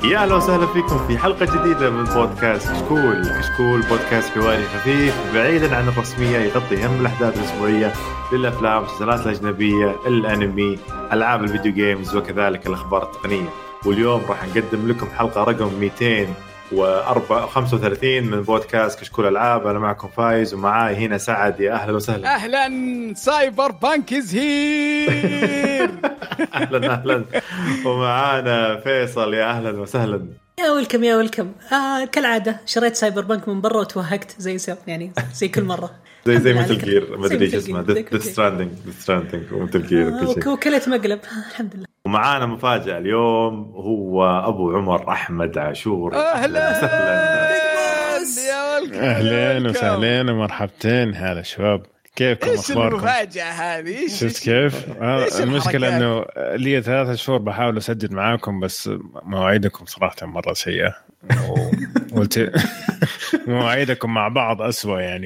يا أهلا وسهلا فيكم في حلقة جديدة من بودكاست كشكول بودكاست حواري خفيف بعيدا عن الرسمية، يغطي أهم الأحداث الأسبوعية للأفلام والمسلسلات الأجنبية، الأنمي، ألعاب الفيديو جيمز وكذلك الأخبار التقنية. واليوم راح نقدم لكم حلقة رقم 235 من بودكاست كشكول ألعاب. أنا معكم فايز ومعاي هنا سعد. يا أهلا وسهلا. أهلا، سايبر بانك إز هير. أهلا ومعانا فيصل. يا أهلا وسهلا. يا ويلكم. كالعادة شريت سايبر بانك من برا وتوهقت زي كل مرة. زي مثل جير، ما ادري ايش اسمه، ديث ستراندينج ومثل جير وكلت مقلب. الحمد لله. ومعانا مفاجأة اليوم، هو أبو عمر أحمد عاشور. أهلا وسهلا ومرحبتين. هلا شباب، كيفكم؟ ايش المفاجأة هذه؟ شفت كيف؟ المشكلة انه لي 3 شهور بحاول اسجل معاكم، بس مواعيدكم صراحة مرة سيئة مواعيدكم مع بعض أسوأ يعني.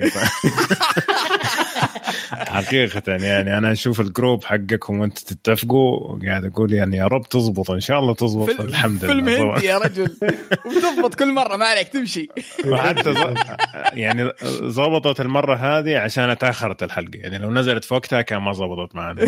حقيقة يعني أنا أشوف الجروب حقكم وأنت تتفقوا، قاعد أقول يعني يا رب تزبط، إن شاء الله تزبط. الحمد لله فيلم هندي يا رجل وتزبط كل مرة، ما عليك تمشي. وحتى يعني زبطت المرة هذه عشان أتأخرت الحلقة، يعني لو نزلت في وقتها كان ما زبطت معنا.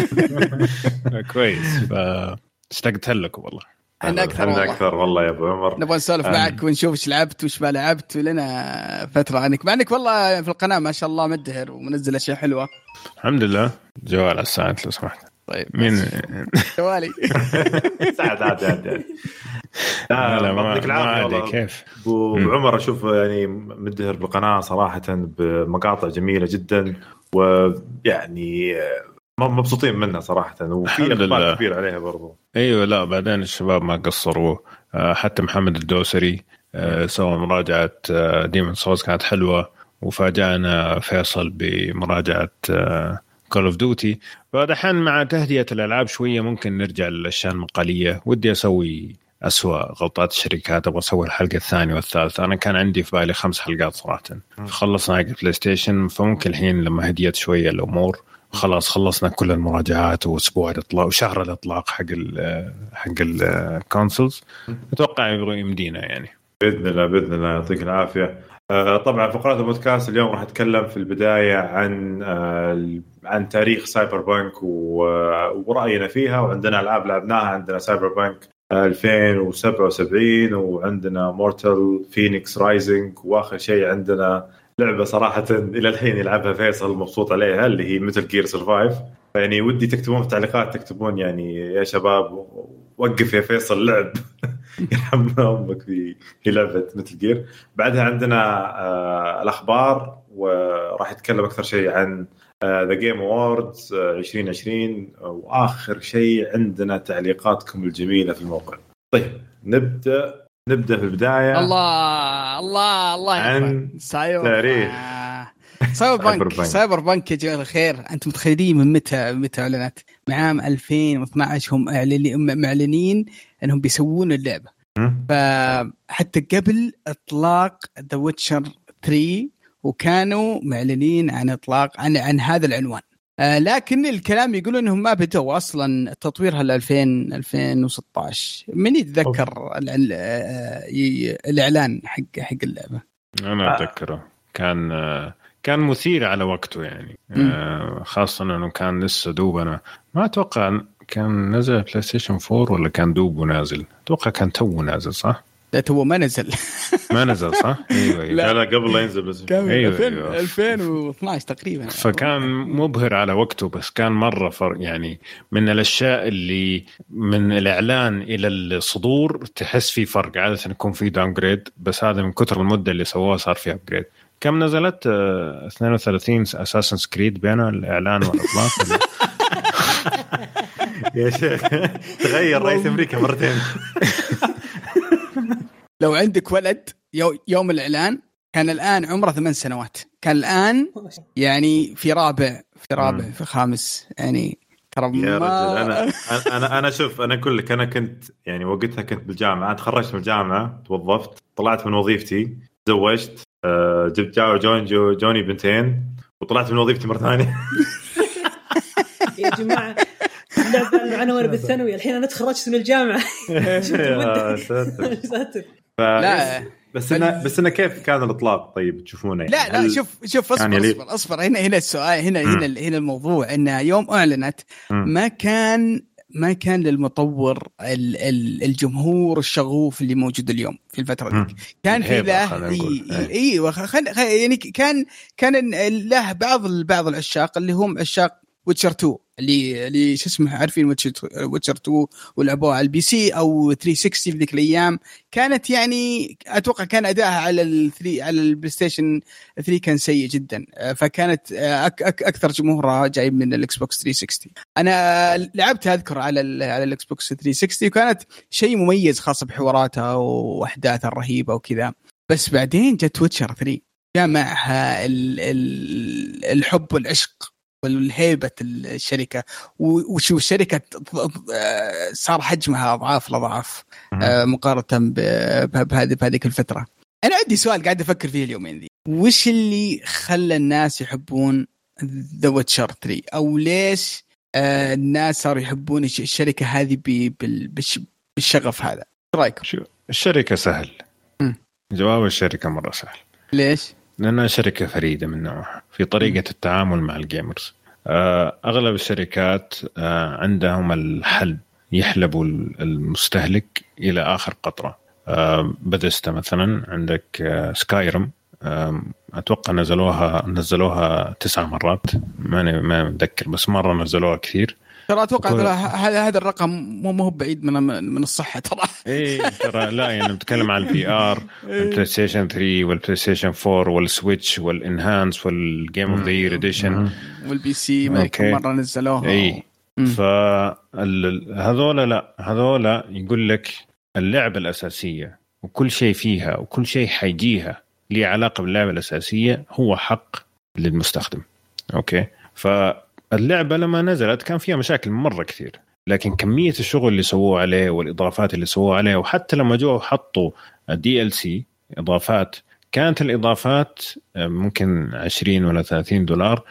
كويس، فاشتقت لكم والله. أنا أكثر والله يا أبو عمر. نبغى نسولف معك ونشوف إيش لعبت وإيش ما لعبت، ولنا فترة عنك، مع إنك والله في القناة ما شاء الله مدهر ومنزل أشياء حلوة. الحمد لله. جوال على الساعة لو سمحت. طيب مين جوالي؟ سعد عادي. ما عادي. كيف أبو عمر؟ أشوف يعني مدهر بالقناة صراحة بمقاطع جميلة جدا، ويعني مبسوطين منها صراحة، وفي أخبار كبير عليها برضو. أيوة، لا بعدين الشباب ما قصروا. حتى محمد الدوسري سوى مراجعة ديمون سولز كانت حلوة، وفاجأنا فيصل بمراجعة كول اوف دوتي. فدحين مع تهدئة الألعاب شوية ممكن نرجع للأشياء المقالية. ودي أسوي أسوأ غلطات الشركات، أبغى أسوي الحلقة الثانية والثالثة. أنا كان عندي في بالي 5 حلقات صراحة، خلصنا حق بلاي ستيشن، فممكن الحين لما هديت شوية الأمور خلاص خلصنا كل المراجعات، وأسبوع الإطلاق وشهر الإطلاق حق الكونسولز. أتوقع يمدينا يعني بإذن الله يعطيك العافية. طبعا فقرات البودكاست اليوم راح أتكلم في البداية عن تاريخ سايبر بانك ورأينا فيها، وعندنا ألعاب لعبناها. عندنا سايبر بانك 2077، وعندنا مورتال فينيكس رايزنج، وآخر شيء عندنا لعبة صراحة إلى الحين يلعبها فيصل مبسوط عليها، اللي هي مثل جير سرفايف. يعني ودي تكتبون في التعليقات، تكتبون يعني يا شباب وقف يا فيصل لعب يرحم أمك في لعبة مثل جير. بعدها عندنا الأخبار، وراح يتكلم أكثر شيء عن The Game Awards 2020، وآخر شيء عندنا تعليقاتكم الجميلة في الموقع. طيب نبدأ في البداية. الله عن تاريخ سايبر بانك يا جماعة الخير. أنتم متخيلين من متى أعلنت؟ عام 2012 هم معلنين أنهم بيسوون اللعبة، فحتى قبل إطلاق The Witcher 3 وكانوا معلنين عن إطلاق عن هذا العنوان. لكن الكلام يقولون أنهم ما بدأوا أصلا تطويرها 2016. من يتذكر الإعلان حق اللعبة؟ أنا أتذكره كان مثير على وقته يعني. خاصة أنه كان لسه دوب. أنا ما أتوقع كان نزل بلاي ستيشن 4 ولا كان دوب ونازل. أتوقع كان تو نازل، صح؟ لا تو ما نزل. ما نزل صح؟ أيوة. لا قبل لا ينزل، بس أيوة. 2012 تقريبا. فكان مبهر على وقته، بس كان مرة فرق يعني. من الأشياء اللي من الإعلان إلى الصدور تحس في فرق. عادة يكون في داونجريد، بس هذا من كتر المدة اللي سووها صار فيها أبجريد. كم نزلت 32 أساسنز كريد بين الإعلان والإطلاق. يا شيخ تغير رئيس أمريكا مرتين. لو عندك ولد يوم الإعلان كان الآن عمره 8 سنوات، كان الآن يعني في رابع في 5 يعني. يا رجل أنا شوف، أنا أقول لك، أنا كنت يعني وقتها كنت بالجامعة، تخرجت من الجامعة، توظفت، طلعت من وظيفتي، تزوجت، جبت جوني بنتين، وطلعت من وظيفتي مرة ثانية. يا جماعة لعبة معنا وانا بالثانوي، الحين انا تخرجت من الجامعة. يا ساتر. لا بس انا كيف كان الاطلاق طيب تشوفونه؟ لا شوف اصبر هنا السؤال، هنا الموضوع انه يوم اعلنت ما كان للمطور الجمهور الشغوف اللي موجود اليوم في الفترة دي. كان في له يعني كان له بعض العشاق اللي هم عشاق ويتشر 2 اللي شو اسمه عارفين ويتشر 2 ولعبوها على البي سي او 360 في ذيك الايام. كانت يعني اتوقع كان ادائها على البلاي ستيشن 3 كان سيء جدا، فكانت اكثر جمهورها جاي من الاكس بوكس 360. انا لعبت اذكر على الاكس بوكس 360 وكانت شيء مميز خاصه بحواراتها واحداثها الرهيبه وكذا. بس بعدين جت ويتشر 3 جاء معها الحب والعشق والهيبة الشركة، وشو الشركة صار حجمها أضعاف مقارنة بهذيك الفترة. أنا عندي سؤال قاعد أفكر فيه اليومين ذي، وش اللي خلى الناس يحبون The Witcher 3 أو ليش الناس صاروا يحبون الشركة هذه بالشغف هذا؟ رأيكم؟ شو الشركة سهل. جواب الشركة مرة سهل. ليش؟ لأنها شركة فريدة من نوعها في طريقة التعامل مع الجيمرز. أغلب الشركات عندهم الحل يحلبوا المستهلك إلى آخر قطرة. بدستا مثلا عندك سكايرم، أتوقع نزلوها 9 مرات، ما متذكر بس مرة نزلوها كثير. ترى أتوقع هذا الرقم مو بعيد من الصحة ترى. إيه ترى لا يعني بتكلم عن البي آر، البلاي ستيشن 3 والبلاي ستيشن 4 والسويتش والإنهانس والجيم أوف ذا يير إديشن والبي سي ما كم مرة نزلوها. إيه هذولا يقول لك اللعبة الأساسية وكل شيء فيها وكل شيء حيجيها ليه علاقة باللعبة الأساسية هو حق للمستخدم. أوكي، فاللعبة لما نزلت كان فيها مشاكل مرة كثير، لكن كمية الشغل اللي سووه عليه والإضافات اللي سووه عليه، وحتى لما جوا حطوا DLC إضافات، كانت الإضافات ممكن 20 ولا 30 دولار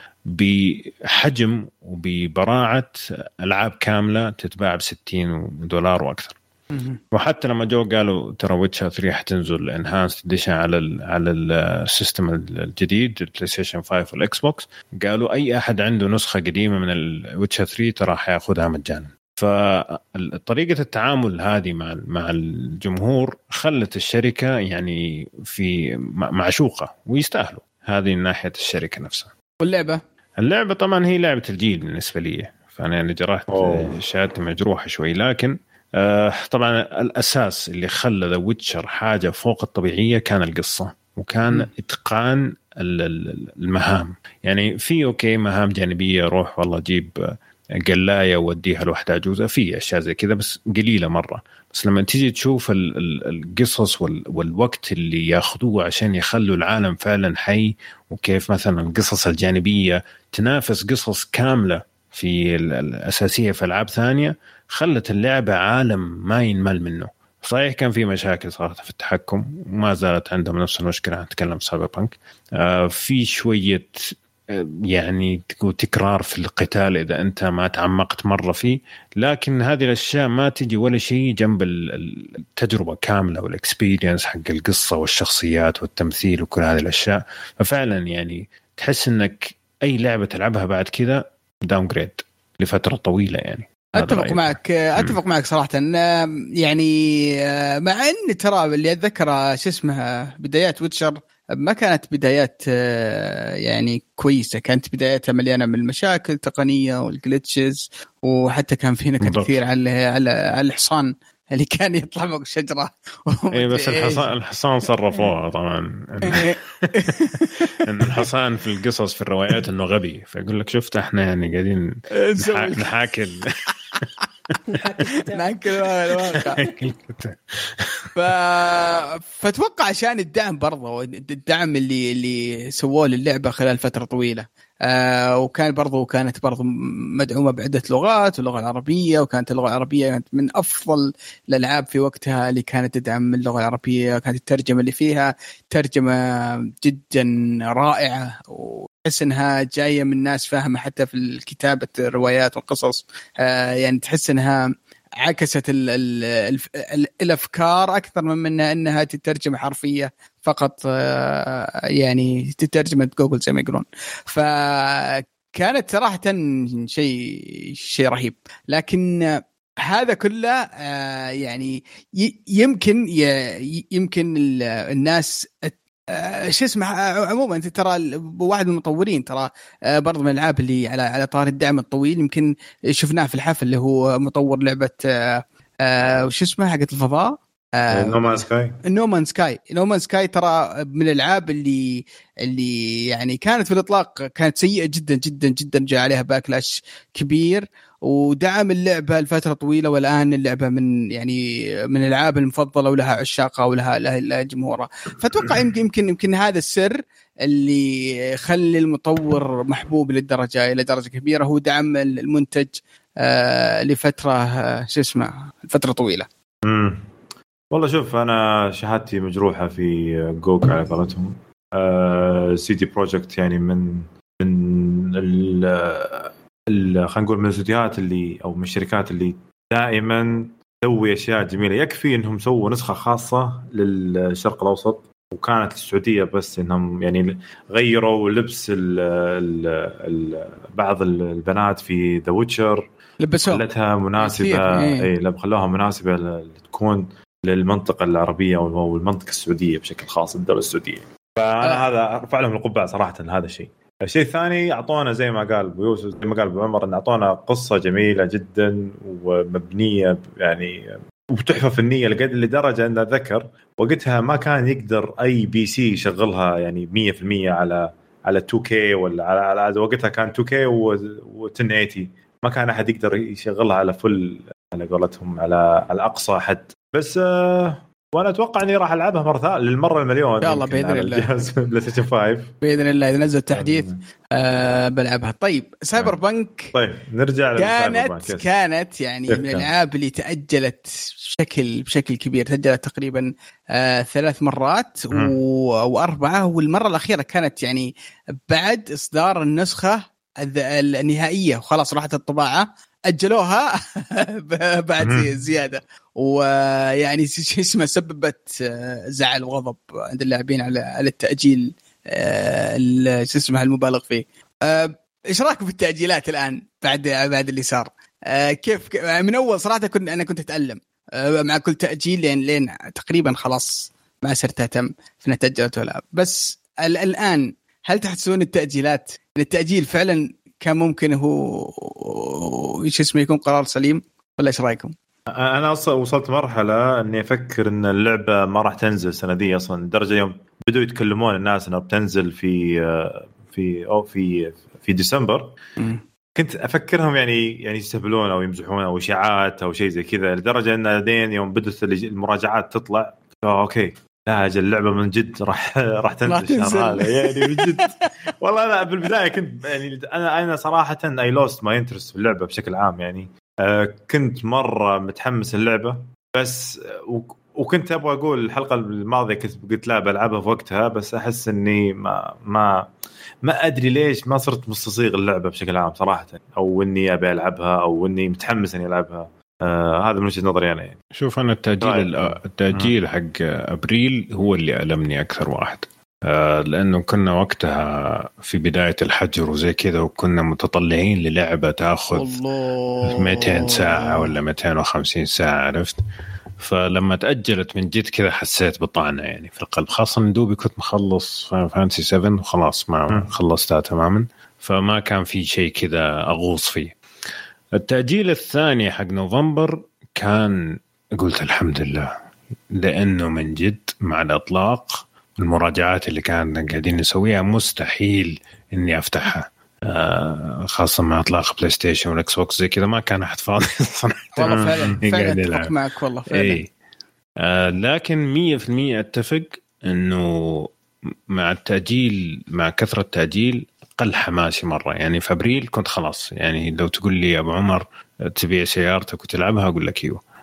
بحجم وببراعة ألعاب كاملة تتباع ب60 دولار وأكثر. وحتى لما جو قالوا ترى ويتشر 3 حتنزل انهانسد اديشن على السيستم الجديد البلاي ستيشن 5 والاكس بوكس، قالوا اي احد عنده نسخه قديمه من الويتشر 3 ترى حياخذها مجانا. فطريقه التعامل هذه مع الجمهور خلت الشركه يعني في معشوقه ويستاهلوا هذه ناحيه الشركه نفسها. اللعبه طبعا هي لعبه الجيل بالنسبه لي، فانا يعني جرحت شهادتي مجروحه شوي، لكن طبعا الأساس اللي خلى ذا ويتشر حاجة فوق الطبيعية كان القصة، وكان إتقان المهام. يعني في أوكي مهام جانبية، روح والله جيب قلاية ووديها لوحدها جوزة، في أشياء زي كذا بس قليلة مرة. بس لما تيجي تشوف القصص والوقت اللي ياخذوه عشان يخلوا العالم فعلا حي، وكيف مثلا القصص الجانبية تنافس قصص كاملة في الأساسية في ألعاب ثانية، خلت اللعبة عالم ما ينمل منه. صحيح كان في مشاكل صارت في التحكم وما زالت عندهم نفس المشكلة، هنتكلم سايبر بانك. في شوية يعني تكرار في القتال إذا أنت ما تعمقت مرة فيه، لكن هذه الأشياء ما تجي ولا شيء جنب التجربة كاملة والإكسبيرينس حق القصة والشخصيات والتمثيل وكل هذه الأشياء. ففعلا يعني تحس أنك أي لعبة تلعبها بعد كذا داون جريد لفترة طويلة. يعني أتفق معك صراحة. يعني مع أن ترى اللي أتذكر شو اسمها بدايات ويتشر ما كانت بدايات يعني كويسة، كانت بداياتها مليانة من المشاكل التقنية والجلitches، وحتى كان فينا كثير على الحصان اللي كان يطلع فوق الشجرة. إيه بس الحصان صرفوها طبعا إن الحصان في القصص في الروايات إنه غبي، فيقول لك شفت إحنا يعني قاعدين نحاكي فتوقع عشان الدعم برضه، الدعم اللي سووه للعبة خلال فترة طويلة، وكانت برضو مدعومة بعدة لغات واللغة العربية، وكانت اللغة العربية كانت من أفضل الألعاب في وقتها اللي كانت تدعم اللغة العربية. كانت الترجمة اللي فيها ترجمة جدا رائعة تحس انها جايه من ناس فاهمه حتى في كتابه الروايات والقصص. يعني تحس انها عكست الافكار اكثر من انها تترجم حرفيه فقط، يعني تترجمه جوجل زي ما يقولون. فكانت صراحه شيء رهيب. لكن هذا كله يعني يمكن الناس شو اسمه عموما. انت ترى واحد من المطورين ترى برضه من الالعاب اللي على طار الدعم الطويل، يمكن شفناه في الحفل، اللي هو مطور لعبه وش اسمها حقت الفضاء، نومان سكاي. ترى من الالعاب اللي يعني كانت في الاطلاق كانت سيئه جدا جدا جدا، جاء عليها باكلاش كبير ودعم اللعبه لفتره طويله، والان اللعبه من الالعاب المفضله ولها عشاقها ولها جمهورها. فاتوقع يمكن هذا السر اللي يخلي المطور محبوب الى درجه كبيره، هو دعم المنتج لفتره فتره طويله. والله شوف، انا شهادتي مجروحه في جوك على قولتهم. سي دي بروجكت يعني من خلينا نقول من الاستديوهات اللي او من الشركات اللي دائما تسوي اشياء جميله. يكفي انهم سووا نسخه خاصه للشرق الاوسط وكانت السعوديه، بس انهم يعني غيروا لبس بعض البنات في ذا ويتشر، خلتها مناسبه. اي خلوها مناسبه تكون للمنطقه العربيه او المنطقه السعوديه بشكل خاص، الدوله السعوديه. فانا هذا ارفع لهم القبعه صراحه هذا الشيء. الشيء الثاني اعطونا زي ما قال ابو يوسف، زي ما قال ابو عمر، ان اعطونا قصه جميله جدا ومبنيه يعني وتحفه فنيه لدرجه ان اتذكر وقتها ما كان يقدر اي بي سي يشغلها يعني 100% على 2K ولا على وقتها كان 2K و1080. ما كان احد يقدر يشغلها على فل على قولتهم على اقصى حد. بس وانا اتوقع اني راح العبها مره ثانيه للمره المليون ان شاء الله باذن الله، جهاز بلايستيشن 5 باذن الله اذا نزل تحديث بلعبها. طيب سايبر بانك، طيب نرجع كانت يعني من الالعاب اللي تاجلت بشكل كبير، تاجلت تقريبا 3 مرات و4، والمره الاخيره كانت يعني بعد اصدار النسخه النهائيه وخلاص راحت الطباعه، اجلوها بعد زياده. ويعني اسمه سببت زعل وغضب عند اللاعبين على التاجيل اسمه المبالغ فيه. ايش رايك في التاجيلات الان بعد اللي صار؟ كيف من اول صراحه كنت اتالم مع كل تاجيل لين تقريبا خلاص ما صرت اهتم في تاجلت ولا. بس الان هل تحسون التاجيل فعلا كان ممكن هو يكون قرار سليم، ولا ايش رايكم؟ انا وصلت مرحله اني افكر ان اللعبه ما راح تنزل السنه دي اصلا، لدرجه يوم بدوا يتكلمون الناس انها بتنزل في ديسمبر. كنت افكرهم يعني يستهبلون او يمزحون او اشاعات او شيء زي كذا، لدرجه ان بعدين يوم بدت المراجعات تطلع اوكي لا اجل اللعبه من جد راح تنزل الشهر هذا يعني من جد. والله انا بالبدايه كنت يعني انا صراحه اي لوست ما انترست في اللعبه بشكل عام يعني. كنت مره متحمس اللعبه بس وكنت ابغى اقول الحلقه الماضيه قلت لا بلعبها في وقتها، بس احس اني ما ادري ليش ما صرت مستصيغ اللعبه بشكل عام صراحه، او اني ابي العبها او اني متحمس اني العبها. هذا من وجهة نظري أنا يعني. شوف أنا التأجيل حق أبريل هو اللي ألمني أكثر واحد، لأنه كنا وقتها في بداية الحجر وزي كذا، وكنا متطلعين للعبة تأخذ 200 ساعة ولا 250 ساعة، عرفت؟ فلما تأجلت من جد كذا حسيت بطعنة يعني في القلب، خاصة من دوبي كنت مخلص فانتسي 7 وخلاص ما خلصتها تماما، فما كان في شيء كذا أغوص فيه. التأجيل الثاني حق نوفمبر كان قلت الحمد لله، لأنه من جد مع الإطلاق المراجعات اللي كان قاعدين نسويها مستحيل إني أفتحها، خاصة مع إطلاق بلاي ستيشن والإكس بوكس زي كذا ما كان أحد فاضي صراحة. والله فعلا أتفق معك والله فعلا. لكن 100% أتفق إنه مع التأجيل، مع كثرة التأجيل قل حماسي مرة يعني. في أبريل كنت خلاص يعني لو تقول لي أبو عمر تبيع سيارتك وتلعبها أقول لك أيوه،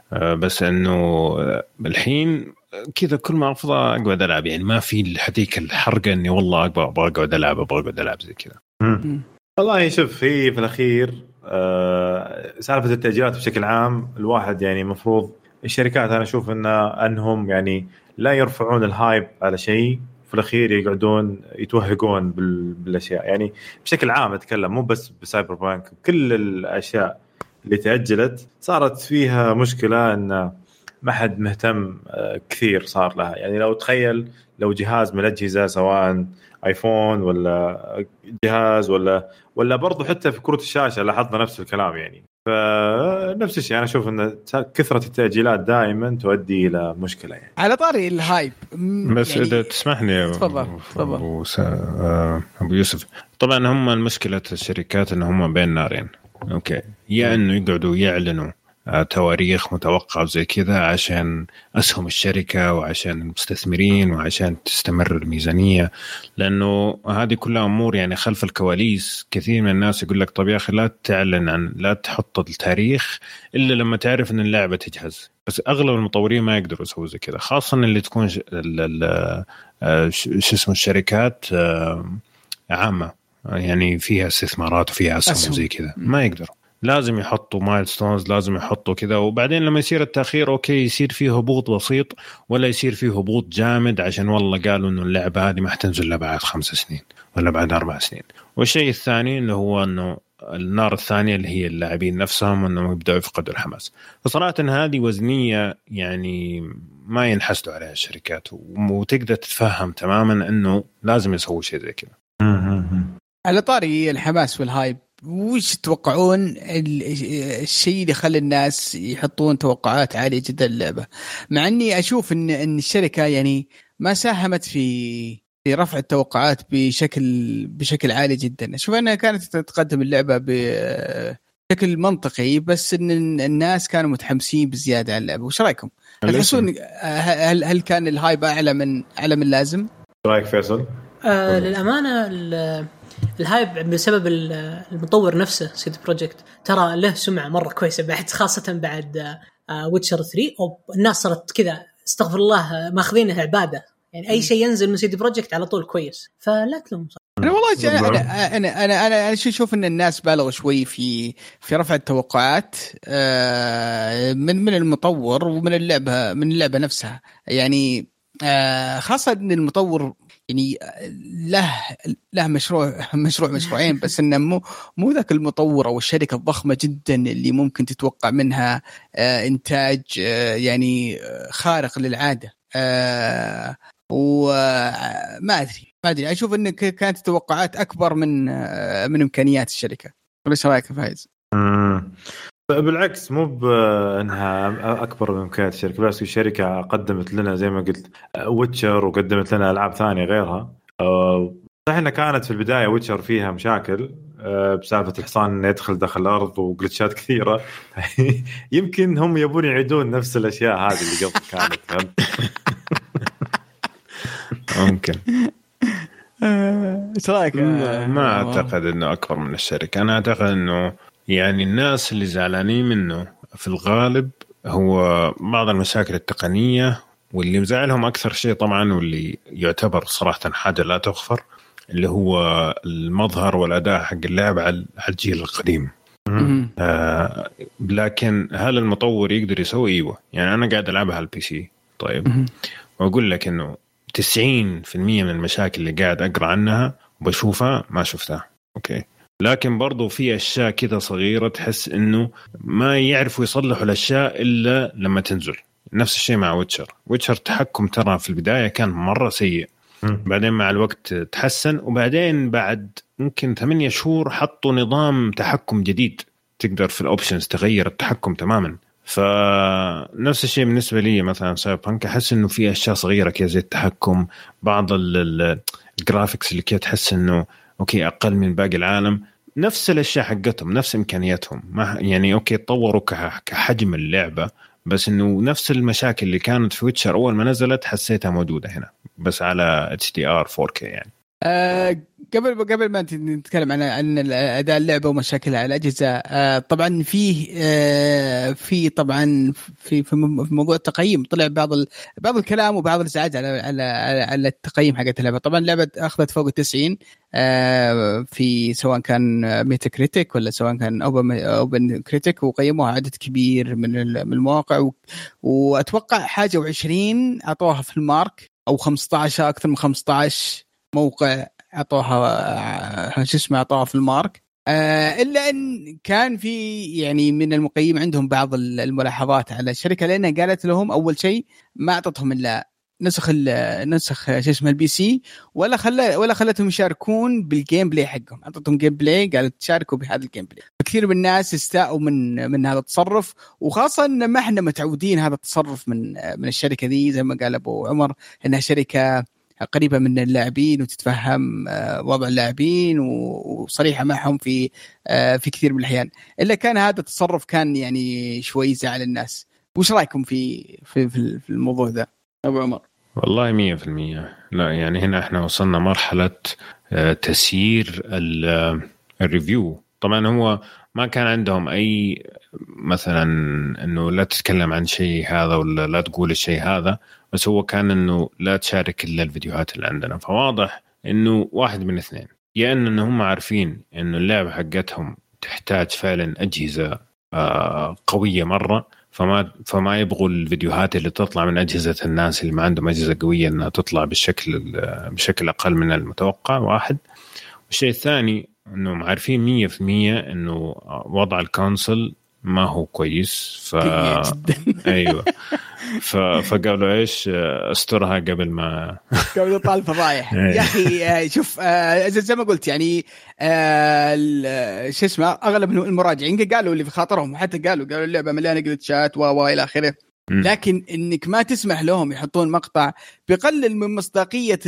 بس انه الحين كذا كل ما افضل اقعد العب، يعني ما في الحديك الحرقه اني والله ابغى اقعد العب زي كذا. والله شوف، هي في الاخير سالفه التاجيلات بشكل عام، الواحد يعني مفروض الشركات انا اشوف انهم يعني لا يرفعون الهايب على شيء في الاخير يقعدون يتوهقون بالاشياء. يعني بشكل عام اتكلم مو بس بسايبر بانك، كل الاشياء اللي تاجلت صارت فيها مشكله ان ما حد مهتم كثير صار لها. يعني لو تخيل لو جهاز من الاجهزه سواء ايفون ولا جهاز ولا برضو حتى في كروت الشاشه لاحظنا نفس الكلام. يعني فنفس الشيء انا اشوف ان كثره التاجيلات دائما تؤدي الى مشكله. يعني على طاري الهايب بس يعني اذا تسمحني تفضل ابو يوسف، طبعا هم المشكله الشركات ان هم بين نارين. اوكي، يا انه يقعدوا يعلنوا تواريخ متوقعة زي كذا عشان أسهم الشركة وعشان المستثمرين وعشان تستمر الميزانية، لأنه هذه كلها أمور يعني خلف الكواليس. كثير من الناس يقول لك طب يا أخي لا تعلن عن، لا تحط التاريخ إلا لما تعرف أن اللعبة تجهز. بس أغلب المطورين ما يقدروا يسووا زي كذا، خاصة اللي تكون شو اسمه الشركات عامة يعني فيها استثمارات وفيها أسهم زي كذا، ما يقدروا. لازم يحطوا مايلستونز، لازم يحطوا كذا، وبعدين لما يصير التأخير أوكي يصير فيه هبوط بسيط ولا يصير فيه هبوط جامد عشان والله قالوا إنه اللعبة هذه ما حتنزل إلا بعد 5 سنين ولا بعد 4 سنين. والشيء الثاني اللي هو إنه النار الثانية اللي هي اللاعبين نفسهم إنهم يبدأوا يفقدوا الحماس. فصراحة هذه وزنية يعني ما ينحسدوا عليها الشركات، وتقدر تتفهم تماما إنه لازم يسووا شيء زي كذا. على طاري الحماس والهايب، وش تتوقعون الشيء اللي خلى الناس يحطون توقعات عالية جدا للعبة؟ مع اني اشوف ان الشركة يعني ما ساهمت في رفع التوقعات بشكل عالي جدا. اشوف انها كانت تقدم اللعبة بشكل منطقي، بس ان الناس كانوا متحمسين بزيادة على اللعبة. وش رايكم؟ تحسون هل كان الهايب اعلى من اللازم؟ رايك فيصل؟ للأمانة الهايب بسبب المطور نفسه سيد بروجكت، ترى له سمعة مرة كويسة بعد، خاصة بعد ويتشر 3 الناس صارت كذا استغفر الله ماخذينها عبادة. يعني أي شيء ينزل من سيد بروجكت على طول كويس، فلا تلوم. أنا والله أنا أشوف إن الناس بالغوا شوي في رفع التوقعات من المطور ومن اللعبة نفسها. يعني خاصة إن المطور يعني له مشروعين بس إنه مو ذاك المطور أو الشركة الضخمة جدا اللي ممكن تتوقع منها إنتاج يعني خارق للعادة. وما أدري أشوف إن كانت توقعات أكبر من إمكانيات الشركة. وإيش رأيك فايز؟ بالعكس، مو بأنها أكبر من إمكانيات الشركة، بس الشركة قدمت لنا زي ما قلت ويتشر وقدمت لنا ألعاب ثانية غيرها. صحيح كانت في البداية ويتشر فيها مشاكل بسالفة الحصان يدخل داخل الأرض وجلتشات كثيرة. يمكن هم يبون يعيدون نفس الأشياء هذه اللي قبل كانت. ممكن. إيش رأيك؟ ما أعتقد إنه أكبر من الشركة. أنا أعتقد إنه يعني الناس اللي زعلانين منه في الغالب هو بعض المشاكل التقنية، واللي مزعلهم أكثر شيء طبعا واللي يعتبر صراحة حاجة لا تغفر اللي هو المظهر والأداء حق اللعب على الجيل القديم. لكن هل المطور يقدر يسوي؟ ايوه، يعني انا قاعد العبها على البي سي طيب، واقول لك انه 90% من المشاكل اللي قاعد اقرا عنها وبشوفها ما شفتها. اوكي، لكن برضو في اشياء كذا صغيره تحس انه ما يعرفوا يصلحوا الاشياء الا لما تنزل. نفس الشيء مع ويتشر تحكم ترى في البدايه كان مره سيء، بعدين مع الوقت تحسن، وبعدين بعد ممكن 8 شهور حطوا نظام تحكم جديد تقدر في الأوبشنز تغير التحكم تماما. فنفس الشيء بالنسبة لي مثلا سايبر بانك، أحس إنه في أشياء صغيرة كذا زي التحكم، بعض الجرافيكس اللي كده تحس إنه أوكي أقل من باقي العالم. نفس الأشياء حقتهم نفس إمكانياتهم، ما يعني أوكي تطوروا كحجم اللعبة، بس إنه نفس المشاكل اللي كانت في ويتشر أول ما نزلت حسيتها موجودة هنا بس على HDR 4K يعني. قبل ما نتكلم عن اداء اللعبه ومشاكلها على الاجهزه، طبعا في طبعا في موضوع التقييم طلع بعض الكلام وبعض الازعاج على التقييم حق اللعبه. طبعا اللعبه اخذت فوق 90 في سواء كان ميتا كريتيك ولا سواء كان اوبن كريتيك، وقيموها عدد كبير من المواقع، واتوقع حاجه و20 اعطوها في المارك او 15 اكثر من 15 موقع اعطوها اعطوها في المارك. الا ان كان في يعني من المقيم عندهم بعض الملاحظات على الشركه، لانها قالت لهم اول شيء ما اعطتهم الا نسخ البي سي، ولا خلتهم يشاركون بالجيم بلاي حقهم. اعطتهم جيم بلاي، قالت تشاركوا بهذا الجيم بلاي. كثير من الناس استاءوا من هذا التصرف، وخاصه ان ما احنا متعودين هذا التصرف من الشركه ذي. زي ما قال ابو عمر انها شركه قريبة من اللاعبين وتتفهم وضع اللاعبين وصريحة معهم في كثير من الأحيان. إلا كان هذا التصرف كان يعني شوي زعل الناس. وش رأيكم في الموضوع ذا أبو عمر؟ والله 100%. لا يعني هنا احنا وصلنا مرحلة تسيير الريفيو. طبعا هو ما كان عندهم أي مثلا أنه لا تتكلم عن شيء هذا ولا لا تقول الشيء هذا، بس هو كان أنه لا تشارك إلا الفيديوهات اللي عندنا. فواضح أنه واحد من اثنين، يا أنه هم عارفين أنه اللعبة حقتهم تحتاج فعلا أجهزة قوية مرة، فما يبغوا الفيديوهات اللي تطلع من أجهزة الناس اللي ما عندهم أجهزة قوية أنها تطلع بشكل أقل من المتوقع. واحد. والشيء الثاني أنهم عارفين 100% أنه وضع الكونسول ما هو كويس. أيوة. فقالوا إيش استرها قبل ما يطلع الفضايح. يا أخي شوف، زي ما قلت يعني شو اسمه، أغلب المراجعين قالوا اللي في خاطرهم، حتى قالوا اللعبة مليانة جلتشات إلى آخره. لكن إنك ما تسمح لهم يحطون مقطع بيقلل من مصداقية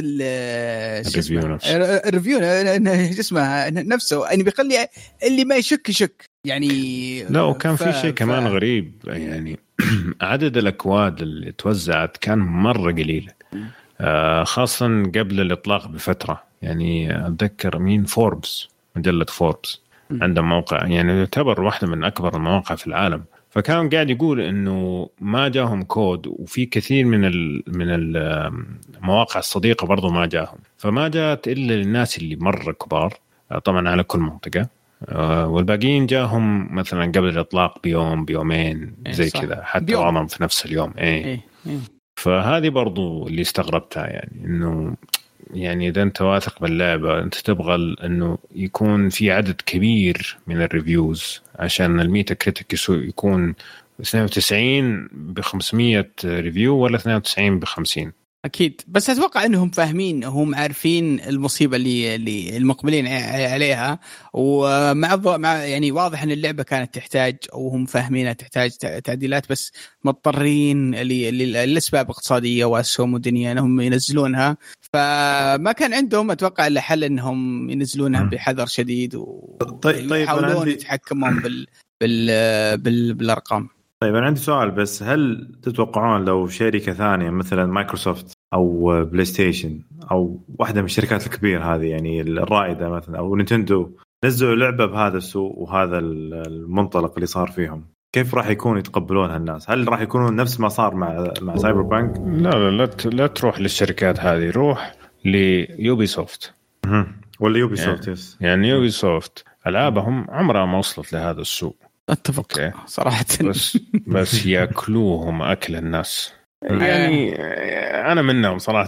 الريفيو نفسه، يعني بيخلي اللي ما يشك يعني. لا، وكان في شيء كمان غريب يعني عدد الأكواد اللي توزعت كان مرة قليل، خاصة قبل الإطلاق بفترة. يعني أتذكر مين فوربس، مجلة فوربس عندهم موقع يعني يعتبر واحدة من أكبر المواقع في العالم، فكان قاعد يقول إنه ما جاهم كود، وفي كثير من المواقع الصديقة برضو ما جاهم، فما جاءت إلا للناس اللي مرة كبار طبعا على كل منطقة، والباقيين جاهم مثلا قبل الإطلاق بيوم بيومين زي كذا، حتى بعضهم في نفس اليوم. فهذه برضو اللي استغربتها، يعني إنه يعني إذا أنت واثق باللعبة أنت تبغى إنه يكون في عدد كبير من الريفيوز عشان الميتا كريتيك يكون 92 ب500 ريفيو ولا 92 ب50. أكيد، بس أتوقع أنهم فاهمين، هم عارفين المصيبة اللي المقبلين عليها، ومع يعني واضح أن اللعبة كانت تحتاج، أو هم فاهمينها تحتاج تعديلات، بس مضطرين للأسباب اقتصادية وأسهم ودنيا أنهم ينزلونها، فما كان عندهم أتوقع إلا حل أنهم ينزلونها بحذر شديد ويحاولون يتحكمون بالأرقام. طيب أنا عندي سؤال بس، هل تتوقعون لو شركة ثانية مثلا مايكروسوفت أو بلاي ستيشن أو واحدة من الشركات الكبيرة هذه يعني الرائدة مثلا أو نينتندو نزلوا لعبة بهذا السوق وهذا المنطلق اللي صار فيهم، كيف راح يكونوا يتقبلونها الناس؟ هل راح يكونون نفس ما صار مع سايبر بانك؟ لا تروح للشركات هذه، روح ليوبي سوفت ولا يوبي سوفت. يعني يوبي سوفت ألعابهم عمرها ما وصلت لهذا السوق. اتفق صراحه، بس ياكلوهم اكل الناس يعني انا منهم صراحه.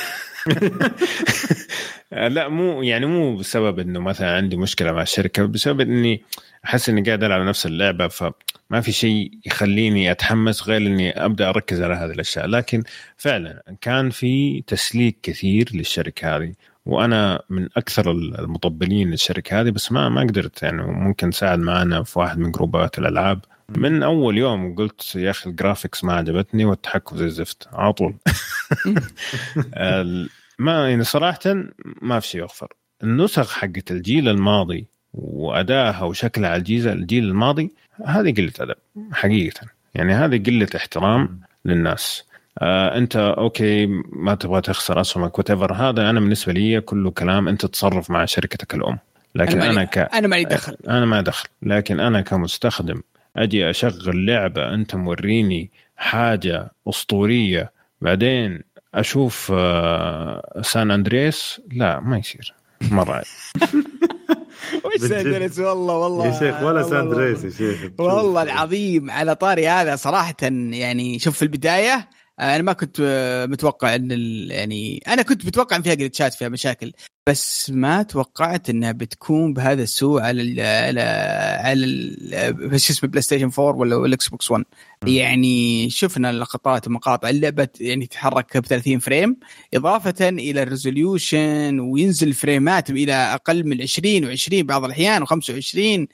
لا مو بسبب انه مثلا عندي مشكله مع الشركه، بسبب اني احس اني قاعد العب نفس اللعبه، فما في شيء يخليني اتحمس غير اني ابدا اركز على هذه الاشياء. لكن فعلا كان في تسليك كثير للشركه هذه، وانا من اكثر المطبلين للشركه هذه، بس ما قدرت يعني. ممكن ساعد معنا في واحد من جروبات الالعاب من اول يوم، قلت يا اخي الجرافيكس ما عجبتني والتحكم زي الزفت على طول. ما يعني صراحه ما في شيء يغفر. النسخ حقت الجيل الماضي وادائها وشكلها على الجيل الماضي هذه قله ادب حقيقه، يعني هذه قله احترام للناس. انت اوكي ما تبغى تخسر اسهمك whatever، هذا انا بالنسبه لي كله كلام انت تتصرف مع شركتك الام. لكن انا ما لي دخل، انا ما دخل. لكن انا كمستخدم اجي اشغل لعبه انت موريني حاجه اسطوريه بعدين اشوف سان اندريس، لا ما يصير مره. وش سان اندريس؟ والله يا شيخ ولا سان اندريس يا شيخ، والله العظيم على طاري هذا صراحه. يعني شوف في البدايه انا ما كنت متوقع ان يعني انا كنت متوقع ان فيها جلتشات فيها مشاكل، بس ما توقعت انها بتكون بهذا السوء على شو اسمه بلاي ستيشن 4 ولا الاكس بوكس 1. يعني شفنا اللقطات ومقاطع اللعبه يعني تتحرك ب 30 فريم اضافه الى الريزوليوشن، وينزل فريمات الى اقل من 20 و20 بعض الاحيان و25،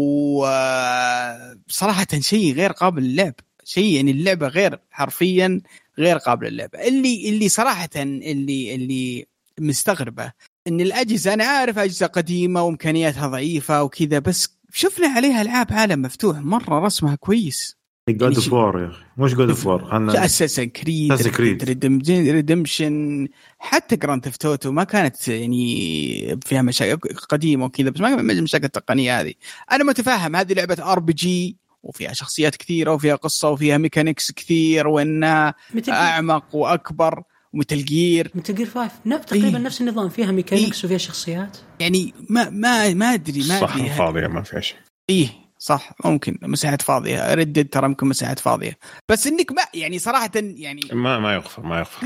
وصراحه شيء غير قابل للعب. شيء يعني اللعبه غير حرفيا غير قابله للعب. اللي صراحه اللي مستغربه ان الاجهزه، انا عارف اجهزه قديمه وامكانياتها ضعيفه وكذا، بس شفنا عليها العاب عالم مفتوح مره رسمها كويس. جود اوف وار يا اخي، مش جود اوف وار، خلنا اساسن كريد ريدمشن، حتى جراند ثيفت اوتو ما كانت يعني فيها مشاكل قديمه وكذا، بس ما مشاكل تقنيه. هذه انا متفاهم، هذه لعبه ار بي جي وفيها شخصيات كثيرة وفيها قصة وفيها ميكانيكس كثير وإنها أعمق وأكبر. ومثل جير 5 تقريبا نفس النظام، فيها ميكانيكس وفيها شخصيات. يعني ما أدري صح فاضية ما فيها شيء. صح ممكن مساحات فاضية، ردد ترى ممكن مساحات فاضية، بس إنك ما يعني صراحة يعني ما يغفر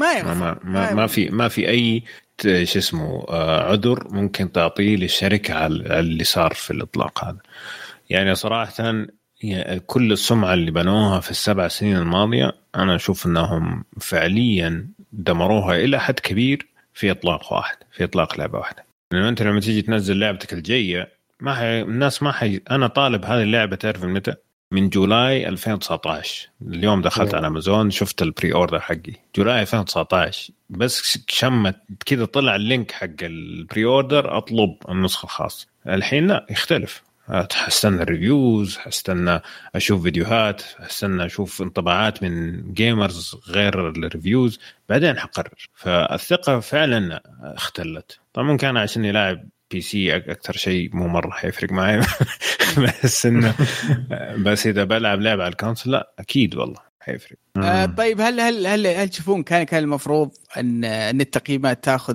ما في أي شو اسمه عذر ممكن تعطيه للشركة على اللي صار في الإطلاق هذا. يعني صراحة يعني كل السمعة اللي بنوها في ال7 سنين الماضية أنا أشوف أنهم فعليا دمروها إلى حد كبير في إطلاق واحد، في إطلاق لعبة واحدة. لأنه أنت لما تيجي تنزل لعبتك الجاية الناس ما أنا طالب هذه اللعبة تعرف متى؟ من جولاي 2019. اليوم دخلت على أمازون شفت البري أوردر حقي جولاي 2019، بس شمت كذا طلع اللينك حق البري أوردر أطلب النسخة الخاص. الحين لا، يختلف. هستنى الريفيوز، هستنى أشوف فيديوهات، هستنى أشوف انطباعات من جيمرز غير الريفيوز، بعدين حقرر. فالثقة فعلا اختلت. طبعا كان عشان يلاعب بي سي أكثر شيء مو مرة حيفرق معي بس إنه بس إذا بلعب لعبة على الكونسول لا أكيد والله حيفرق. طيب هل تشوفون كان المفروض أن التقييمات تأخذ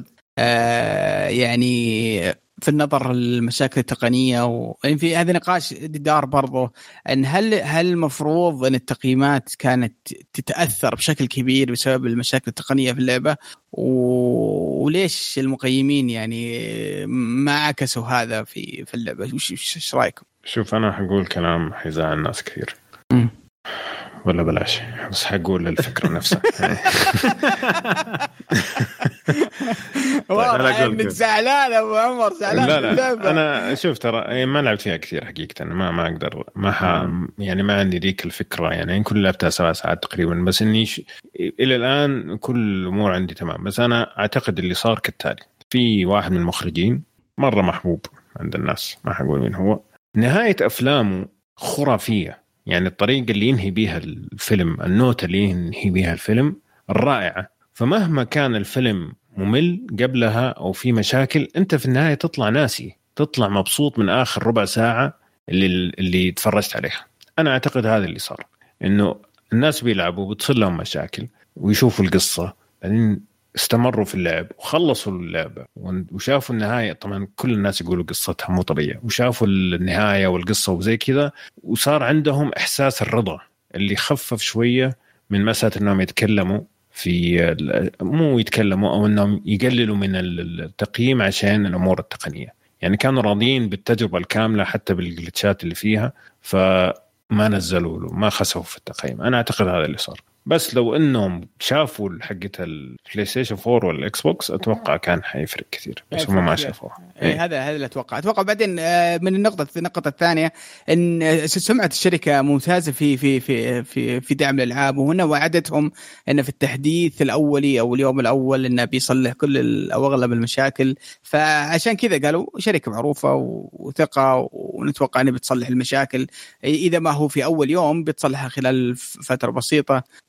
يعني في النظر المشاكل التقنية وإن في هذا نقاش دار برضو، أن هل المفروض أن التقييمات كانت تتأثر بشكل كبير بسبب المشاكل التقنية في اللعبة، وليش المقيمين يعني ما عكسوا هذا في اللعبة؟ وش رأيكم؟ شوف أنا حقول كلام حيزعل الناس كثير ولا بلاش، بس حقول الفكرة نفسها. والله انك زعلان ابو عمر، زعلان. لا انا شوف ترى ما لعبت فيها كثير حقيقة، ما اقدر يعني ما عندي ذيك الفكرة. يعني كل لعبتها 7 ساعات تقريبا، بس اني الى الان كل الامور عندي تمام. بس انا اعتقد اللي صار كالتالي: في واحد من المخرجين مرة محبوب عند الناس، ما حقول مين هو، نهاية افلامه خرافية. يعني الطريقة اللي ينهي بيها الفيلم، النوتة اللي ينهي بيها الفيلم الرائعة. فمهما كان الفيلم ممل قبلها أو في مشاكل، أنت في النهاية تطلع ناسي، تطلع مبسوط من آخر ربع ساعة اللي تفرجت عليها. أنا أعتقد هذا اللي صار، إنه الناس بيلعبوا بتصير لهم مشاكل ويشوفوا القصة، بعدين استمروا في اللعب وخلصوا اللعبة وشافوا النهاية. طبعا كل الناس يقولوا قصتها مو طبيعية، وشافوا النهاية والقصة وزي كذا، وصار عندهم إحساس الرضا اللي خفف شوية من مسألة أنهم يتكلموا مو يتكلموا أو أنهم يقللوا من التقييم عشان الأمور التقنية. يعني كانوا راضيين بالتجربة الكاملة حتى بالجلتشات اللي فيها، فما نزلوا له، ما خسوا في التقييم. أنا أعتقد هذا اللي صار. بس لو انهم شافوا حقة البلاي ستيشن 4 والاكس بوكس اتوقع كان حيفرق كثير، بس هم ما شافوها. هذا اللي اتوقع بعدين. من النقطة الثانية ان سمعة الشركة ممتازة في دعم الالعاب، وهنا وعدتهم ان في التحديث الاولي او اليوم الاول انه بيصلح كل او اغلب المشاكل. فعشان كذا قالوا شركة معروفة وثقة، ونتوقع انها بتصلح المشاكل. اذا ما هو في اول يوم بتصلحها خلال فترة بسيطة.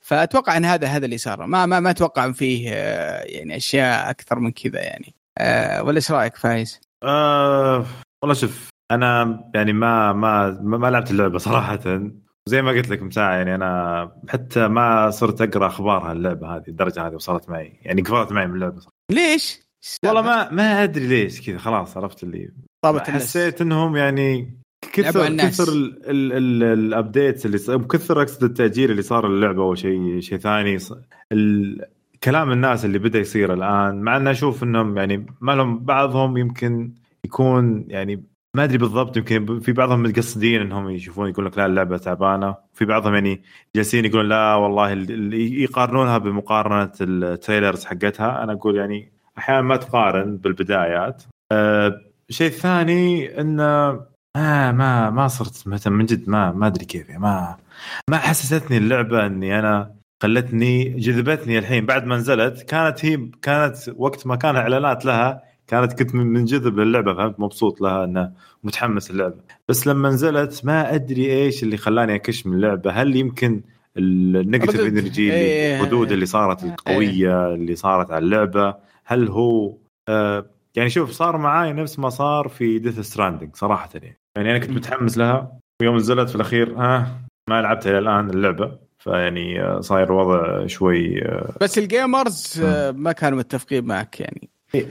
فاتوقع ان هذا اللي صار. ما اتوقع فيه يعني اشياء اكثر من كذا يعني. ولا ايش رايك فايز؟ والله شوف انا يعني ما لعبت اللعبه صراحه، زي ما قلت لك مساعة يعني انا حتى ما صرت اقرا اخبار اللعبه هذه، الدرجه هذه وصلت معي يعني قفلت معي من اللعبه صراحة. ليش والله ما ادري ليش كذا، خلاص عرفت اللي حسيت انهم يعني كثر الابديتس اللي كثر اقصد التاجيل اللي صار اللعبه، وشيء ثاني كلام الناس اللي بدا يصير الان، مع ان اشوف انهم يعني ما لهم بعضهم يمكن يكون يعني ما ادري بالضبط، يمكن في بعضهم متقصدين انهم يشوفون يقول لك لا اللعبه تعبانه، في بعضهم يعني جالسين يقولون لا والله اللي يقارنونها بمقارنه التريلرز حقتها. انا اقول يعني احيانا ما تقارن بالبدايات. شيء ثاني انه ما صرت مثلا من جد ما ادري كيف ما حسستني اللعبه اني انا جذبتني الحين بعد ما نزلت. كانت وقت ما كان اعلانات لها كنت منجذب للعبه، فهمت، مبسوط لها انه متحمس اللعبه. بس لما نزلت ما ادري ايش اللي خلاني اكش من اللعبه. هل يمكن النيجاتيف انرجي الردود اللي صارت القويه اللي صارت على اللعبه؟ هل هو يعني شوف صار معاي نفس ما صار في ديث ستراندنج صراحه يعني انا كنت متحمس لها، ويوم نزلت في الاخير ما لعبتها الى الان اللعبه، فيعني صاير وضع شوي بس الجيمرز ما كانوا متفقين معك يعني.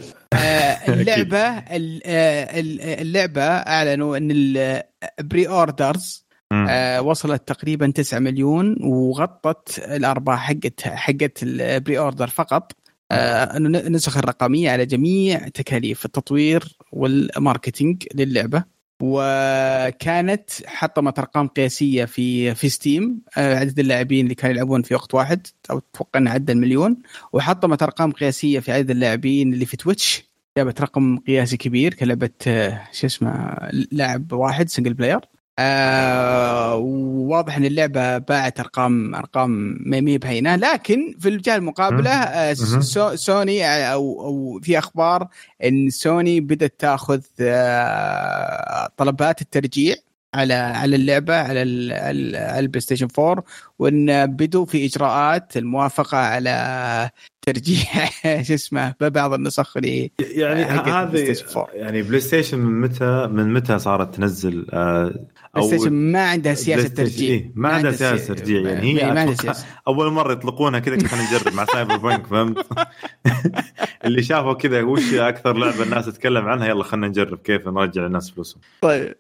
اللعبة أعلنوا أن البري أوردررز وصلت تقريبا 9 مليون، وغطت الأرباح حقت البري أوردر فقط. النسخ الرقمية على جميع تكاليف التطوير والماركتينج للعبة، وكانت حطمت أرقام قياسية في ستيم. عدد اللاعبين اللي كانوا يلعبون في وقت واحد أو توقع أن عدى 1,000,000، وحطمت أرقام قياسية في عدد اللاعبين اللي في تويتش، جابت رقم قياسي كبير كلعبة لاعب واحد سنجل بلاير. وواضح ان اللعبه باعت ارقام ما بهينه. لكن في الجهه المقابله سوني او في اخبار ان سوني بدات تاخذ طلبات الترجيع على اللعبه على البلاي ستيشن 4، وان بدوا في اجراءات الموافقه على ترجيع ببعض النسخ اللي يعني هذه يعني بلاي ستيشن من متى صارت تنزل بلاي ستيشن ما عندها سياسه ترجيع. ما عندها سياسه ترجيع يعني هي اول مره يطلقونها كذا خلينا نجرب مع سايبر بانك، فهمت؟ اللي شافوا كذا وش اكثر لعبه الناس تتكلم عنها، يلا خلينا نجرب كيف نرجع الناس فلوسهم. طيب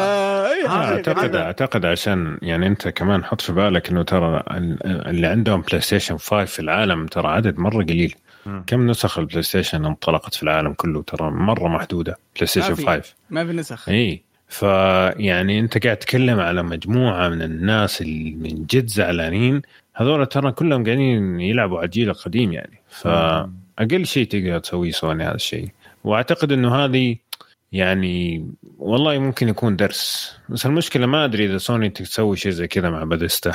اعتقد عشان يعني انت كمان حط في بالك انه ترى اللي عندهم بلاي ستيشن 5 في العالم ترى عدد مره قليل. كم نسخ البلاي ستيشن انطلقت في العالم كله؟ ترى مره محدوده. بلاي ستيشن 5 ما في نسخ. فيعني انت قاعد تتكلم على مجموعه من الناس اللي من جد زعلانين، هذول ترى كلهم قاعدين يلعبوا على الجيل القديم يعني. فاقل شيء تقدر تسويه سوني هذا الشيء، واعتقد انه هذه يعني والله ممكن يكون درس. بس المشكله ما ادري اذا سوني تسوي شيء زي كذا مع باديستا.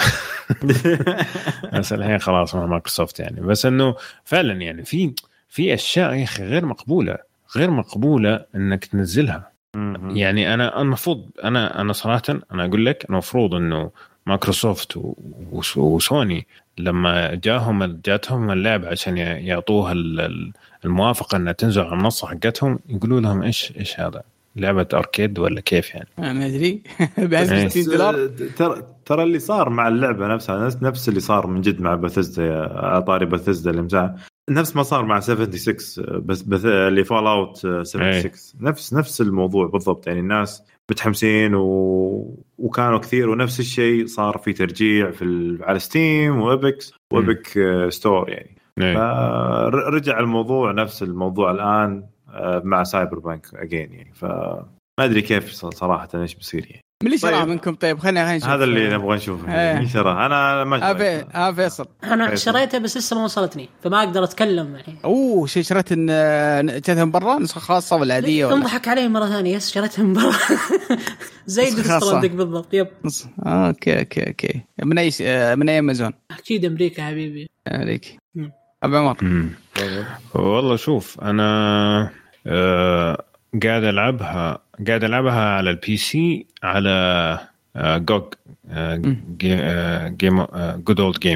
بس الحين خلاص مع مايكروسوفت يعني. بس انه فعلا يعني في اشياء يا اخي غير مقبوله انك تنزلها. يعني انا المفروض انا صراحه انا اقول لك المفروض انه مايكروسوفت وسوني لما جاتهم اللعبه عشان يعطوها الموافقه انها تنزل على المنصه حقتهم، يقولوا لهم ايش هذا لعبه اركيد ولا كيف يعني؟ ما ادري. $60. ترى اللي صار مع اللعبه نفسها نفس اللي صار من جد مع بثزدا، طاري بثزدا اللي مساعد، نفس ما صار مع 76 بس اللي فول اوت 76 نفس الموضوع بالضبط. يعني الناس متحمسين وكانوا كثير، ونفس الشيء صار في ترجيع على ستيم وابيك ستور يعني. فرجع الموضوع نفس الموضوع الآن مع سايبر بانك أجين يعني. فما أدري كيف صراحة إيش بيصير يعني. من اللي شراه منكم؟ طيب خلينا نشوف. هذا اللي نبغى نشوفه. مين شراه؟ أنا ما فيصل. أنا شريته بس لسه ما وصلتني فما أقدر أتكلم يعني. شيء شريت جتها من برا نسخة خاصة ولا عادية؟ تضحك علي مرة ثانية. شريتها من برا زي ديستراندك بالضبط. يب. اوكي. من أي أمازون؟ أكيد أمريكا حبيبي. عليك أبو عمر. والله شوف أنا قاعد ألعبها على البي سي على جوج جود اولد جيمنج.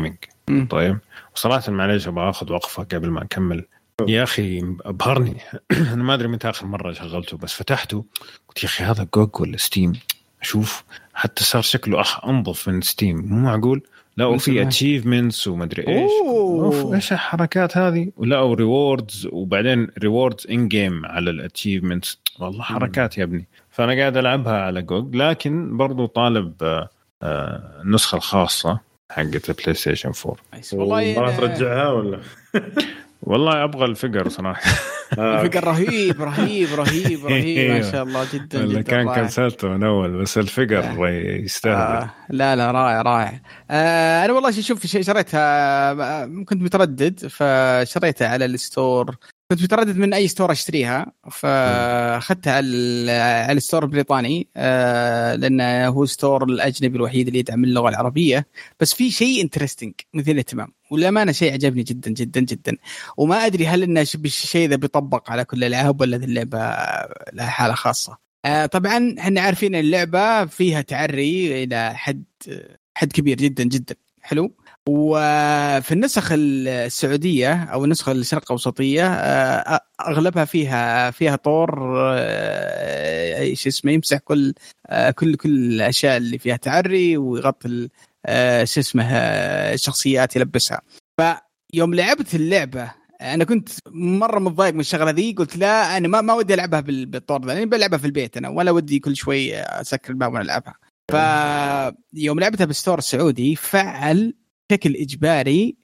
طيب وصراحه معليش ابغى اخذ وقفه قبل ما اكمل. يا اخي ابهرني. انا ما ادري متى اخر مره شغلته، بس فتحته قلت يا اخي هذا جوج ولا ستيم؟ اشوف حتى صار شكله انظف من ستيم، مو معقول. لا وفي اتشيفمنتس وما ادري ايش. ايش الحركات هذه؟ ولا او ريوردز، وبعدين ريوردز ان جيم على الاتشيفمنتس. والله حركات يا ابني. فانا قاعد العبها على جوج، لكن برضو طالب النسخه الخاصه حقت البلاي ستيشن 4. والله ما ترجعها ولا؟ والله ابغى الفيجر صراحه. الفيجر رهيب رهيب رهيب رهيب ما شاء الله جدا جدا. كان كنسلته من اول، بس الفيجر يستاهل. لا رائع رائع. انا والله شوف شريتها، كنت متردد فشريتها على الستور. كنت متردد من اي ستور اشتريها، فاخذتها على الستور البريطاني، لانه هو ستور الاجنبي الوحيد اللي يدعم اللغه العربيه. بس في شيء انترستينج مثير للاهتمام، وللامانه شيء عجبني جدا جدا جدا. وما ادري هل انه الشيء ذا بيطبق على كل الالعاب ولا اللعبه لها حاله خاصه. طبعا احنا عارفين اللعبه فيها تعري الى حد كبير جدا جدا حلو. وفي النسخ السعودية أو النسخة الشرق الأوسطية أغلبها فيها طور إيش اسمه يمسح كل الأشياء اللي فيها تعري، ويغطي شو اسمه الشخصيات يلبسها. فيوم لعبت اللعبة أنا كنت مرة متضايق من الشغلة ذي، قلت لا أنا ما ودي ألعبها بالطور ذا، يعني بلعبها في البيت أنا، ولا ودي كل شوي أسكر الباب وألعبها. فيوم لعبتها بالستور السعودي فعل بشكل إجباري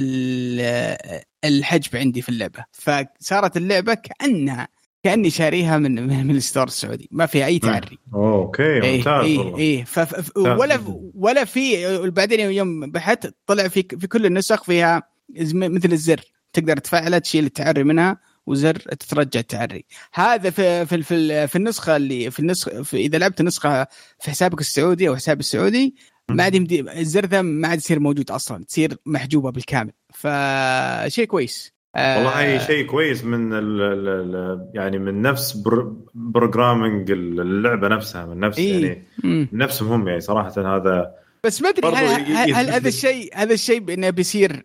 الحجب عندي في اللعبة، فصارت اللعبة كأني شاريها من الستور السعودي، ما فيها أي تعري. أوكي ممتاز والله. ولا في بعدين يوم بحثت طلع في كل النسخ فيها مثل الزر تقدر تفعلها تشيل التعري منها، وزر تترجع التعري. هذا في النسخة اللي إذا لعبت نسخة في حسابك السعودي أو حساب السعودي ما عاد الزر ذا ما عاد يصير موجود أصلا، تصير محجوبة بالكامل. فشيء كويس والله. شيء كويس من يعني من نفس بروجرامينج اللعبة نفسها، من نفس يعني نفسهم هم يعني صراحة. هذا بس ما أدري هل هذا الشيء بأنه بيصير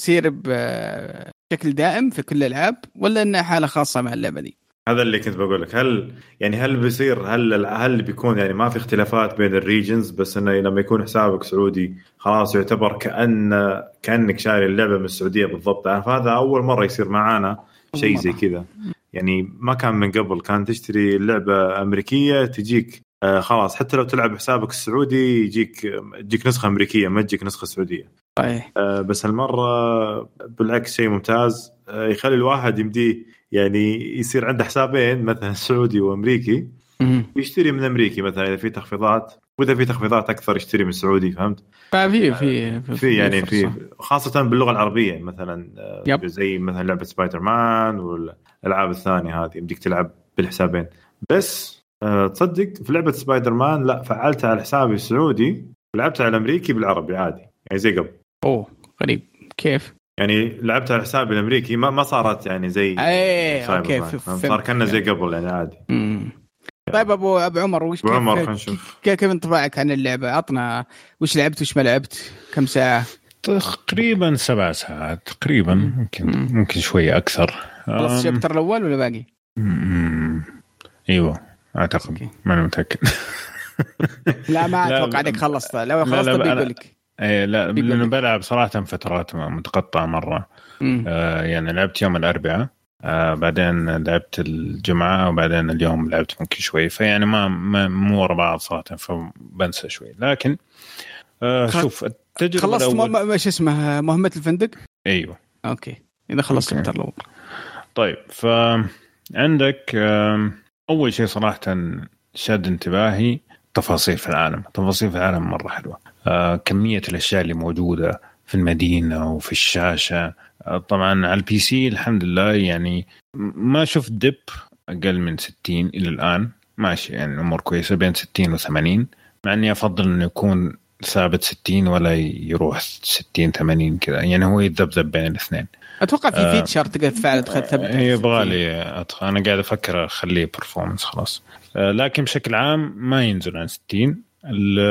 بشكل دائم في كل الألعاب، ولا إنها حالة خاصة مع اللعبة دي؟ هذا اللي كنت بقول لك. هل بيصير هل بيكون يعني ما في اختلافات بين الريجنز، بس انه لما يكون حسابك سعودي خلاص يعتبر كأنك شاري اللعبة من السعودية بالضبط. فهذا أول مرة يصير معانا شيء زي كذا، يعني ما كان من قبل. كان تشتري اللعبة أمريكية تجيك خلاص، حتى لو تلعب حسابك السعودي يجيك نسخة أمريكية، ما تجيك نسخة سعودية. بس هالمرة بالعكس شيء ممتاز، يخلي الواحد يمديه يعني يصير عنده حسابين، مثلا سعودي وأمريكي، يشتري من أمريكي مثلا إذا في تخفيضات، وإذا في تخفيضات أكثر يشتري من سعودي. فهمت؟ في خاصة باللغة العربية مثلا زي مثلا لعبة سبايدر مان والألعاب الثانية هذه يمديك تلعب بالحسابين. بس تصدق في لعبة سبايدر مان لا، فعلتها على حسابي السعودي ولعبتها على الأمريكي بالعربي عادي، يعني زي قبل. غريب كيف؟ يعني لعبتها على حسابي الأمريكي ما صارت يعني زي صار كأنه زي قبل يعني عادي. طيب أبو عمر كيف انطباعك عن اللعبة؟ عطنا وش لعبت وش ما لعبت، كم ساعة؟ تقريبا 7 ساعات تقريبا، ممكن شوية أكثر. خلصت الشابتر الأول ولا باقي؟ أيوة أعتقد ما أنا متأكد. لا ما أتوقع أنك خلصت. لو خلصت بيقولك لا لأنه بلعب صراحة فترات متقطعة مرة. يعني لعبت يوم الأربعاء، بعدين لعبت الجمعة، وبعدين اليوم لعبت ممكن شوي، فيعني مو ورا بعض صراحة، فبنسى شوي. لكن شوف التجربة خلصت مش اسمه مهمة الفندق. أيوة أوكي إذا خلصت الأول. طيب فعندك أول شيء صراحة شد انتباهي تفاصيل في العالم مرة حلوة. كمية الأشياء اللي موجودة في المدينة وفي الشاشة. طبعا على البي سي الحمد لله يعني ما شفت ديب أقل من 60 إلى الآن، ماشي يعني الأمور كويسة بين 60 و80، مع أني أفضل أنه يكون ثابت 60 ولا يروح 60-80 كذا، يعني هو يتذبذب بين الاثنين. أتوقع في فيتشر تقدر تفعل ثبت. يبغالي أنا قاعد أفكر أخليه performance خلاص. لكن بشكل عام ما ينزل عن 60.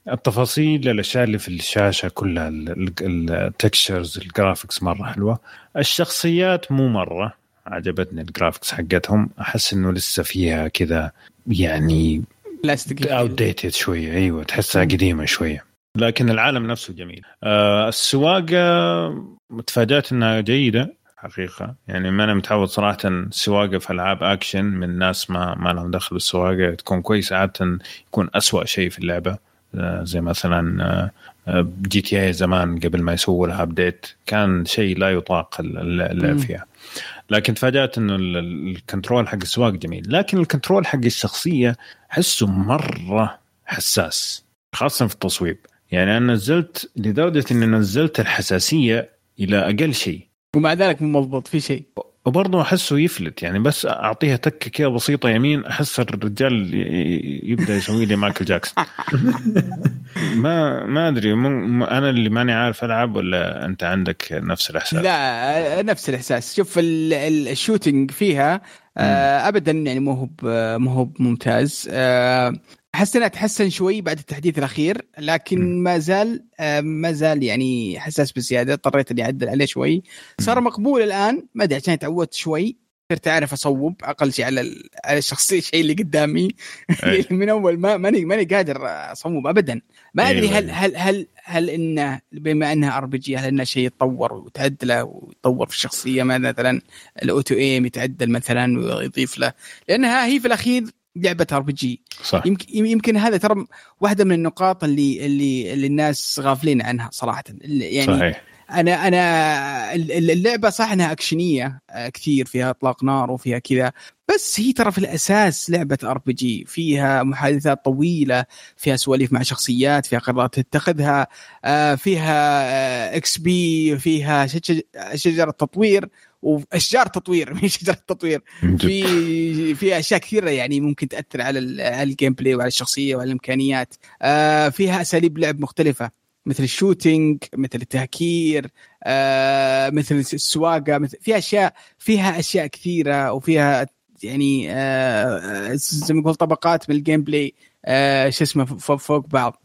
التفاصيل، الاشياء اللي في الشاشه كلها، التكستشرز، الجرافيكس مره حلوه. الشخصيات مو مره عجبتني الجرافيكس حقتهم، احس انه لسه فيها كذا يعني بلاستيك اوتديتد شويه. ايوه تحسها قديمه شويه، لكن العالم نفسه جميل. السواقه متفاجات انها جيده حقيقه، يعني ما انا متعود صراحه السواقه في العاب اكشن من ناس ما لهم دخل بالسواقه تكون كويسه، عاده يكون أسوأ شيء في اللعبه. زي مثلا جي تي اي زمان قبل ما يسووا لها ابديت كان شيء لا يطاق اللعب فيها. لكن تفاجأت انه الكنترول حق السواق جميل، لكن الكنترول حق الشخصيه حسه مره حساس، خاصه في التصويب. يعني انا نزلت لدرجه اني نزلت الحساسيه الى اقل شيء، ومع ذلك مو مضبوط في شيء، وبرضه أحسه يفلت. يعني بس أعطيها تكة كده بسيطة يمين أحس الرجال يبدأ يسوي لي مايكل جاكسون. ما أدري، أنا اللي ماني عارف ألعب ولا أنت عندك نفس الإحساس؟ لا نفس الإحساس. شوف الشوتينج فيها أبدا يعني مو هو ممتاز. أحس أنها تحسن شوي بعد التحديث الأخير، لكن ما زال يعني حساس بزيادة، اضطريت إني أعدل عليه شوي. صار مقبول الآن، ما أدري عشان تعودت شوي، صرت أعرف أصوب أقل شيء على الشخصية، الشيء اللي قدامي. من أول ماني قادر أصوب أبدا. ما أدري هل إنه بما أنها RPG هل إنه شيء يتطور وتعدله ويتطور في الشخصية، مثلا الأوتو إيم يتعدل مثلا ويضيف له، لأنها هي في الأخير لعبة RPG. صح. يمكن هذا ترى واحدة من النقاط اللي الناس غافلين عنها صراحة. يعني صحيح. أنا اللعبة صح إنها أكشنية كثير، فيها إطلاق نار وفيها كذا، بس هي ترى في الأساس لعبة RPG، فيها محادثات طويلة، فيها سواليف مع شخصيات، فيها قرارات تتخذها، فيها XP، فيها شجرة تطوير وأشجار تطوير من شجرة تطوير، في أشياء كثيرة يعني ممكن تأثر على الجيم بلاي وعلى الشخصية وعلى الإمكانيات. فيها أساليب لعب مختلفة، مثل الشوتينج، مثل التهكير، مثل السواقة، فيها أشياء كثيرة، وفيها يعني زي ما قلت طبقات من الجيم بلاي شو اسمه فوق بعض.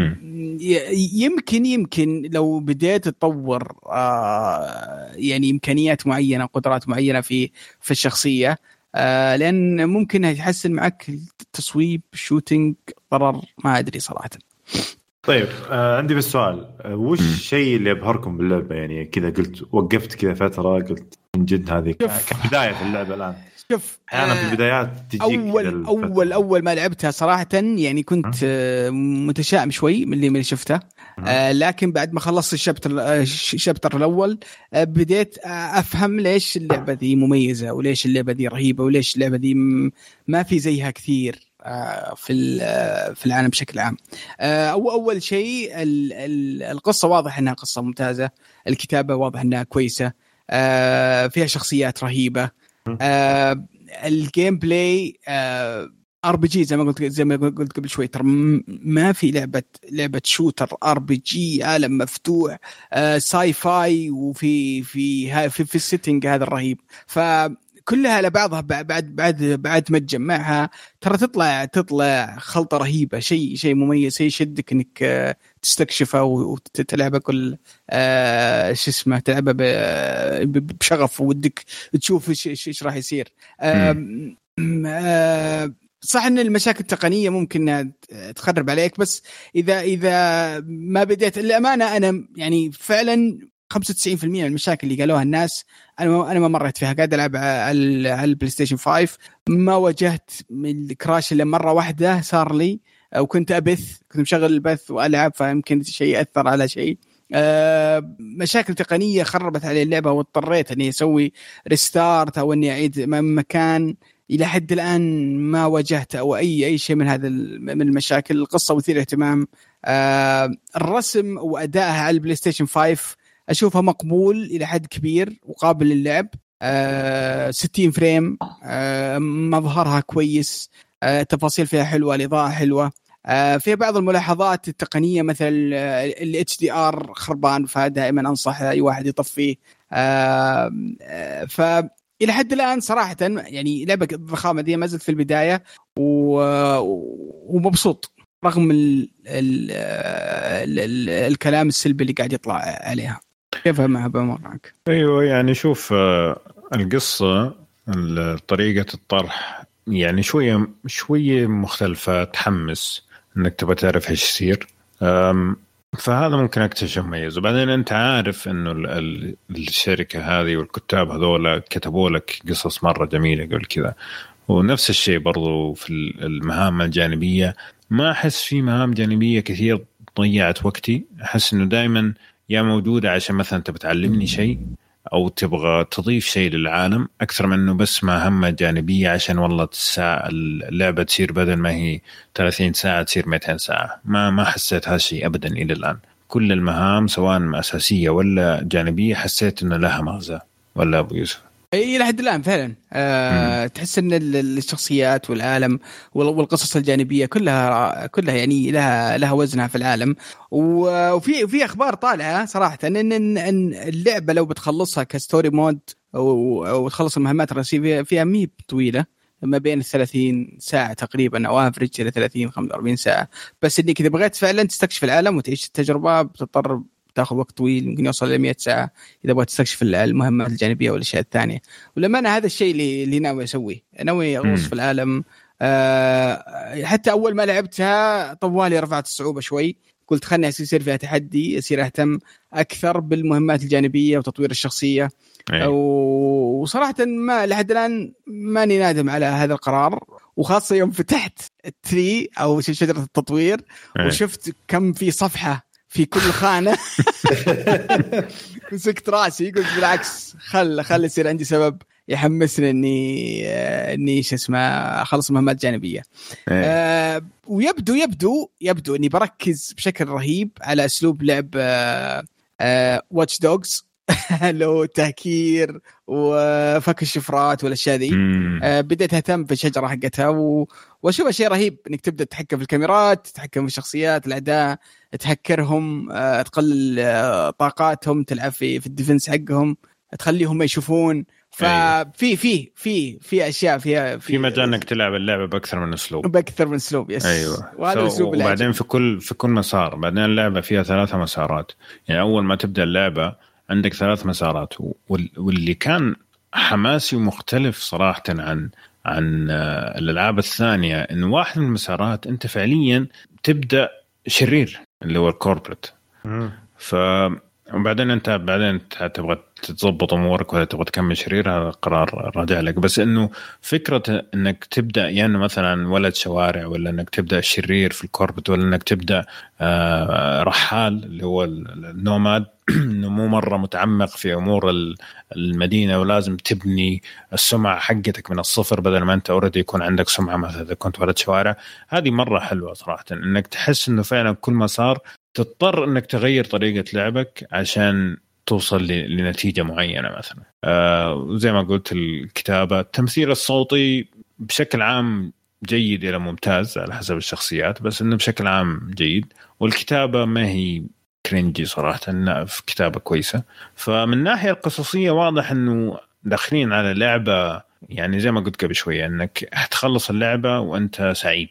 يمكن لو بديت تطور يعني إمكانيات معينة، قدرات معينة في الشخصية، لأن ممكن يحسن معك التصويب، شوتينج، ضرر، ما أدري صراحة. طيب عندي بس سؤال، وش الشيء اللي أبهركم باللعبة؟ يعني كذا قلت وقفت كذا فترة قلت من جد هذه كبداية في اللعبة الآن. شوف أحيانا في البدايات تجيك أول ما لعبتها صراحة يعني كنت متشائم شوي من اللي شفته، لكن بعد ما خلصت الشابتر الأول بديت أفهم ليش اللعبة دي مميزة، وليش اللعبة دي رهيبة، وليش اللعبة دي ما في زيها كثير في العالم بشكل عام. أول شيء القصة واضح أنها قصة ممتازة، الكتابة واضح أنها كويسة، فيها شخصيات رهيبة، الجيم بلاي RPG زي ما قلت قبل شوي، ترى ما في لعبة شوتر RPG عالم مفتوح ساي فاي وفي السيتنج هذا الرهيب، فكلها على بعضها بعد ما تجمعها ترى تطلع خلطة رهيبة، شيء مميز، شيء يشدك انك تستكشفه وتلعبه كل شو اسمه، تلعبه بشغف ودك تشوف ايش راح يصير. صح ان المشاكل التقنيه ممكن تخرب عليك، بس اذا ما بديت الامانه، انا يعني فعلا 95% من المشاكل اللي قالوها الناس انا ما مريت فيها. قاعد العب على البلاي ستيشن 5، ما واجهت الكراش الا مره واحده صار لي، وكنت كنت مشغل البث والعب، فيمكن شيء اثر على شيء. مشاكل تقنيه خربت علي اللعبه، واضطريت اني اسوي ريستارت او اني اعيد مكان. الى حد الان ما واجهت او اي شيء من هذا من المشاكل. القصه مثيره اهتمام، الرسم وادائها على البلاي ستيشن 5 اشوفها مقبول الى حد كبير وقابل للعب. 60 فريم، مظهرها كويس، التفاصيل فيها حلوه، الاضاءه حلوه، في بعض الملاحظات التقنيه مثل ال HDR خربان، فدائما انصح اي واحد يطفيه. فإلى حد الآن صراحة يعني لعبة الضخامة دي ما زلت في البداية، ومبسوط رغم الكلام السلبي اللي قاعد يطلع عليها. كيف معك؟ ايوه يعني شوف القصه طريقه الطرح يعني شويه مختلفه، تحمس انك تبغى تعرف ايش يصير. فهذا ممكن اكتشف مميز. وبعدين انت عارف انه الشركه هذه والكتاب هذول كتبوا لك قصص مره جميله قبل كذا. ونفس الشيء برضو في المهام الجانبيه، ما احس في مهام جانبيه كثير ضيعت وقتي. احس انه دائما يا موجوده عشان مثلا تبي تعلمني شيء او تبغى تضيف شيء للعالم، اكثر من انه بس مهمه جانبيه عشان والله الساعه اللعبه تصير بدل ما هي 30 ساعه تصير 200 ساعه. ما حسيت هالشيء ابدا الى الان. كل المهام سواء اساسيه ولا جانبيه حسيت انه لها مغزى. ولا ابو يوسف؟ اي لحد الان فعلا تحس ان الشخصيات والعالم والقصص الجانبيه كلها يعني لها وزنها في العالم. وفي اخبار طالعه صراحه ان اللعبه لو بتخلصها كستوري مود او تخلص المهمات الرئيسيه فيها ميب طويله، ما بين 30 ساعه تقريبا او افريج الى 30 45 ساعه. بس انك اذا بغيت فعلا تستكشف العالم وتعيش التجربه بتضطر تاخذ وقت طويل، يمكن يوصل ل 100 ساعه اذا بغيت تستكشف المهمات الجانبيه والاشياء الثانيه. ولما انا هذا الشيء اللي ناوي اسويه، ناوي اغوص في العالم. حتى اول ما لعبتها طوالي رفعت الصعوبه شوي، قلت خلني يصير فيها تحدي، يصير اهتم اكثر بالمهمات الجانبيه وتطوير الشخصيه. وصراحه ما لحد الان ماني نادم على هذا القرار. وخاصه يوم فتحت التري او شجره التطوير وشفت كم في صفحه في كل خانة مسكت راسي قلت بالعكس خل يصير عندي سبب يحمسني اني ايش اسمه اخلص مهمات جانبية. ويبدو اني بركز بشكل رهيب على اسلوب لعب واتش دوغز لو تهكير وفك الشفرات والاشياء ذي. بديت اهتم في الشجره حقتها واشوف شيء رهيب انك تبدا تتحكم في الكاميرات، تتحكم في الشخصيات الاعداء، تهكرهم، تقلل طاقاتهم، تلعب في الديفنس حقهم، تخليهم ما يشوفون. ففي في في في اشياء فيها في مجال انك تلعب اللعبه باكثر من اسلوب. يس. ايوه. وهذا الاسلوب وبعدين في كل مسار، بعدين اللعبه فيها 3 مسارات. يعني اول ما تبدا اللعبه عندك 3 مسارات. واللي كان حماسي ومختلف صراحه عن الالعاب الثانيه، انه واحد من المسارات انت فعليا تبدا شرير اللي هو الكوربريت. وبعدين انت تبغى تضبط امورك ولا تبغى تكمل شرير، هذا قرار راجع لك. بس انه فكره انك تبدا يعني مثلا ولد شوارع، ولا انك تبدا شرير في الكوربت، ولا انك تبدا رحال اللي هو النوماد انه مو مره متعمق في امور المدينه ولازم تبني السمعه حقتك من الصفر بدل ما انت اوريدي يكون عندك سمعه مثلا اذا كنت ولد شوارع. هذه مره حلوه صراحه، انك تحس انه فعلا كل مسار تضطر انك تغير طريقه لعبك عشان توصل لنتيجه معينه مثلا. زي ما قلت الكتابه، التمثيل الصوتي بشكل عام جيد الى ممتاز على حسب الشخصيات، بس انه بشكل عام جيد. والكتابه ما هي كرينجي صراحه، انها في كتابه كويسه. فمن الناحيه القصصيه واضح انه داخلين على لعبه، يعني زي ما قلت قبل شويه انك هتخلص اللعبه وانت سعيد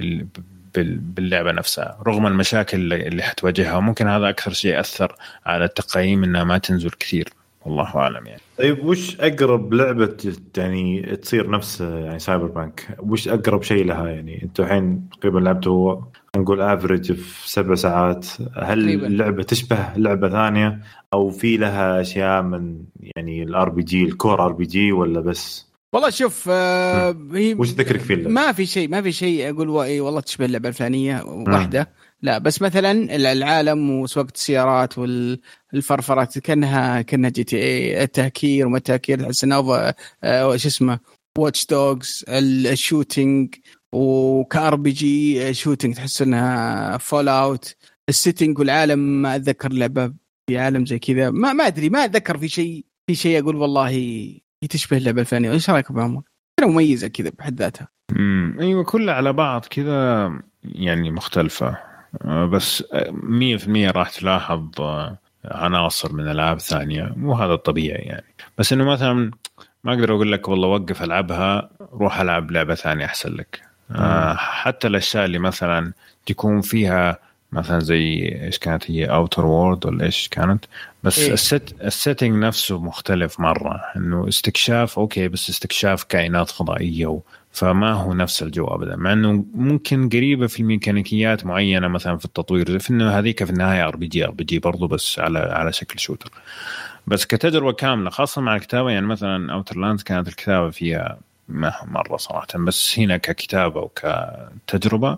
باللعبة نفسها رغم المشاكل اللي حتواجهها. ممكن هذا أكثر شيء أثر على التقييم إنها ما تنزل كثير، والله أعلم يعني. طيب وش أقرب لعبة يعني تصير نفس يعني سايبر بانك؟ وش أقرب شيء لها؟ يعني أنتوا الحين تقريبا لعبته نقول افريج في 7 ساعات. هل اللعبة تشبه لعبة ثانية أو في لها أشياء من يعني الار بي جي الكور ار بي جي، ولا بس؟ والله شوف وش ذكرك فيه اللعبة؟ ما في شيء اقول والله تشبه اللعبه الفلانيه واحده. لا بس مثلا العالم وسواقه السيارات والفرفرات كانها جي تي اي. التهكير وما التهكير تحس انه ايش اسمه واتش دوغز. الشوتينج وكار بي جي شوتينج تحس انها فول اوت. السيتنج والعالم ما اتذكر لعبه في عالم زي كذا، ما ادري، ما اتذكر في شيء اقول والله تشبه اللعبة الفلانية. ايش رايك بعمر؟ كلها مميزة كذا بحد ذاتها. ايوه كلها على بعض كذا يعني مختلفة، بس 100% راح تلاحظ عناصر من ألعاب ثانية، وهذا الطبيعي يعني. بس انه مثلا ما اقدر اقول لك والله وقف العبها روح العب لعبة ثانية احسن لك، حتى الاشياء اللي مثلا تكون فيها مثلا زي ايش كانت هي اوتر وورد ولا ايش كانت، بس السيتنج نفسه مختلف مره، انه استكشاف اوكي بس استكشاف كائنات فضائيه فما هو نفس الجو ابدا، مع انه ممكن قريبه في الميكانيكيات معينه مثلا في التطوير، في انه هذيك في النهايه ار بي جي برضو بس على شكل شوتر. بس كتجربه كامله خاصه مع الكتابه، يعني مثلا اوترلاند كانت الكتابه فيها مرة صراحة، بس هنا ككتابة وكتجربة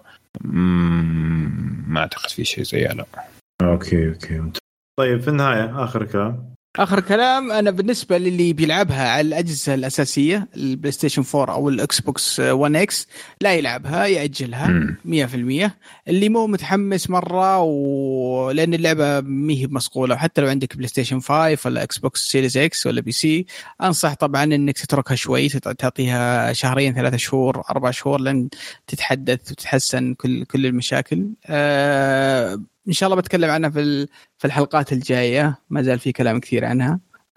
ما أعتقد في شيء زي لا. أوكي. طيب في النهاية آخر كلام أنا بالنسبة للي بيلعبها على الأجهزة الأساسية البلاي ستيشن 4 أو الإكس بوكس 1 إكس لا يلعبها، يأجلها 100%. اللي مو متحمس مرة لأن اللعبة ميه مصقولة، وحتى لو عندك بلاي ستيشن 5 ولا إكس بوكس سيريز إكس ولا بي سي، أنصح طبعا إنك تتركها شوي، تعطيها 2 3 شهور 4 شهور لن تتحدث وتتحسن كل المشاكل. إن شاء الله بتكلم عنها في الحلقات الجاية، ما زال في كلام كثير عنها.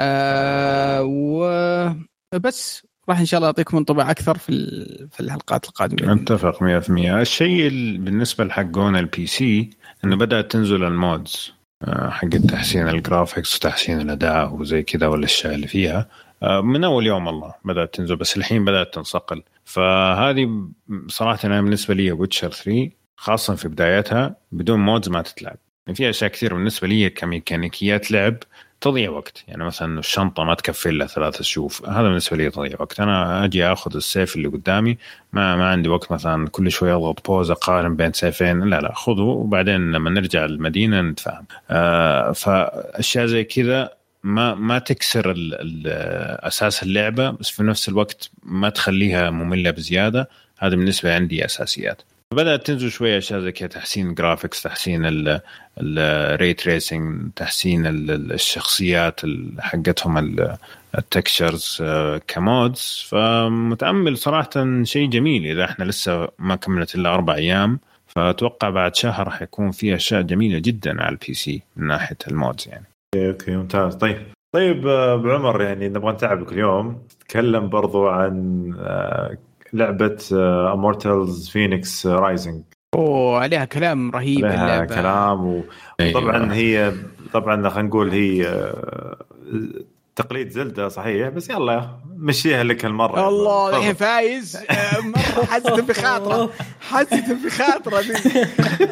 وبس راح إن شاء الله أعطيكم انطباع أكثر في الحلقات القادمة. أتفق 100%. الشيء بالنسبة لحقون البي سي إنه بدأت تنزل المودز حق تحسين الجرافيكس وتحسين الأداء وزي كذا والأشياء اللي فيها من أول يوم الله بدأت تنزل، بس الحين بدأت تنصقل. فهذه صراحة أنا بالنسبة لي ويتشر 3 خاصة في بدايتها بدون مودز ما تتلعب. يعني في أشياء كثير بالنسبة لي كميكانيكيات لعب تضيع وقت، يعني مثلا الشنطة ما تكفي إلا 3 شوف، هذا بالنسبة لي تضيع وقت. أنا أجي أخذ السيف اللي قدامي ما عندي وقت مثلا كل شوية أضغط بوز أقارن بين سيفين، لا خذه وبعدين لما نرجع المدينة نتفاهم. فأشياء زي كذا ما تكسر أساس اللعبة، بس في نفس الوقت ما تخليها مملة بزيادة. هذا بالنسبة عندي أساسيات. بدأت تنزل شوية أشياء زي كده، تحسين جرافيكس، تحسين الري تريسينج، تحسين الشخصيات حقتهم التكشرز كمودز. فمتأمل صراحة شيء جميل إذا إحنا لسه ما كملت إلا 4 أيام، فأتوقع بعد شهر حيكون في أشياء جميلة جدا على البي سي من ناحية المودز يعني. اوكي ممتاز. طيب بعمر، يعني نبغى نتعبك اليوم، تكلم برضو عن لعبة Immortals Phoenix Rising. عليها كلام رهيب، عليها اللعبة كلام وطبعا هي طبعا خلينا نقول هي تقليد زلدة صحيح، بس يلا مشيها لك هالمرة. الله الحين فايز مرة حسيت بخاطرة دي.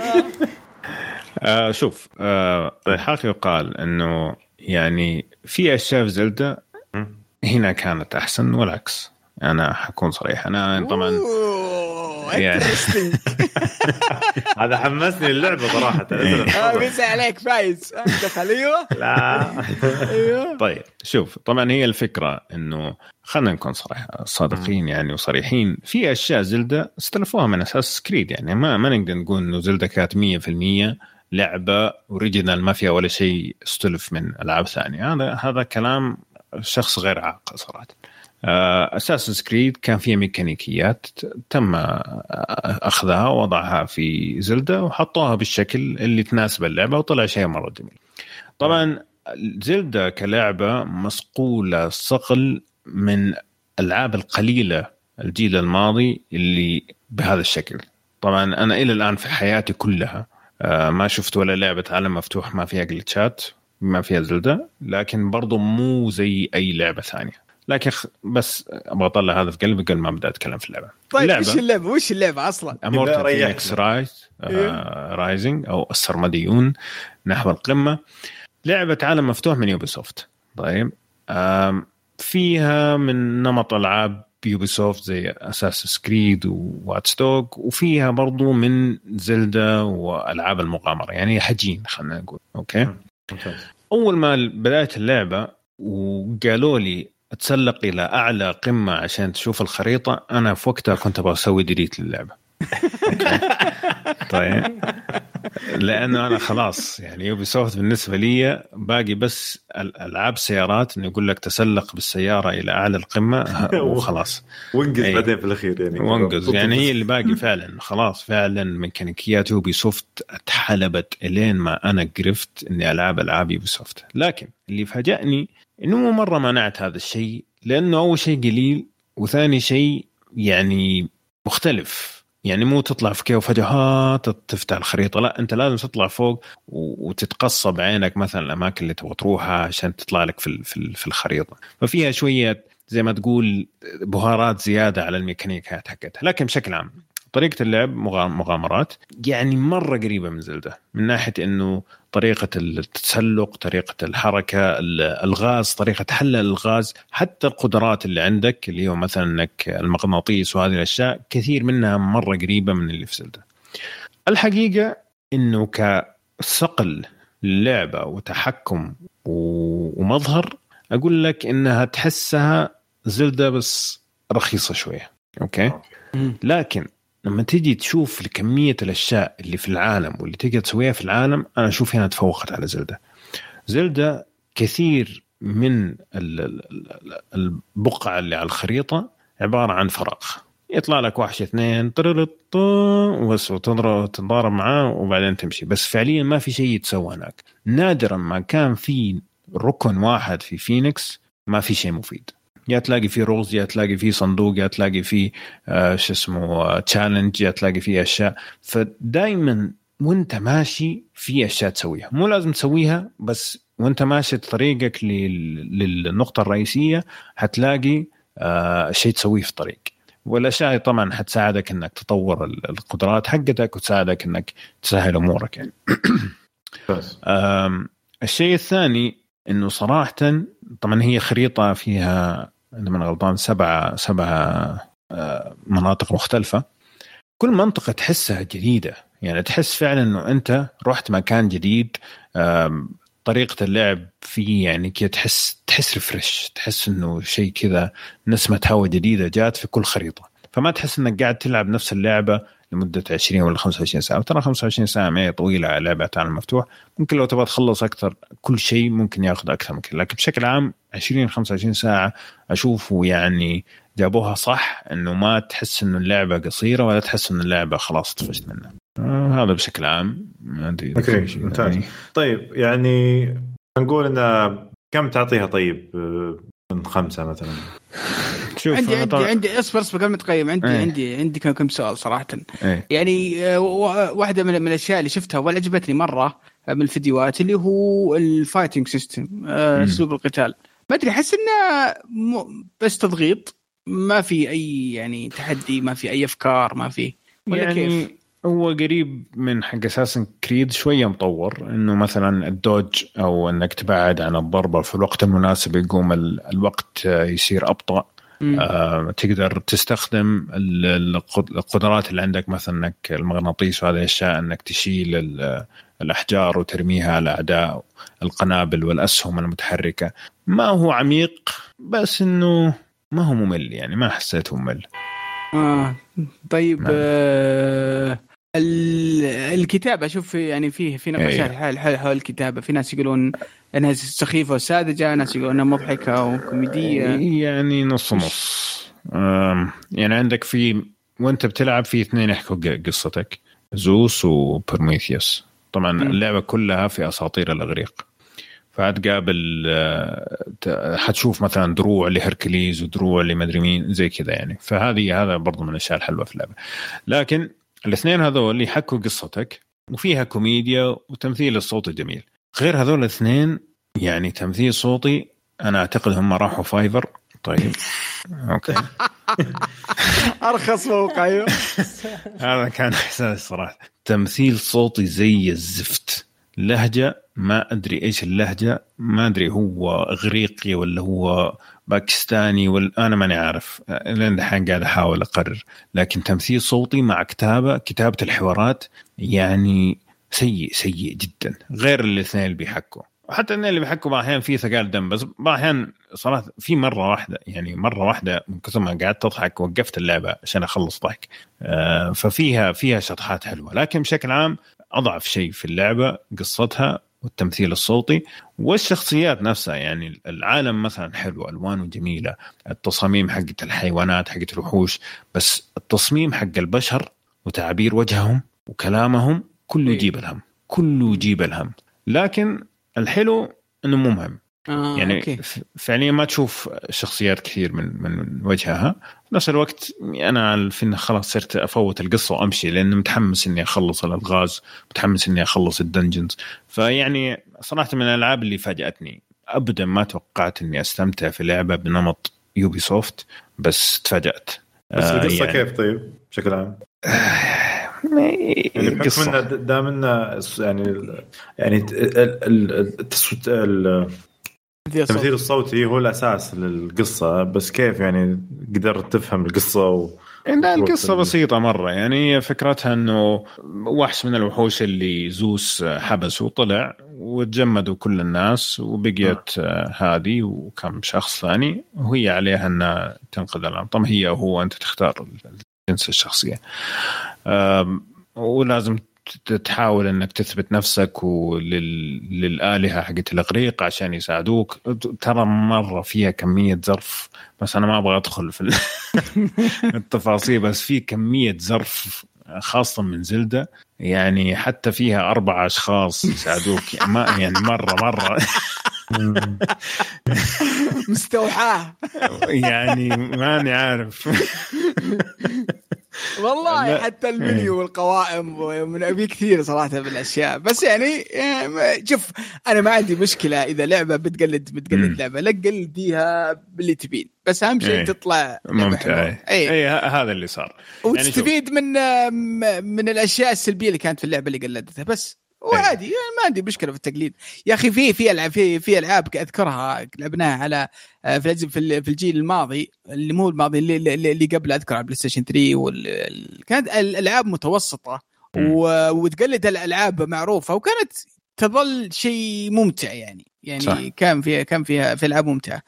شوف الحق يقال انه يعني في اشياء في زلدة هنا كانت احسن والعكس. انا حكون صريح، انا طبعا يعني هذا حمسني اللعبة صراحة. بس عليك فايز دخل. ايوه لا طيب شوف، طبعا هي الفكرة انه خلنا نكون صادقين يعني وصريحين، في اشياء زلدة استلفوها من اساس كريد، يعني ما نقدر نقول انه زلدة كانت 100% لعبة اوريجينال ما فيها ولا شيء استلف من العاب ثانية. هذا كلام شخص غير عاقل صراحة. أساسنز كريد كان فيها ميكانيكيات تم أخذها ووضعها في زلدة وحطوها بالشكل اللي تناسب اللعبة وطلع شيء مرة جميل. طبعا زلدة كلعبة مصقولة صقل من الألعاب القليلة الجيل الماضي اللي بهذا الشكل. طبعا أنا إلى الآن في حياتي كلها ما شفت ولا لعبة عالم مفتوح ما فيها جلتشات ما فيها زلدة، لكن برضو مو زي أي لعبة ثانية. لكن بس أبغى أطلع هذا في قلبي قبل ما أبدأ أتكلم في اللعبة. طيب وش اللعبة أصلا؟ Immortals Phoenix Rising أو السرمديون نحو القمة، لعبة عالم مفتوح من يوبيسوفت. طيب فيها من نمط ألعاب يوبيسوفت زي أساسنز كريد وواتش دوغ، وفيها برضو من زلدة وألعاب المغامرة، يعني حجين خلنا نقول. أوكي أول ما بدأت اللعبة وقالوا لي تسلق إلى أعلى قمة عشان تشوف الخريطة، أنا في وقتها كنت أبغى أسوي ديليت للعبة. طيب لأنه أنا خلاص يعني يوبيسوفت بالنسبة لي باقي بس الألعاب سيارات، إنه يقول لك تسلق بالسيارة إلى أعلى القمة وخلاص وانجز بعدين في الأخير يعني وانجز، يعني هي اللي باقي فعلا خلاص. فعلا ميكانيكيات يوبيسوفت اتحلبت إلين ما أنا قرفت إني ألعاب يوبيسوفت. لكن اللي فاجأني إنه مو مرة منعت هذا الشيء، لأنه أول شيء قليل، وثاني شيء يعني مختلف يعني مو تطلع في كيف وفجأة تفتح الخريطة، لا أنت لازم تطلع فوق وتتقصب عينك مثلا الأماكن اللي تبغى تروحها عشان تطلع لك في الخريطة. ففيها شوية زي ما تقول بهارات زيادة على الميكانيكات حقتها. لكن بشكل عام طريقة اللعب مغامرات يعني مرة قريبة من زلدة، من ناحية إنه طريقة التسلق، طريقة الحركة، الغاز، طريقة حل الغاز، حتى القدرات اللي عندك اللي هو مثلا إنك المغناطيس وهذه الأشياء كثير منها مرة قريبة من اللي في زلدة. الحقيقة إنه كثقل اللعبة وتحكم ومظهر أقول لك إنها تحسها زلدة بس رخيصة شوية. أوكي، لكن لما تيجي تشوف كمية الأشياء اللي في العالم واللي تقدر تسويها في العالم، أنا أشوف هنا تفوقت على زلدة كثير من البقعة اللي على الخريطة عبارة عن فراغ، يطلع لك وحش اثنين وتضارب معاه وبعدين تمشي، بس فعليا ما في شيء يتسوى هناك. نادرا ما كان في ركن واحد في فينيكس ما في شيء مفيد، يا تلاقي فيه رغز، يا تلاقي فيه صندوق، يا تلاقي فيه شو اسمه تشالنج، يا تلاقي فيه أشياء. فدايما وانت ماشي في أشياء تسويها، مو لازم تسويها، بس وانت ماشي طريقك للنقطة الرئيسية هتلاقي شيء تسويه في الطريق. والأشياء طبعا هتساعدك انك تطور القدرات حقتك وتساعدك انك تسهل أمورك يعني. الشيء الثاني انه صراحة طبعا هي خريطة فيها من غلطان سبعة مناطق مختلفة، كل منطقة تحسها جديدة، يعني تحس فعلا انه انت رحت مكان جديد. طريقة اللعب فيه يعني كده تحس ريفرش، تحس انه شيء كذا نسمة هواء جديدة جات في كل خريطة، فما تحس انك قاعد تلعب نفس اللعبة لمدة 20 ولا 25 ساعة. وترى 25 ساعة معي طويلة لعبة عن المفتوح، ممكن لو تبغى تخلص أكثر كل شيء ممكن يأخذ أكثر من كده، لكن بشكل عام 20-25 ساعة أشوفه يعني جابوها صح، إنه ما تحس إنه اللعبة قصيرة ولا تحس إنه اللعبة خلاص طفشت منها. هذا بشكل عام. ممتاز. طيب يعني نقول إن كم تعطيها طيب من 5 مثلا؟ عندي اصبر قبل ما تقيم. عندي كم سؤال صراحه. يعني واحده من الاشياء اللي شفتها وعجبتني مره من الفيديوهات اللي هو الفايتنج سيستم، اسلوب القتال. ما ادري احس انه بس تضغيط، ما في اي يعني تحدي، ما في اي افكار، ما في ولا يعني كيف. هو قريب من حق أساسن كريد شوية مطور، إنه مثلا الدوج أو إنك تبعد عن الضربة في الوقت المناسب يقوم الوقت يصير أبطأ. تقدر تستخدم القدرات اللي عندك، مثلا إنك المغناطيس وهذه الأشياء، إنك تشيل الأحجار وترميها على الأعداء، القنابل والأسهم المتحركة. ما هو عميق، بس إنه ما هو ممل، يعني ما حسيته ممل. طيب الكتابة أشوف يعني في نقاشات حول الكتابة. في ناس يقولون أنها سخيفة وساذجة، ناس يقولون أنها مضحكة وكوميدية، يعني نص يعني عندك وانت بتلعب في 2 يحكوا قصتك، زوس وبرميثيوس. طبعا اللعبة كلها في أساطير الإغريق، فهتقابل حتشوف مثلا دروع لهركليز ودروع لمدري مين زي كذا يعني. هذا برضو من الأشياء الحلوة في اللعبة. لكن 2 هذول اللي يحكوا قصتك وفيها كوميديا وتمثيل الصوت الجميل. غير هذول 2 يعني تمثيل صوتي أنا أعتقد هم راحوا فايفر. طيب أوكي. أرخص موقع. هذا كان إحساس صراحة، تمثيل صوتي زي الزفت. لهجة ما أدري إيش اللهجة، ما أدري هو إغريقي ولا هو باكستاني ولا أنا ماني عارف، لأن الحين قاعد أحاول أقرر. لكن تمثيل صوتي مع كتابة الحوارات يعني سيء جدا. غير 2 اللي بيحكوا، حتى إن اللي بيحكوا بعض أحيان في ثقال دم، بس بعض أحيان صراحة في مرة واحدة من كثر ما قاعد تضحك وقفت اللعبة عشان أخلص ضحك. ففيها شطحات حلوة، لكن بشكل عام أضعف شيء في اللعبة قصتها والتمثيل الصوتي والشخصيات نفسها. يعني العالم مثلا حلو، ألوانه جميلة، التصاميم حقت الحيوانات حقت الوحوش، بس التصميم حق البشر وتعبير وجههم وكلامهم كله يجيب الهم. لكن الحلو إنه مو مهم، يعني فعليا ما تشوف شخصيات كثير من وجهها. في نفس الوقت أنا في خلاص صرت أفوت القصة وأمشي لأنه متحمس إني أخلص الألغاز، متحمس إني أخلص الدنجنز. فيعني صراحة من الألعاب اللي فاجأتني أبدا، ما توقعت إني أستمتع في لعبة بنمط يوبي سوفت، بس تفاجأت. بس القصة يعني كيف طيب بشكل عام؟ يعني بحكم إن دامنا يعني التمثيل الصوتي هو الأساس للقصة، بس كيف يعني قدرت تفهم القصة لا القصة بسيطة مرة. يعني فكرتها أنه وحش من الوحوش اللي زوس حبس وطلع وتجمدوا كل الناس وبقيت هذه وكم شخص ثاني، وهي عليها أنها تنقذ العالم. طبعا هي وهو أنت تختار جنس الشخصية، ولازم تحاول انك تثبت نفسك وللآلهة حقت الإغريق عشان يساعدوك. ترى مرة فيها كمية زرف، بس أنا ما أبغى أدخل في التفاصيل، بس في كمية زرف خاصة من زلدة، يعني حتى فيها 4 أشخاص يساعدوك. يعني مرة مستوحاه يعني ماني عارف والله. حتى المنيو والقوائم من أبي كثير صراحة بالأشياء. بس يعني شوف أنا ما عندي مشكلة إذا لعبة بتقلد لعبة، لا قلديها باللي تبين، بس أهم شيء تطلع ممتع. أي هذا اللي صار، وتستفيد من الأشياء السلبية اللي كانت في اللعبة اللي قلدتها بس. وعادي يعني ما عندي مشكلة في التقليد يا أخي. في ألعاب أذكرها لعبناها على في الجيل الماضي، اللي مو الماضي اللي قبل، أذكر على بلاي ستيشن 3 كانت الألعاب متوسطة وتقلد الألعاب معروفة، وكانت تظل شيء ممتع يعني صح. كان فيها في ألعاب ممتعة.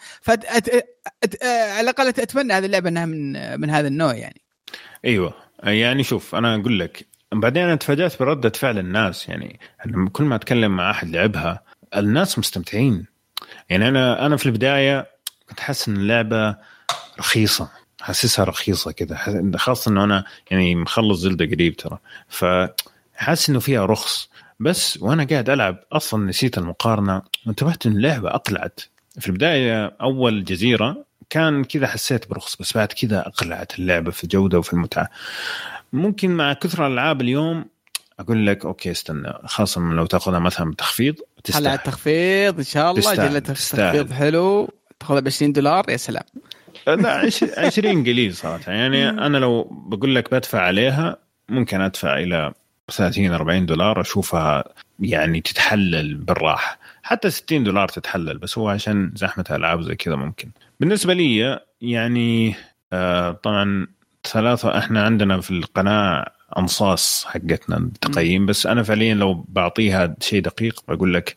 على الأقل أتمنى هذه اللعبة أنها من هذا النوع يعني. أيوة يعني شوف أنا أقول لك، بعدين أنا تفاجأت بردة فعل الناس. يعني كل ما أتكلم مع أحد لعبها الناس مستمتعين. يعني أنا في البداية كنت حاسس إن اللعبة رخيصة، حاسسها رخيصة كده، خاصة إنه أنا يعني مخلص زلدة قريب ترى، فحاسس إنه فيها رخص. بس وأنا قاعد ألعب أصلا نسيت المقارنة وانتبهت إن اللعبة أقلعت. في البداية أول جزيرة كان كذا حسيت برخص، بس بعد كذا أقلعت اللعبة في الجودة وفي المتعة. ممكن مع كثرة الألعاب اليوم أقول لك أوكي استنى، خاصة لو تأخذها مثلا بتخفيض، هلا التخفيض إن شاء الله جلت تخفيض حلو، تأخذها $20 يا سلام. لا 20 قليل صراحة. يعني أنا لو بقول لك بدفع عليها ممكن أدفع إلى $30-40 أشوفها يعني تتحلل بالراحة. حتى $60 تتحلل، بس هو عشان زحمة ألعاب زي كذا ممكن. بالنسبة لي يعني طبعا 3 احنا عندنا في القناة أنصاص حقتنا تقييم، بس أنا فعليا لو بعطيها شيء دقيق بقول لك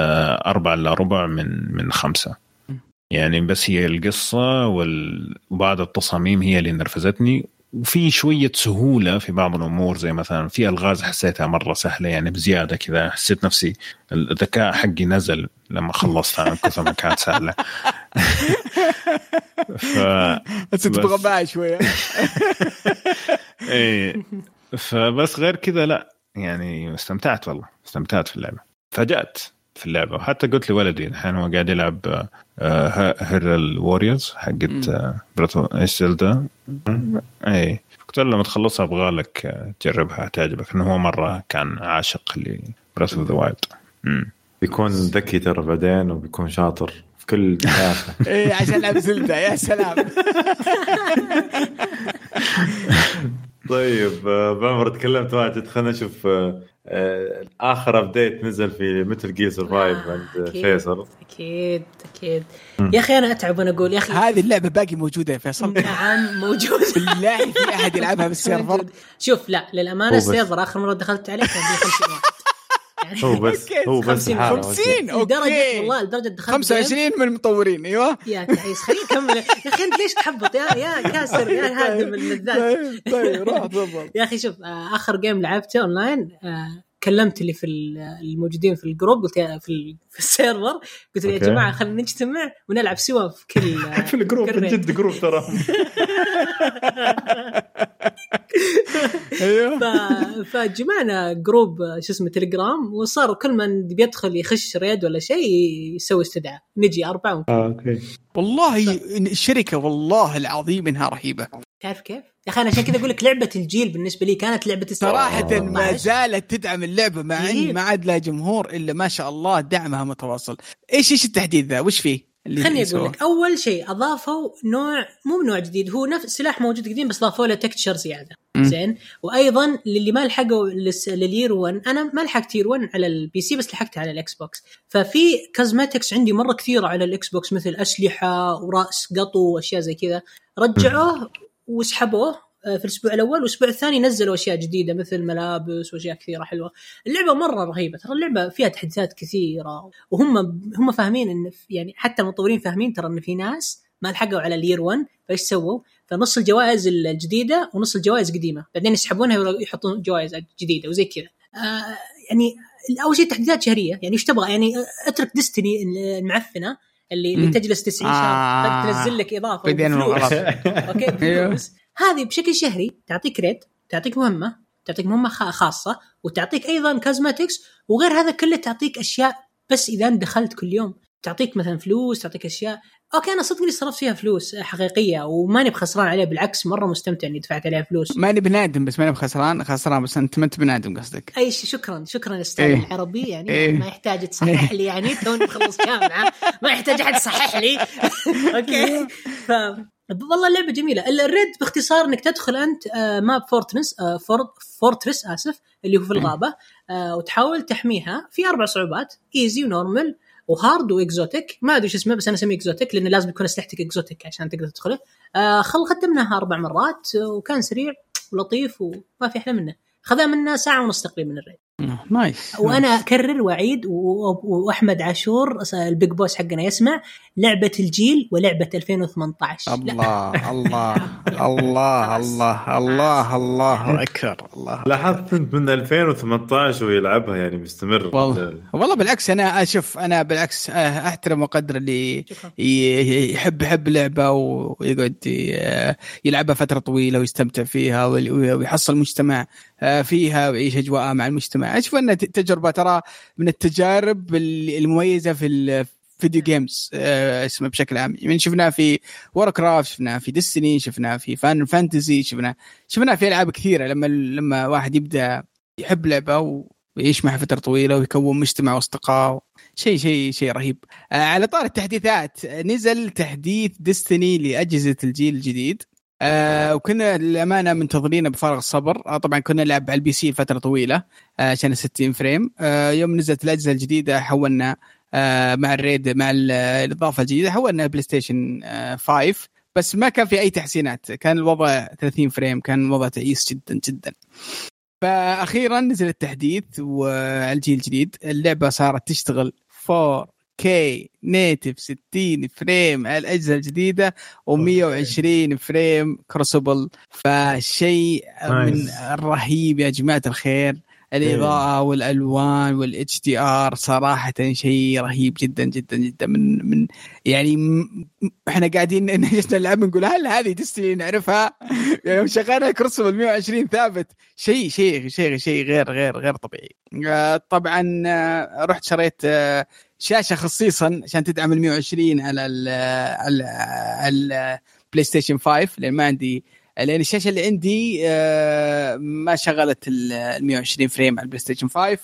4.25 من 5. يعني بس هي القصة وبعض التصاميم هي اللي نرفزتني، وفي شوية سهولة في بعض الأمور، زي مثلا في ألغاز حسيتها مرة سهلة يعني بزيادة كذا. حسيت نفسي الذكاء حقي نزل لما خلصت عن كثر ما كانت سهلة. تبغى بقى شوية. إيه فبس غير كذا لا يعني استمتعت، والله استمتعت في اللعبة، فاجأت في اللعبة. وحتى قلت لولدي الحين هو قاعد يلعب هيرل ووريرز حقت براتو زلدا، اي قلت له لما تخلصها ابغى لك تجربها تعجبك، انه هو مرة كان عاشق لبراتو اوف ذا وايلد. بيكون ذكي ترى بعدين، وبيكون شاطر في كل حاجة. ايه عشان لعب زلدا يا سلام. طيب بعمر تكلمت واجد، خلنا نشوف آخر أبديت نزل في مثل جير سرفايف عند فيصل. أكيد يا أخي أنا أتعب وأنا أقول يا أخي هذه اللعبة باقي موجودة يا فيصل. نعم موجود. بالله في أحد يلعبها بالسيرفر؟ شوف لا للأمانة السيرفر آخر مرة دخلت عليه كان 50 واحد. هو بس 50 لدرجة والله لدرجة دخلت 25 من المطورين. ايوه يا تعيس خليني اكمل يا اخي. انت ليش تحبط يا كاسر يا هادم اللذات؟ طيب روح تفضل يا اخي. شوف اخر جيم لعبته اونلاين كلمت اللي في الموجودين في الجروب، قلت في السيرفر قلت يا جماعه خلينا نجتمع ونلعب سوا في كل في الجروب. جد جروب ترى. فجمعنا جروب شو اسمه تليجرام، وصار كل من بيدخل يخش ريد ولا شيء يسوي استدعاء، نجي 4. اوكي والله الشركه والله العظيم انها رهيبه. تعرف كيف يا اخي؟ انا عشان كذا اقول لك لعبه الجيل بالنسبه لي كانت لعبه صراحه ما زالت تدعم اللعبه مع ان ما عاد لها جمهور الا ما شاء الله دعمها متواصل. ايش التحديث ذا؟ وش فيه؟ خلني أقول لك، أول شيء أضافوا نوع، مو نوع جديد، هو نفس سلاح موجود قديم بس ضافوا له تكتشر زيادة. زين. وأيضا للي ما لحقوا للير 1، أنا ما لحقت يير 1 على البي سي بس لحقت على الإكس بوكس، ففي كازماتكس عندي مرة كثيرة على الإكس بوكس مثل أسلحة ورأس قطو وأشياء زي كذا، رجعوه وسحبوه في الأسبوع الأول، والأسبوع الثاني نزلوا أشياء جديدة مثل ملابس وأشياء كثيرة حلوة. اللعبة مرة رهيبة، ترى اللعبة فيها تحديثات كثيرة، وهم فاهمين إن يعني حتى المطورين فاهمين ترى إن في ناس ما لحقوا على الير 1، فإيش سووا؟ فنص الجوائز الجديدة ونص الجوائز قديمة، بعدين يسحبونها ويحطون جوائز جديدة وزي كذا. يعني أول شيء تحديثات شهرية، يعني إيش تبغى؟ يعني أترك ديستني المعفنة اللي تجلس 90 شهر تنزل لك إضافة وفلوس. أوكي بفلوس. هذه بشكل شهري تعطيك ريد، تعطيك مهمة خاصة، وتعطيك أيضا كازماتكس، وغير هذا كله تعطيك أشياء بس إذا دخلت كل يوم، تعطيك مثلا فلوس، تعطيك أشياء. أوكي أنا صدقني صرفت فيها فلوس حقيقية وماني بخسران عليها، بالعكس مرة مستمتع إني دفعت عليها فلوس. ماني بنادم بس ماني خسران بس أنت ما أنت بنادم قصدك. أي شيء. شكرا أستاذ العربي، يعني ما يحتاج تصحح لي، يعني توني بخلص جامعة ما يحتاج أحد يصحح لي. أوكي. والله اللعبة جميلة. الريد باختصار انك تدخل انت ماب فورترس اللي هو في الغابة، وتحاول تحميها في 4 صعوبات: ايزي ونورمال وهارد واكزوتيك. ما ادري ايش اسمه بس انا اسميه اكزوتيك لانه لازم يكون اسلحتك اكزوتيك عشان تقدر تدخله. ختمناها 4 مرات وكان سريع ولطيف وما في احلى منه. خذا منا 1.5 ساعة تقريبا من الريد. نايس. وانا اكرر واعيد، واحمد عاشور البيج بوس حقنا يسمع، لعبه الجيل ولعبه 2018. الله الله الله الله الله الله اكبر. الله لاحظت انت من 2018 ويلعبها يعني مستمر. والله بالعكس انا اشوف، انا بالعكس احترم وقدر اللي يحب لعبه ويقعد يلعبها فتره طويله ويستمتع فيها ويحصل مجتمع فيها ويعيش اجواء مع المجتمع. اشوف ان تجربه ترى من التجارب المميزه في الفيديو جيمز اسمه بشكل عام. يعني شفناها في ووركرافت، شفناها في ديستني، شفناها في فانتزي، شفناها في العاب كثيره. لما واحد يبدا يحب لعبه ويعيش معها فتره طويله ويكون مجتمع واصدقاء، شيء رهيب. على طار التحديثات، نزل تحديث ديستني لاجهزه الجيل الجديد، وكنا للأمانة منتظرين بفارغ الصبر. طبعا كنا نلعب على البي سي فترة طويلة عشان 60 فريم. يوم نزلت الأجهزة الجديدة حولنا مع الريد، مع الإضافة الجديدة حولنا بلاي ستيشن 5، بس ما كان في أي تحسينات، كان الوضع 30 فريم، كان الوضع تعيس جدا جدا. فأخيرا نزل التحديث وعلى الجيل الجديد اللعبة صارت تشتغل 4K نيتف 60 فريم على الأجهزة الجديدة و120 فريم كروسبل. فشيء من الرهيب يا جماعة الخير. الإضاءة والألوان والاتش دي ار صراحة شيء رهيب جدا جدا جدا. من يعني احنا قاعدين نلعب نقول هل هذه ديستني نعرفها؟ يعني شغالة كروسبل 120 ثابت، شيء غير طبيعي. طبعا رحت شريت شاشة خصيصا عشان تدعم 120 على البلاي ستيشن 5، لأن ما عندي، لأن الشاشة اللي عندي ما شغلت 120 فريم على البلاي ستيشن 5.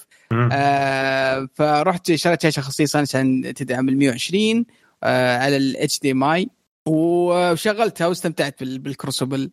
فرحت شريت شاشة خصيصا عشان تدعم 120 على الاتش دي ام اي، وشغلتها واستمتعت بالكروسبل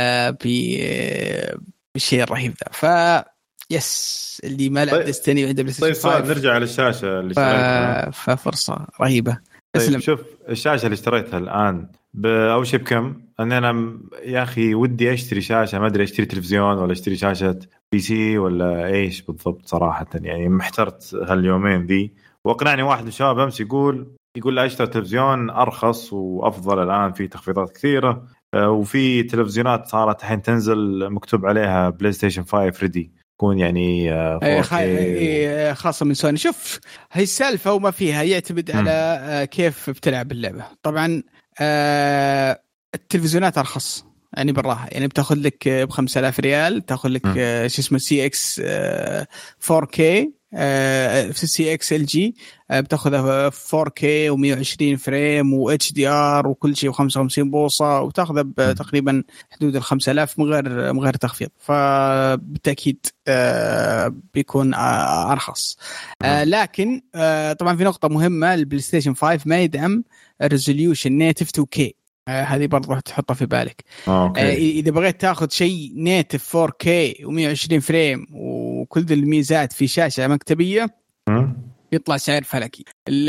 بالشيء الرهيب ذا. يس اللي ما لعب ديستني وعنده بلاي ستيشن 5 نرجع على الشاشة اللي اشتريتها، ففرصة رهيبة. طيب شوف الشاشة اللي اشتريتها الآن أول شيء بكم؟ أنا يا أخي ودي أشتري شاشة، ما أدري أشتري تلفزيون ولا أشتري شاشة بي سي ولا إيش بالضبط صراحة. يعني محترت هاليومين ذي، وأقنعني واحد من الشباب أمس يقول لا أشتري تلفزيون أرخص وأفضل، الآن في تخفيضات كثيرة، وفي تلفزيونات صارت الحين تنزل مكتوب عليها بلاي ستيشن 5 ريدي، يكون يعني خاصة من سوني. شوف هي السالفة وما فيها، يعتمد على كيف بتلعب اللعبة. طبعا التلفزيونات أرخص يعني بالراحه، يعني بتاخذ لك ب 5000 ريال تاخذ لك شو اسمه سي اكس 4K في سي اكس ال جي، بتاخذها 4K و120 فريم و HDR وكل شيء و55 بوصه، وتاخذها تقريبا حدود ال5000 من غير تخفيض، فبالتاكيد بيكون ارخص. لكن طبعا في نقطه مهمه، البلاي ستيشن 5 ما يدعم ريزوليوشن نيتف 2K، هذه برضه تحطها في بالك. إذا بغيت تاخذ شيء نيتف 4K و120 فريم وكل ذي الميزات في شاشة مكتبية يطلع سعر فلكي.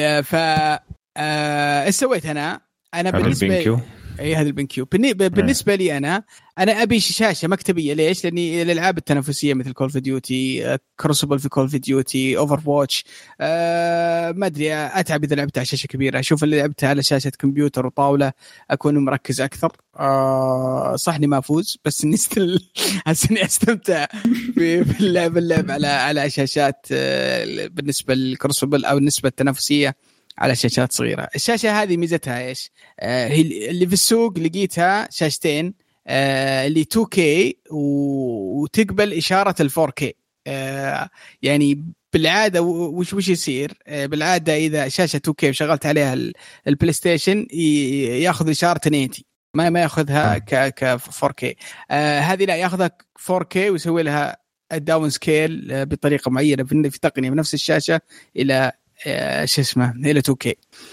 إيش سويت أنا بالنسبة هذا البنكيو بالنسبة لي أنا أبي شاشة مكتبية. ليش؟ لأني الألعاب التنافسية مثل كول اوف ديوتي، كروسبل في كول اوف ديوتي، اوفر واتش، ما أدري أتعب إذا لعبت على شاشة كبيرة. أشوف اللي لعبتها على شاشة كمبيوتر وطاولة أكون مركز أكثر. صح إني ما أفوز، بس إني أستمتع باللعب على شاشات بالنسبة للكروسبل أو بالنسبة التنافسية على شاشات صغيرة. الشاشة هذه ميزتها إيش؟ هي اللي في السوق لقيتها شاشتين اللي 2K وتقبل إشارة ال 4K. يعني بالعادة وش يصير بالعادة إذا شاشة 2K وشغلت عليها البلاي ستيشن يأخذ إشارة 1080، ما يأخذها ك 4K. هذه لا، يأخذها 4K ويسوي لها الداون سكيل بطريقة معينة في تقنية بنفس الشاشة إلى شو اسمه إلى 2K.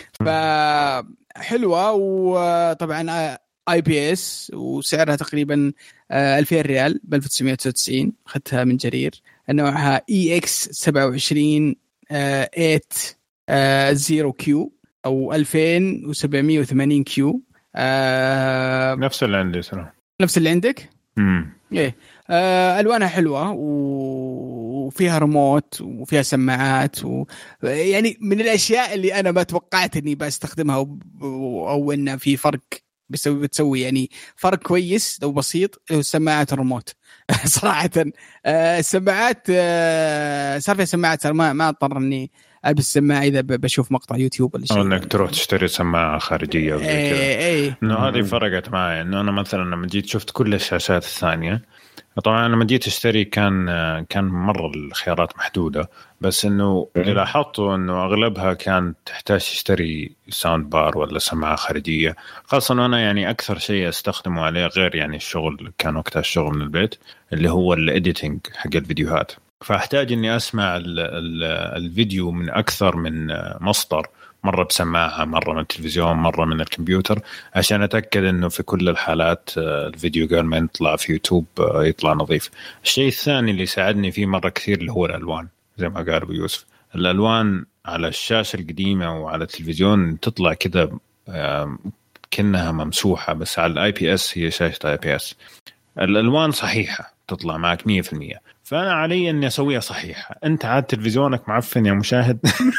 فحلوة، وطبعا IPS وسعرها تقريبا 2000 ريال ب 1999. أخذتها من جرير. نوعها EX27 8 0Q أو 2780Q. نفس اللي عندي صراحة. نفس اللي عندك؟ إيه. ألوانها حلوة وفيها ريموت وفيها سماعات يعني من الأشياء اللي أنا ما توقعت إني بستخدمها أو إن في فرق بتسوي يعني فرق كويس لو بسيط. السماعات الريموت صراحة السماعات صار فيها سماعات، صار ما اضطر إني ألبس سماعة إذا بشوف مقطع يوتيوب ولا شيء، أو إنك تروح تشتري سماعة خارجية وزي كذا. إنه هذه فرقت معي. إنه أنا مثلا لما جيت شفت كل الشاشات الثانية، طبعا لما جيت اشتري كان مرة الخيارات محدودة، بس انه اللي لاحظته انه اغلبها كان تحتاج تشتري ساوند بار ولا سماعة خارجية. خاصة انه انا يعني اكثر شيء استخدمه عليه غير يعني الشغل، كان وقتها الشغل من البيت اللي هو الاديتنج حق الفيديوهات، فاحتاج اني اسمع الفيديو من اكثر من مصدر، مرة بسماعة، مرة من التلفزيون، مرة من الكمبيوتر، عشان أتأكد أنه في كل الحالات الفيديو قبل ما يطلع في يوتيوب يطلع نظيف. الشيء الثاني اللي ساعدني فيه مرة كثير اللي هو الألوان. زي ما قال أبو يوسف، الألوان على الشاشة القديمة وعلى التلفزيون تطلع كده كأنها ممسوحة، بس على الآي بي اس هي شاشة آي بي اس الألوان صحيحة تطلع معك 100%. فأنا علي أني أسويها صحيحة. أنت عاد تلفزيونك معفن يا مشاهد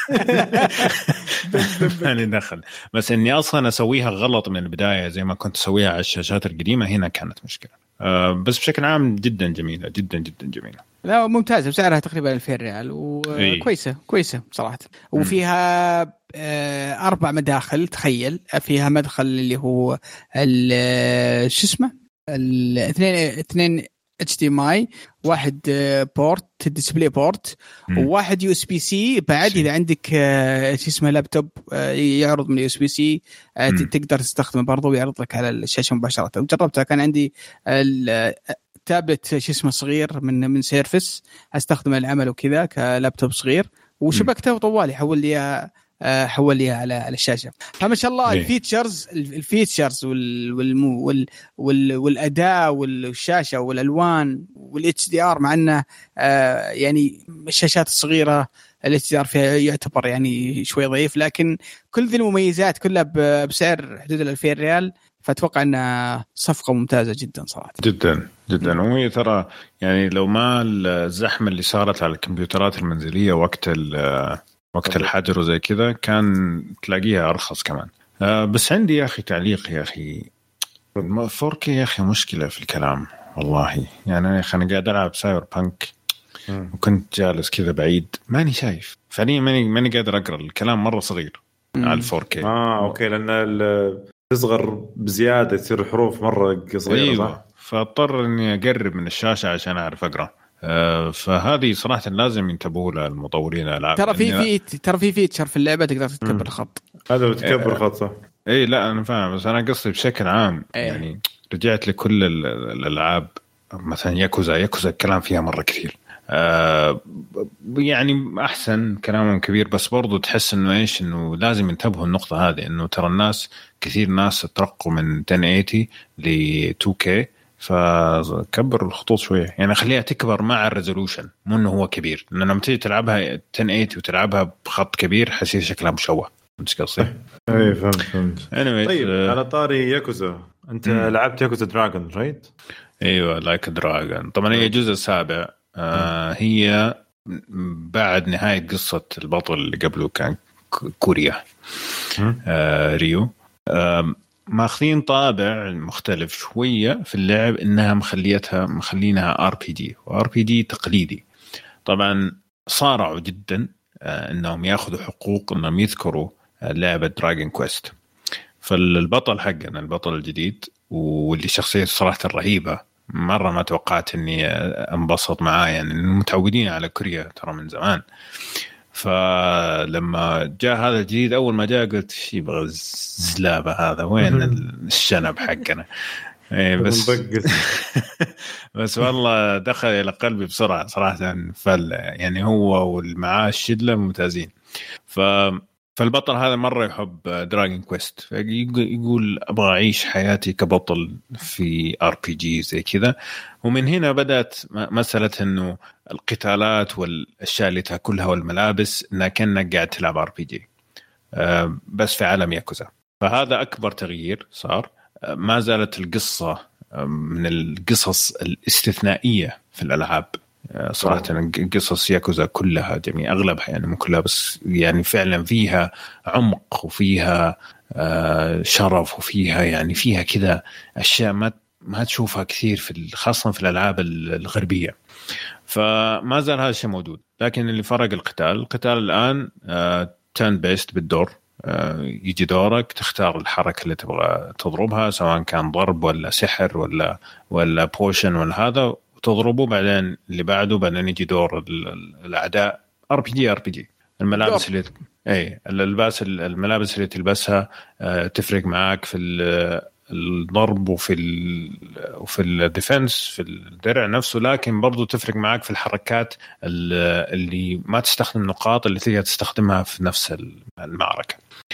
ماني دخل، بس أني أصلا أسويها غلط من البداية زي ما كنت أسويها على الشاشات القديمة هنا كانت مشكلة. بس بشكل عام جدا جميلة، جدا جدا جميلة. لا ممتازة، بسعرها تقريبا 2000 ريال وكويسة صراحة. وفيها 4 مداخل. تخيل فيها مدخل اللي هو شو اسمه اثنين HDMI، واحد بورت ديسبلاي بورت، وواحد USB-C بعد إذا عندك شو اسمه لابتوب يعرض من USB-C تقدر تستخدمه برضو ويعرض لك على الشاشة مباشرة. جربتها، كان عندي تابلت شو اسمه صغير من سيرفس استخدمه للعمل وكذا كلابتوب صغير، وشبكته وطوالي حول لي على الشاشة. فما شاء الله الفيتشرز والأداء والشاشة والألوان والHDR، مع أنه يعني الشاشات الصغيرة الHDR فيها يعتبر يعني شوي ضعيف، لكن كل ذي المميزات كلها بسعر حدود 2000 ريال. فأتوقع أنها صفقة ممتازة جدا صراحة. جدا جدا. وهي ترى يعني لو ما الزحمة اللي صارت على الكمبيوترات المنزلية وقت الحجر وزي كذا كان تلاقيها أرخص كمان. بس عندي يا أخي تعليق يا أخي، 4K يا أخي مشكلة في الكلام والله. يعني أنا قاعد ألعب سايبر بانك وكنت جالس كذا بعيد ماني شايف فعليا، ماني قادر أقرأ الكلام، مرة صغير على 4K. أوكي، لأن تصغر بزياده، تصير الحروف مره صغيره. أيوة. صح، فاضطر اني اقرب من الشاشه عشان اعرف اقرا. فهذه صراحه لازم ينتبهوا لها المطورين الالعاب. ترى في فيتشر في اللعبه تقدر تكبر الخط. هذا بتكبر خط صح. اي لا انا فاهم، بس انا قصدي بشكل عام يعني رجعت لكل الالعاب مثلا ياكوزا الكلام فيها مره كثير. يعني احسن كلامهم كبير، بس برضو تحس انه ايش، انه لازم ينتبهوا النقطه هذه، انه ترى الناس كثير ناس ترقوا من 1080 ل 2K، فكبر الخطوط شويه يعني، خليها تكبر مع الريزولوشن، مو انه هو كبير. لان لما تيجي تلعبها 1080 وتلعبها بخط كبير حسيت شكلها مشوه. مش قصدي. اي فهمت. anyway, طيب على طاري ياكوزا، انت لعبت ياكوزا دراجون رايت؟ ايوه لايك دراجون طبعا هي الجزء السابع. هي بعد نهايه قصه البطل اللي قبله كان كوريا ريو. ماخذين طابع مختلف شويه في اللعب، انها مخلينها RPG وRPG تقليدي. طبعا صارعوا جدا انهم ياخذوا حقوق انهم يذكروا لعبه دراجون كويست. فالبطل حقنا البطل الجديد واللي شخصيته صراحه رهيبه، مره ما توقعت اني انبسط معاه يعني، متعودين على كوريا ترى من زمان. فلما جاء هذا الجديد اول ما جاء قلت شي يبغى الزلابه هذا، وين الشنب حقنا. بس والله دخل الى قلبي بسرعه صراحه. يعني هو والمعاه الشله ممتازين. فالبطل هذا مرة يحب دراجون كويست، يقول أبغى أعيش حياتي كبطل في RPG زي كذا. ومن هنا بدأت مسألة إنه القتالات والأشياء اللي تأكلها والملابس إنها كأنك قاعد تلعب RPG بس في عالم ياكوزا. فهذا أكبر تغيير صار. ما زالت القصة من القصص الاستثنائية في الألعاب صراحة. قصص ياكوزا كلها جميع أغلبها يعني مو كلها، بس يعني فعلا فيها عمق وفيها شرف وفيها يعني فيها كذا أشياء ما تشوفها كثير خاصة في الألعاب الغربية. فما زال هذا الشيء موجود، لكن اللي فرق القتال الآن تيرن بيست بالدور. يجي دورك تختار الحركة اللي تبغى تضربها، سواء كان ضرب ولا سحر ولا بوشن ولا هذا، وتضربه بعدين اللي بعده، بعدين يجي دور الأعداء. RPG الملابس الملابس اللي تلبسها تفرق معاك في الضرب وفي الديفنس في الدرع نفسه، لكن برضو تفرق معاك في الحركات اللي ما تستخدم نقاط اللي تقدر تستخدمها في نفس المعركة.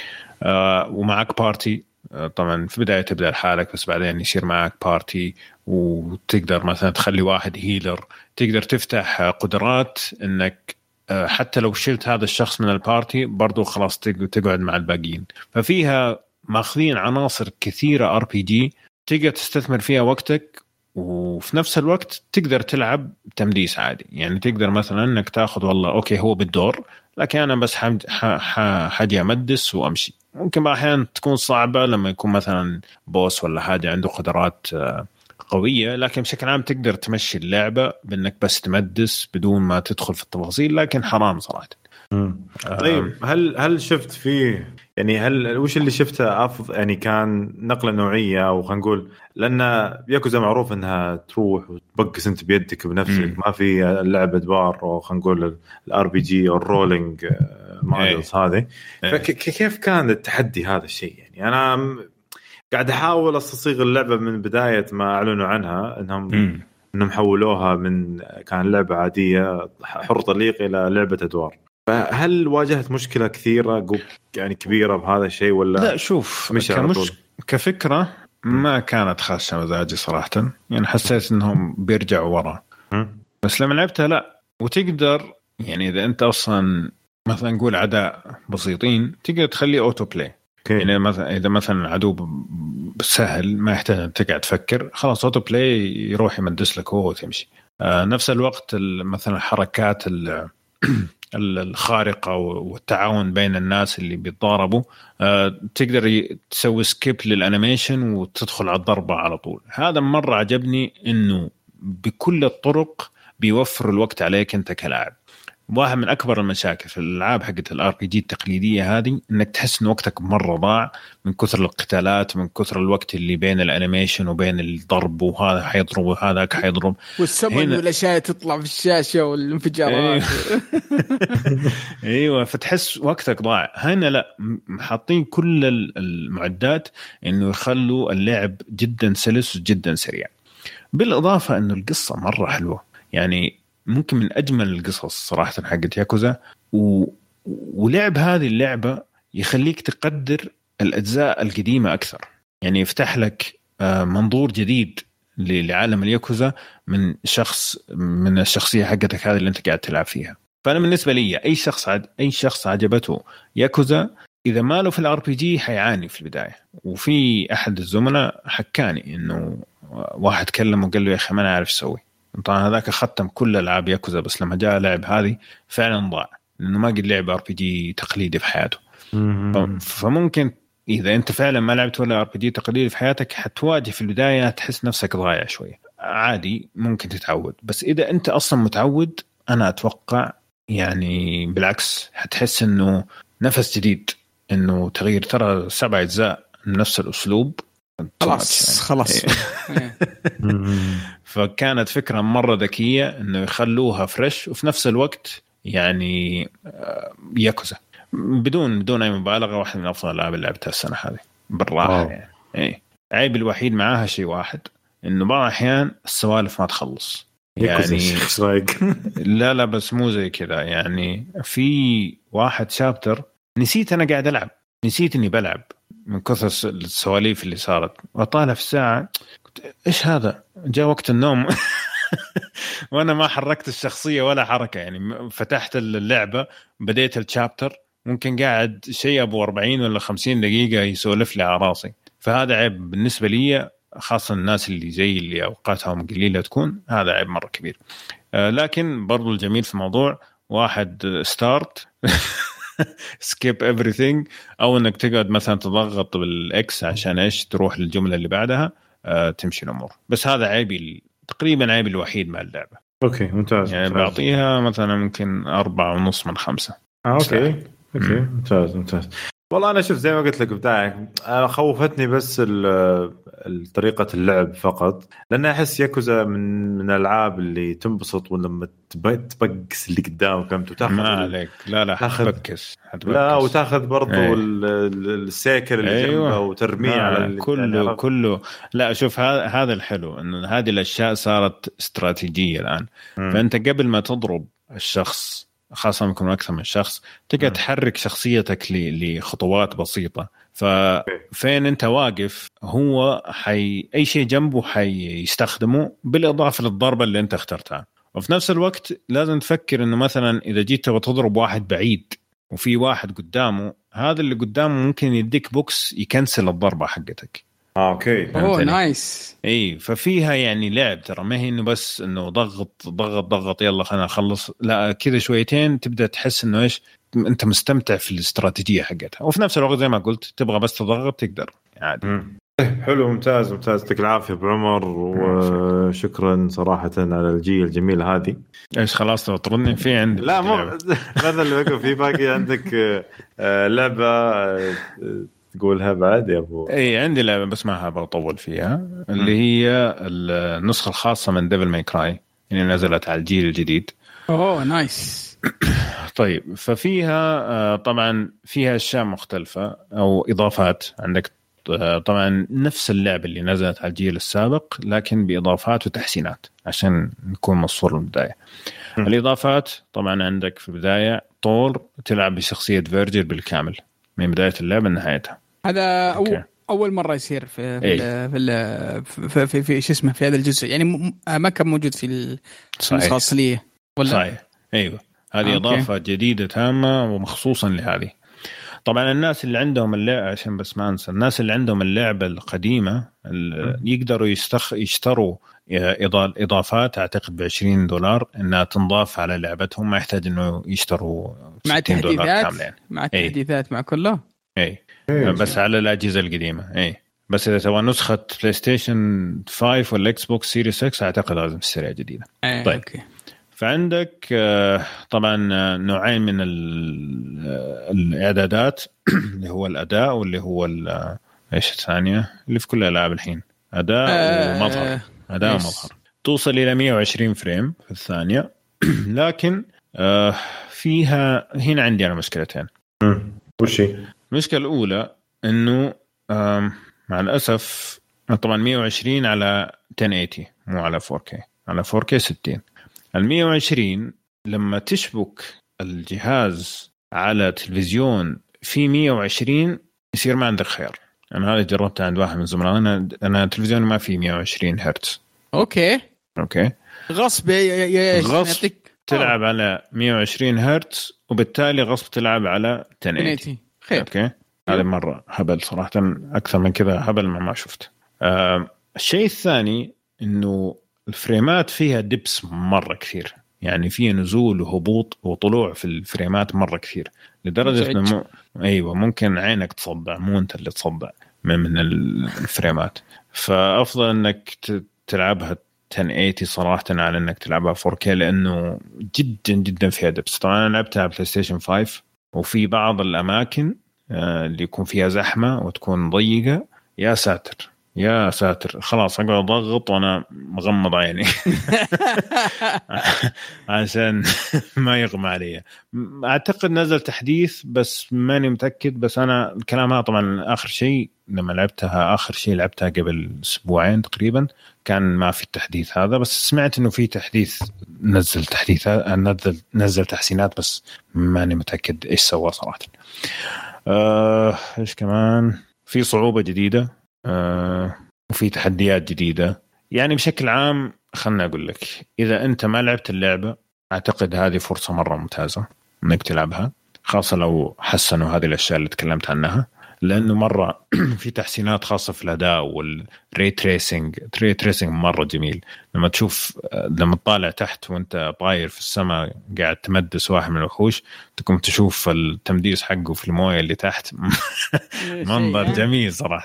ومعك بارتي طبعا في بداية تبدأ لحالك، بس بعدين يصير معك بارتي وتقدر مثلا تخلي واحد هيلر، تقدر تفتح قدرات انك حتى لو شلت هذا الشخص من البارتي برضو خلاص تقعد مع الباقيين. ففيها ماخذين عناصر كثيرة RPG تقدر تستثمر فيها وقتك، وفي نفس الوقت تقدر تلعب تمديس عادي. يعني تقدر مثلا انك تاخذ والله اوكي هو بالدور، لكن انا بس حاجة امدس وامشي. ممكن احيانا تكون صعبة لما يكون مثلا بوس ولا حاجة عنده قدرات قوية، لكن بشكل عام تقدر تمشي اللعبة بانك بس تمدس بدون ما تدخل في التفاصيل، لكن حرام صراحة. طيب هل شفت فيه يعني وش اللي شفته أفضل يعني كان نقلة نوعية، أو خلينا نقول لأن ياكوزا معروف أنها تروح وتبقس أنت بيدك بنفسك، ما في لعبة بار أو خلينا نقول RPG أو الرولينج مودلز هذه. فكيف كان التحدي هذا الشيء؟ يعني أنا قاعد أحاول أستصيغ اللعبة من بداية ما أعلنوا عنها أنهم حولوها من كان لعبة عادية حر طليق إلى لعبة أدوار. فهل واجهت مشكلة كثيرة يعني كبيرة بهذا الشيء ولا لا؟ شوف كفكرة ما كانت خاصة مزاجي صراحة، يعني حسيت انهم بيرجعوا ورا. بس لما لعبتها لا، وتقدر يعني اذا انت اصلا مثلا نقول عداء بسيطين تقدر تخليه اوتو بلاي. يعني مثلا اذا مثلا العدو سهل ما يحتاج تقعد تفكر، خلاص اوتو بلاي يروح يمدس لك هو وتمشي. نفس الوقت مثلا الحركات الخارقة والتعاون بين الناس اللي بيتضاربوا تقدر تسوي سكيب للأنيميشن وتدخل على الضربة على طول. هذا مرة عجبني إنه بكل الطرق بيوفر الوقت عليك أنت كلاعب. واحد من اكبر المشاكل في الالعاب حقت الار بي جي التقليديه هذه انك تحس ان وقتك مره ضاع من كثر القتالات، من كثر الوقت اللي بين الانيميشن وبين الضرب، وهذا حيضرب وهذاك حيضرب والسمن والاشياء تطلع في الشاشه والانفجارات. ايوه فتحس وقتك ضاع. هنا لا، حاطين كل المعدات انه يخلوا اللعب جدا سلس وجدا سريع، بالاضافه انه القصه مره حلوه، يعني ممكن من أجمل القصص صراحة حقت ياكوزا. ولعب هذه اللعبة يخليك تقدر الأجزاء القديمة أكثر، يعني يفتح لك منظور جديد لعالم الياكوزا من الشخصية حقتك هذه اللي أنت قاعد تلعب فيها. فأنا بالنسبة لي أي شخص عجبته ياكوزا إذا ما له في الار بي جي حيعاني في البداية. وفي أحد الزملاء حكاني إنه واحد كلمه وقال له يا أخي ما أنا عارف أسوي. طبعا هذاك ختم كل العاب ياكوزا، بس لما جاء لعب هذه فعلا ضاع لانه ما قد لعب ار بي جي تقليدي في حياته. فممكن اذا انت فعلا ما لعبت ولا ار بي جي تقليدي في حياتك حتواجه في البدايه تحس نفسك ضايع شويه. عادي ممكن تتعود، بس اذا انت اصلا متعود انا اتوقع يعني بالعكس حتحس انه نفس جديد، انه تغيير. ترى 7 أجزاء من نفس الاسلوب خلاص. فكانت فكرة مرة ذكية إنه يخلوها فريش، وفي نفس الوقت يعني ياكوزا بدون أي مبالغة واحد من أفضل الألعاب اللي لعبتها السنة هذه بالراحة. يعني إيه عيب الوحيد معاها شيء واحد، إنه بعض الأحيان السوالف ما تخلص. يعني لا بس مو زي كذا. يعني في واحد شابتر نسيت أنا قاعد ألعب، نسيت إني بلعب من كثر السواليف اللي صارت، وطالع في الساعة إيش هذا، جاء وقت النوم وأنا ما حركت الشخصية ولا حركة. يعني فتحت اللعبة بديت الشابتر ممكن قاعد شيء أبو 40 ولا 50 دقيقة يسولف لي على راسي. فهذا عيب بالنسبة لي، خاصة الناس اللي زي اللي أوقاتهم قليلة تكون، هذا عيب مرة كبير. لكن برضو الجميل في الموضوع واحد ستارت skip everything، أو أنك تقعد مثلا تضغط بالإكس عشان إيش تروح للجملة اللي بعدها تمشي الأمور. بس هذا عيبي تقريبا عيبي الوحيد مع اللعبة. أوكي ممتاز. يعني بعطيها مثلا ممكن 4.5 من 5. أوكي ممتاز. والله أنا شوف زي ما قلت لك بداية خوفتني بس طريقة اللعب فقط، لأن أحس ياكوزا من الألعاب اللي تنبسط ولما تبقس اللي قدامك أنت وتاخذ ما عليك لا حتبكس لا وتاخذ برضو السيكل اللي جنبه وترميه على كله. لا شوف هذا الحلو إنه هذه الأشياء صارت استراتيجية الآن. فأنت قبل ما تضرب الشخص، خاصة يكون أكثر من شخص، تقدر تحرك شخصيتك لخطوات بسيطة. ففين أنت واقف هو أي شيء جنبه يستخدمه بالإضافة للضربة اللي أنت اخترتها. وفي نفس الوقت لازم تفكر إنه مثلا إذا جيت تضرب واحد بعيد وفي واحد قدامه، هذا اللي قدامه ممكن يديك بوكس يكنسل الضربة حقتك. اوكي نايس. اي ففيها يعني لعب، ترى ما هي انه بس انه ضغط يلا خلينا نخلص، لا كذا شويتين تبدا تحس انه ايش انت مستمتع في الاستراتيجيه حقتها، وفي نفس الوقت زي ما قلت تبغى بس تضغط تقدر عادي. حلو ممتاز يعطيك العافيه ابو عمر، وشكرا صراحه على الجيل الجميل هذه. ايش خلاص تطردني في عندي؟ لا مو هذا اللي بقى في باقي عندك لعبه تقولها بعد يا ابو؟ اي عندي لعبه بس ما هبغى اطول فيها، اللي هي النسخه الخاصه من ديفل ماي كراي اللي نزلت على الجيل الجديد. نايس. طيب ففيها طبعا فيها اشياء مختلفه او اضافات. عندك طبعا نفس اللعبه اللي نزلت على الجيل السابق لكن باضافات وتحسينات عشان نكون مصفور من البدايه. الاضافات طبعا عندك في البدايه طور تلعب بشخصيه فيرجل بالكامل من بدايه اللعبه لنهايتها. هذا اول مره يصير في شو اسمه في هذا الجزء، يعني ما كان موجود في النسخه الاصليه ولا؟ صحيح ايوه، هذه اضافه جديده تامه ومخصوصا لهذه. طبعا الناس اللي عندهم اللعبه، عشان بس ما انسى، الناس اللي عندهم اللعبه القديمه يقدروا يشتروا اضافات اعتقد $20 انها تنضاف على لعبتهم، ما يحتاج انه يشتروا مع تحديثات يعني. مع التحديثات مع كله بس على الاجهزه القديمه. بس اذا تبغى نسخه بلاي ستيشن 5 ولا اكس بوكس سيريس 6 اعتقد لازم تشتريها جديده. طيب فعندك طبعا نوعين من الاعدادات اللي هو الاداء واللي هو ايش الثانيه اللي في كل الالعاب الحين اداء ومظهر. اداء ومظهر توصل الى 120 فريم في الثانيه. لكن فيها هنا عندي انا مشكلتين. وش هي المشكله الاولى انه مع الاسف طبعا 120 على 1080 مو على 4K. على 4K 60. ال 120 لما تشبك الجهاز على تلفزيون في 120 يصير ما عندك خيار. أنا هذا جربته عند واحد من زملائنا. أنا تلفزيوني ما فيه 120 هرتز. أوكي غصب غصب تلعب على 120 هرتز وبالتالي غصب تلعب على 1080. خير. أوكي هذا مرة هبل صراحة. أكثر من كذا هبل ما شفت. الشيء الثاني إنه الفريمات فيها دبس مرة كثير. يعني فيها نزول وهبوط وطلوع في الفريمات مرة كثير لدرجة إنه أيوة ممكن عينك تصدع مو أنت اللي تصدع من الفريمات. فأفضل إنك تلعبها 1080 صراحة على إنك تلعبها 4K لأنه جدا جدا فيها دبس. طبعا أنا لعبتها بلاي ستيشن 5 وفي بعض الأماكن اللي يكون فيها زحمة وتكون ضيقة يا ساتر يا ساتر خلاص أقعد أضغط وأنا مغمض عيني عشان ما يغمى علي. أعتقد نزل تحديث بس ماني متأكد. بس أنا الكلام هذا طبعا آخر شيء لما لعبتها آخر شيء لعبتها قبل أسبوعين تقريبا كان ما في التحديث هذا. بس سمعت إنه في تحديث نزل تحديث نزل تحسينات بس ماني متأكد إيش سوى صراحة. إيش كمان في صعوبة جديدة وفي تحديات جديدة. يعني بشكل عام خلنا أقول لك إذا أنت ما لعبت اللعبة أعتقد هذه فرصة مرة ممتازة إنك تلعبها خاصة لو حسنوا هذه الأشياء اللي تكلمت عنها. لأنه مرة في تحسينات خاصة في الأداء والري تريسينج مرة جميل. لما تشوف لما تطالع تحت وانت طاير في السماء قاعد تمدس واحد من الوحوش تقوم تشوف التمديس حقه في المويه اللي تحت منظر جميل صراحة.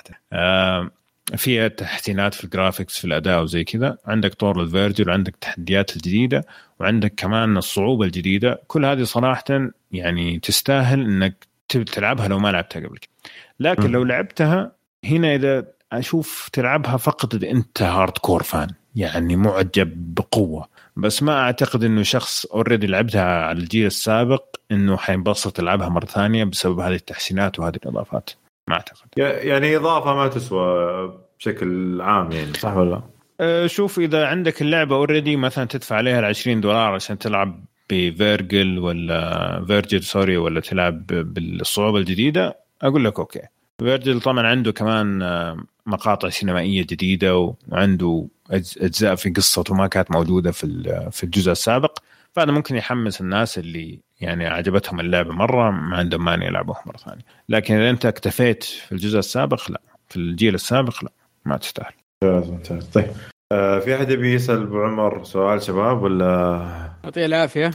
فيها تحسينات في الجرافيكس في الأداء وزي كذا. عندك طور الفيرجل وعندك تحديات الجديدة وعندك كمان الصعوبة الجديدة. كل هذه صراحة يعني تستاهل إنك تلعبها لو ما لعبتها قبل كده. لكن لو لعبتها هنا إذا أشوف تلعبها فقط إذا أنت هارد كور فان يعني معجب بقوة. بس ما أعتقد إنه شخص أوريدي لعبتها على الجيل السابق إنه حينبسط يلعبها مرة ثانية بسبب هذه التحسينات وهذه الإضافات. ما أعتقد يعني إضافة ما تسوى بشكل عام يعني صح ولا لا؟ شوف إذا عندك اللعبة أوريدي مثلا تدفع عليها $20 عشان تلعب بفيرجل ولا فيرجل سوري ولا تلعب بالصعوبة الجديدة أقول لك أوكي. فيرجل طبعا عنده كمان مقاطع سينمائية جديدة وعنده أجزاء في قصته ما كانت موجودة في الجزء السابق. فهذا ممكن يحمس الناس اللي يعني عجبتهم اللعبة مرة ما عندهم مانع يلعبوها مرة ثانية. لكن إذا أنت اكتفيت في الجزء السابق لا في الجيل السابق لا ما تستاهل. طيب في أحد يبي يسأل أبو عمر سؤال شباب ولا يعطيه العافية؟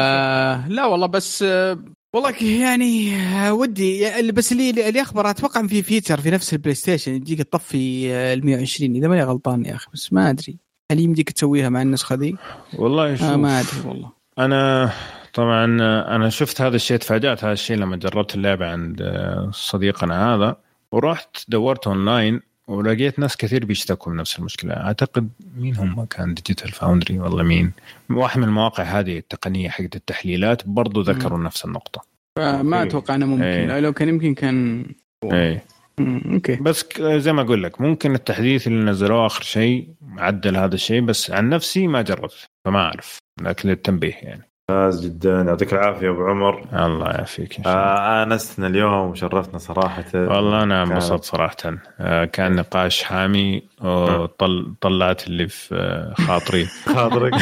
لا والله بس والله يعني ودي بس اللي أخبر أتوقع في فيتشر في نفس البلاي ستيشن يجيك تطفي 120 إذا ماني غلطان يا أخي. بس ما أدري هل يمديك تسويها مع النسخة ذي والله شوف ما أدري والله. أنا طبعا أنا شفت هذا الشيء تفاجأت هذا الشيء لما جربت اللعبة عند صديقنا هذا ورحت دورت أونلاين ولقيت ناس كثير بيشتكوا من نفس المشكلة. أعتقد مين هم كان ديجيتال فاوندري والله مين واحد من المواقع هذه التقنية حق التحليلات برضو ذكروا نفس النقطة. فما أتوقع أنه ممكن لو كان يمكن كان أوكي. بس زي ما أقول لك ممكن التحديث اللي نزلوه آخر شيء عدل هذا الشيء بس عن نفسي ما جربت فما أعرف. لكن التنبيه يعني ممتاز جدا يعطيك العافية أبو عمر. الله يعافيك. آنستنا اليوم وشرفتنا صراحة والله أنا انبسطت صراحة. كان نقاش حامي وطلعت اللي في خاطري خاطرك.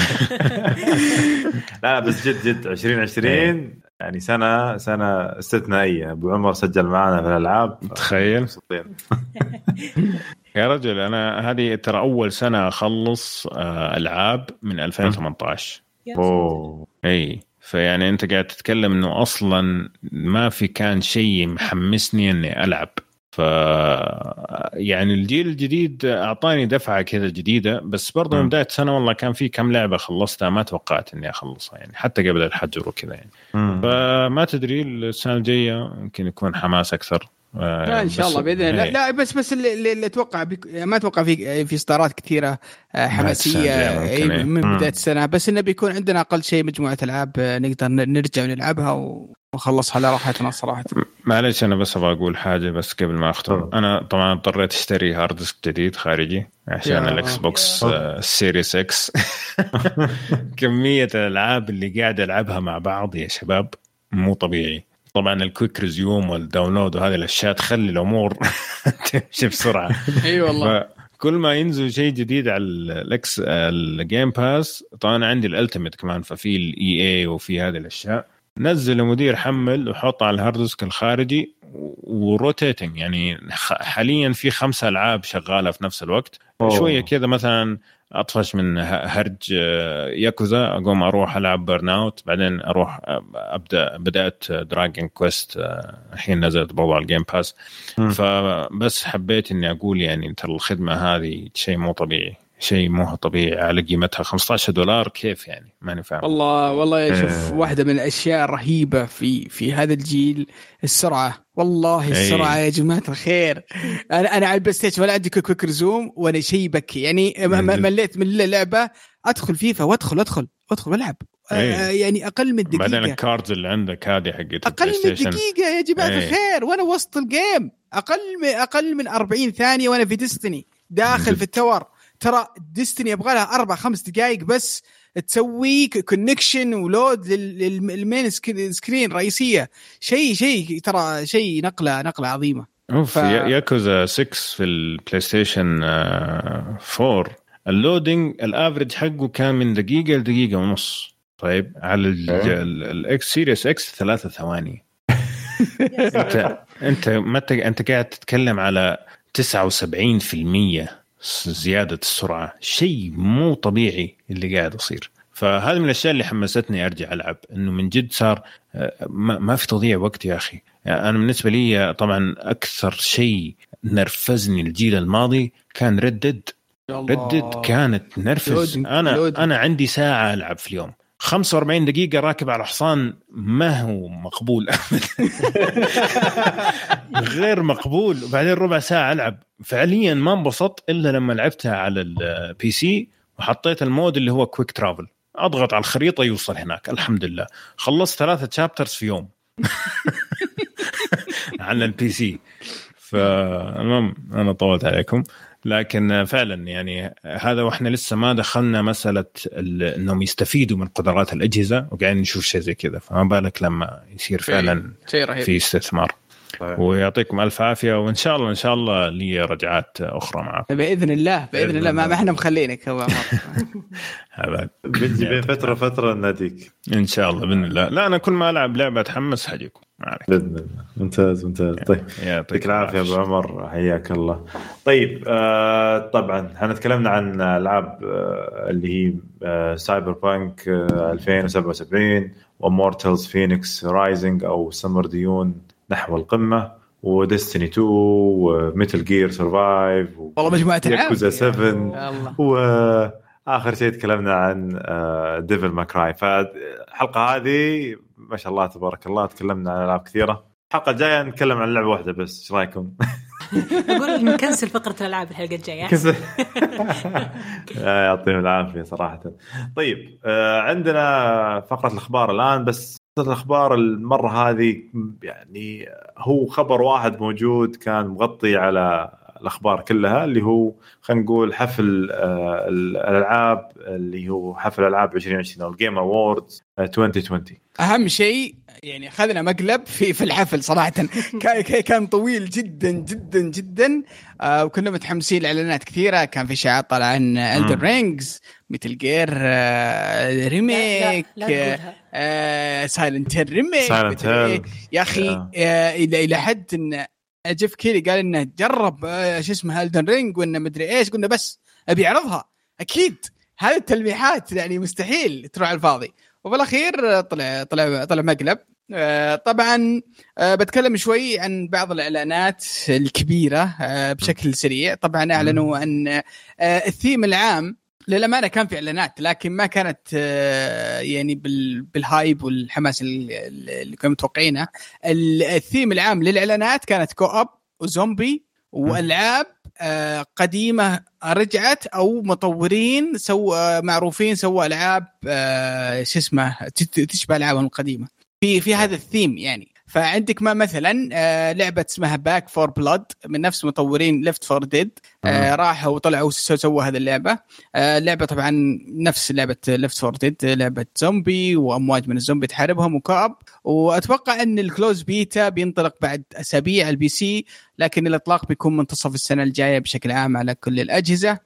لا بس جد 2020 يعني سنة استثنائية. أبو عمر سجل معنا في الألعاب تخيل يا رجل. أنا هذه ترى أول سنة أخلص ألعاب من 2018. أوه. أي فيعني أنت قاعد تتكلم إنه أصلا ما في كان شيء محمسني إني ألعب. يعني الجيل الجديد أعطاني دفعة كذا جديدة، بس برضو من بداية سنة والله كان في كم لعبة خلصتها ما توقعت إني أخلصها يعني حتى قبل الحجر وكذا يعني. فما تدري السنة الجاية يمكن يكون حماس أكثر. لا ان شاء الله باذن الله. لا بس اللي اتوقع ما اتوقع في اصدارات كثيره حماسيه من بدايه السنه، بس انه بيكون عندنا اقل شيء مجموعه العاب نقدر نرجع نلعبها ونخلصها على راحتنا صراحه. معلش انا بس ابغى اقول حاجه بس قبل ما اختم. انا طبعا اضطريت اشتري هارد ديسك جديد خارجي عشان الاكس بوكس السيريس اكس. كميه الالعاب اللي قاعد العبها مع بعض يا شباب مو طبيعي. طبعا الكويك ريزيوم والداونلود وهذه الاشياء تخلي الامور تمشي بسرعه. اي والله كل ما ينزل شيء جديد على الاكس الجيم باس، طبعا عندي الالتيميت كمان، ففي الاي اي وفي هذه الاشياء، نزل المدير حمل وحط على الهارد ديسك الخارجي وروتيتنج. يعني حاليا في 5 ألعاب شغاله في نفس الوقت. شويه كذا مثلا اطفش من هرج ياكوزا اقوم اروح العب بيرن اوت، بعدين اروح بدات دراجون كويست الحين نزلت برضو على الجيم باس. فبس حبيت اني اقول يعني ترى الخدمه هذه شيء مو طبيعي، شيء مو طبيعي على قيمتها $15 كيف يعني ما نفهم. والله شوف واحدة من الأشياء الرهيبة في هذا الجيل السرعة. والله السرعة يا جماعة الخير. أنا على البلاي ستيشن ولا عندي كويك ريزوم ولا شيء بكي يعني. مليت من اللعبة أدخل فيفا وأدخل والعب يعني أقل من دقيقة. بعدين الكاردز اللي عندك هذه حقت أقل من دقيقة يا جماعة الخير وأنا وسط الجيم. أقل من 40 ثانية وأنا في ديستني داخل في التور. ترى ديستني يبغى لها 4-5 دقائق بس تسوي كونكشن ولود للمين سكرين رئيسية. شيء ترى شيء نقلة عظيمة. ياكوزا 6 في البلاي ستيشن 4 اللودينج الافريج حقه كان من دقيقة لدقيقة ونص. طيب على الاكس سيريس اكس 3 ثواني. انت قاعد تتكلم على 79% زيادة السرعة، شيء مو طبيعي اللي قاعد يصير. فهذا من الأشياء اللي حمستني أرجع ألعب، إنه من جد صار ما في تضييع وقت يا أخي. يعني أنا بالنسبة لي طبعا أكثر شيء نرفزني الجيل الماضي كان ردد كانت نرفز. أنا عندي ساعة ألعب في اليوم، 45 دقيقة راكب على حصان، ما هو مقبول غير مقبول. وبعدين ربع ساعة ألعب، فعليا ما انبسطت إلا لما لعبتها على البي سي وحطيت المود اللي هو كويك ترافل، أضغط على الخريطة يوصل هناك. الحمد لله خلصت 3 تشابترز في يوم على البي سي. فالمهم أنا طولت عليكم، لكن فعلا يعني هذا واحنا لسه ما دخلنا مسألة انهم يستفيدوا من قدرات الأجهزة وقاعدين نشوف شيء زي كذا، فما بالك لما يصير فعلا في استثمار. ويعطيكم ألف عافية، وإن شاء الله لي رجعات أخرى معكم بإذن الله. ما احنا مخلينك هو هذا بنجي بين فترة ناديك إن شاء الله بإذن الله. لا أنا كل ما ألعب لعبة أتحمس حجيكم بإذن الله. ممتاز. طيب يعطيك العافية أبو عمر، حياك الله. طيب طبعا احنا تكلمنا عن ألعاب اللي هي سايبر بانك 2077 ومورتلز فينيكس رايزنج أو سمر ديون نحو القمة، وديستني 2 وميتل جير سرفايف، والله مجموعة ياكوزا 7، وآخر شيء تكلمنا عن ديفل ماكراي. فالحلقة هذه ما شاء الله تبارك الله تكلمنا عن ألعاب كثيرة. الحلقة الجاية نتكلم عن لعبة واحدة بس، ايش رايكم؟ أقول نكنسل فقرة الألعاب الحلقة الجاية. يعطيهم العافية صراحة. طيب عندنا فقرة الأخبار الآن، بس الأخبار المرة هذه يعني هو خبر واحد موجود كان مغطي على الأخبار كلها، اللي هو خلينا نقول حفل الألعاب، اللي هو حفل الألعاب 2020 أو الجيم أووردز 2020. أهم شيء يعني أخذنا مقلب في الحفل صراحة. كان طويل جدا جدا جدا، وكنا متحمسين لإعلانات كثيرة. كان في شعار طلع عن Elden Rings، ميتل جير ريميك، سايلنت هيل ريميك. يا أخي إلى حد إن جيف كيلي قال إنه جرب شو اسمه Elden Ring وإنه مدري إيش. قلنا بس أبي أعرضها أكيد. هذه التلميحات يعني مستحيل تروح على الفاضي. وبالأخير طلع مقلب. طبعا بتكلم شوي عن بعض الإعلانات الكبيرة بشكل سريع. طبعا أعلنوا أن الثيم العام للأمانة كان في إعلانات، لكن ما كانت يعني بالهايب والحماس اللي كنا متوقعينه. الثيم العام للإعلانات كانت كوب وزومبي وألعاب قديمة رجعت، أو مطورين معروفين سووا ألعاب تشبه ألعابهم القديمة في هذا الثيم يعني. فعندك ما مثلا لعبة اسمها باك فور بلاد من نفس مطورين ليفت فور ديد، راحوا وطلعوا سووا هذه اللعبة. لعبة طبعا نفس لعبة ليفت فور ديد، لعبة زومبي وأمواج من الزومبي تحاربهم وكوب. وأتوقع أن الكلوز بيتا بينطلق بعد أسابيع البي سي، لكن الإطلاق بيكون منتصف السنة الجاية بشكل عام على كل الأجهزة.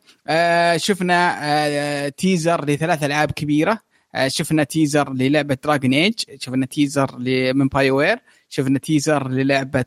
شفنا تيزر ل3 ألعاب كبيرة. شفنا تيزر للعبة دراجون ايج، شفنا تيزر من باي وير، شفنا تيزر للعبة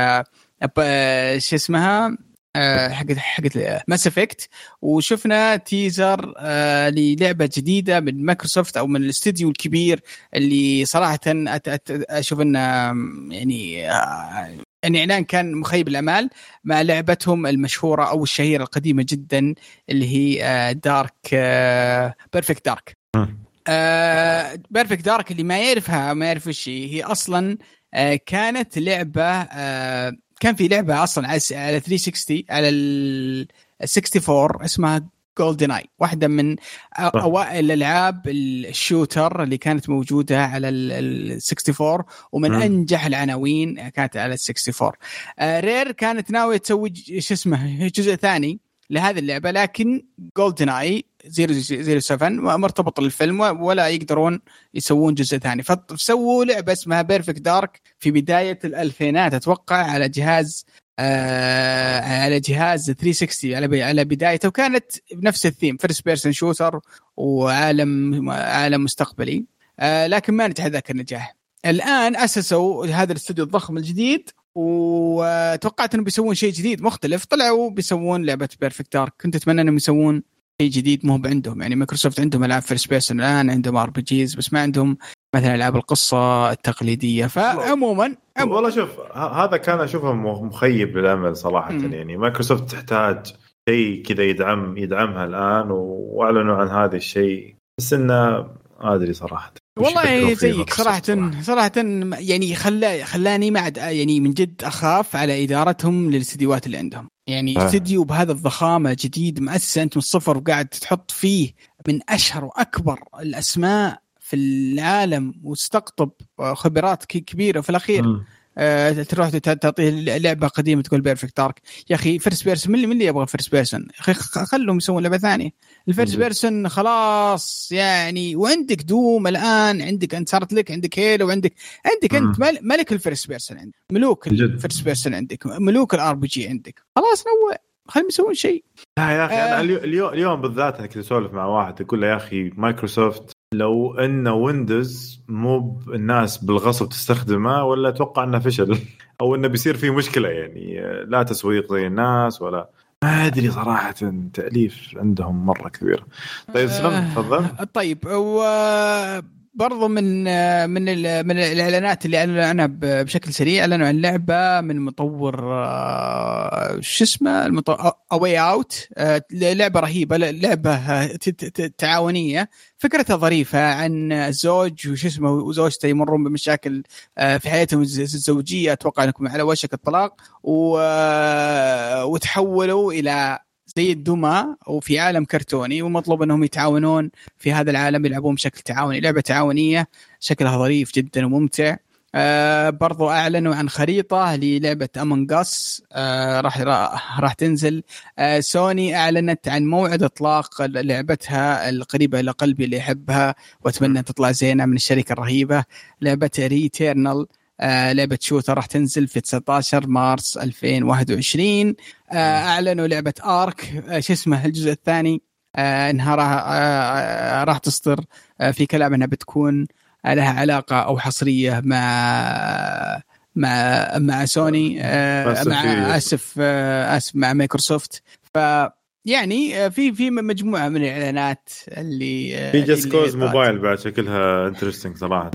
شو اسمها حقت ماس افكت، وشفنا تيزر للعبة جديدة من مايكروسوفت أو من الاستديو الكبير اللي صراحة أشوف أنه يعني إعلان كان مخيب الأمال مع لعبتهم المشهورة أو الشهيرة القديمة جدا اللي هي دارك بيرفكت دارك. بيرفكت دارك اللي ما يعرفها ما يعرف وش هي أصلا. كانت لعبة كان في لعبة أصلا على 360 على ال 64 اسمها جولدن اي، واحدة من أوائل الألعاب الشوتر اللي كانت موجودة على ال 64 ومن أنجح العناوين كانت على ال 64. رير كانت ناوية تسوي جزء ثاني لهذه اللعبة، لكن جولدن اي 007 مرتبط للفيلم ولا يقدرون يسوون جزء ثاني، فسووا لعبة اسمها بيرفكت دارك في بداية الألفينات أتوقع على جهاز 360 على بدايته، وكانت بنفس الثيم فيرست بيرسون شوتر وعالم مستقبلي، لكن ما نجح ذاك النجاح. الآن أسسوا هذا الاستوديو الضخم الجديد، وتوقعت انه بيسوون شيء جديد مختلف، طلعوا بيسوون لعبة بيرفكت دارك. كنت اتمنى انهم يسوون شيء جديد مو عندهم، يعني مايكروسوفت عندهم العاب فيرست بيرسون الان، عندهم ار بي جيز، بس ما عندهم مثلا العاب القصة التقليدية. فعموما والله شوف هذا كان اشوفه مخيب للامل صراحة. يعني مايكروسوفت تحتاج شيء كذا يدعمها الان، واعلنوا عن هذا الشيء، بس انه ادري صراحة والله زيك صراحة يعني خلاني يعني من جد أخاف على إدارتهم للاستديوهات اللي عندهم. يعني استديو بهذا الضخامة جديد مؤسس أنت من الصفر وقاعد تحط فيه من أشهر وأكبر الأسماء في العالم واستقطب خبرات كبيرة، في الأخير تروح تعطيه لعبة قديمة تقول بيرفكت دارك. يا أخي فيرست بيرسون من اللي يبغى فيرست بيرسون؟ أخي خلهم يسوون لعبة ثانية. الفيرست بيرسون خلاص يعني، وعندك دوم الآن، عندك أنت صارت لك، عندك هيلو، وعندك أنت ملك الفيرست بيرسون، عندك ملوك الفيرست بيرسون، عندك ملوك الار بي جي، عندك خلاص نوع، خليهم يسوون شيء. يا أخي أنا اليوم بالذات أنا كنت أسولف مع واحد يقول له يا أخي مايكروسوفت لو ان ويندوز مو الناس بالغصب تستخدمه، ولا اتوقع انه فشل او انه بيصير فيه مشكله، يعني لا تسويق زي الناس ولا ما ادري صراحه. تاليف عندهم مره كبير. طيب سلام تفضل. طيب برضو من الاعلانات اللي اعلنوا بشكل سريع، اعلنوا عن لعبه من مطور شو اسمه اواي اوت. لعبه رهيبه، لعبه تعاونيه، فكرتها ظريفه عن زوج وش اسمه وزوجته يمرون بمشاكل في حياتهم الزوجيه، اتوقع انكم على وشك الطلاق، وتحولوا الى زي الدمى وفي عالم كرتوني، ومطلوب انهم يتعاونون في هذا العالم، يلعبون بشكل تعاوني. لعبة تعاونية شكلها ظريف جدا وممتع. برضو اعلنوا عن خريطة للعبة Among Us راح تنزل. سوني اعلنت عن موعد اطلاق لعبتها القريبة الى قلبي اللي يحبها واتمنى ان تطلع زينة من الشركة الرهيبة، لعبة ريتيرنال، لعبة شوتر راح تنزل في 19 مارس 2021. أعلنوا لعبة آرك شو اسمه الجزء الثاني انها راح تصدر، في كلام انها بتكون لها علاقة او حصرية مع سوني، مع مع مايكروسوفت. يعني في مجموعه من الاعلانات اللي في جاست كوز موبايل بعد شكلها انترستينج صراحه.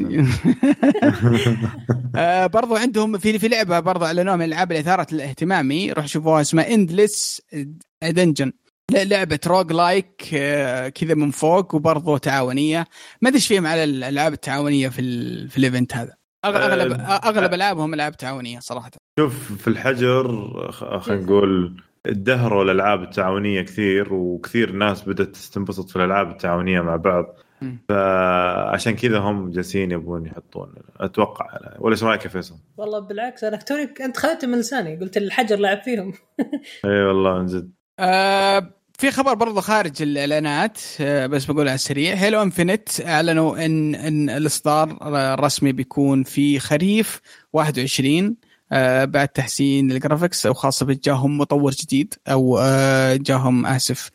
برضو عندهم في لعبه برضو اعلنوها من الالعاب اللي اثارت الاهتمامي، روح شوفوها، اسمها اندلس دنجن، لعبه روج لايك كذا من فوق، وبرضو تعاونيه. ما ادري ايش فيهم على الالعاب التعاونيه في الايفنت هذا. اغلب العابهم العاب تعاونيه صراحه. شوف في الحجر خلينا نقول الدهروا الالعاب التعاونيه كثير، وكثير ناس بدات تستنبسط في الالعاب التعاونيه مع بعض، فعشان كذا هم جالسين يبون يحطون اتوقع. ولا ايش رايك يا فيصل؟ والله بالعكس انا توني انت خذت من لساني، قلت الحجر لعب فيهم. اي والله نجد. في خبر برضو خارج الاعلانات، بس بقول على السريع. هيلو انفينيت اعلنوا ان الاصدار الرسمي بيكون في خريف 21 بعد تحسين الجرافيكس، او خاصه بجاهم مطور جديد، او جاهم اسف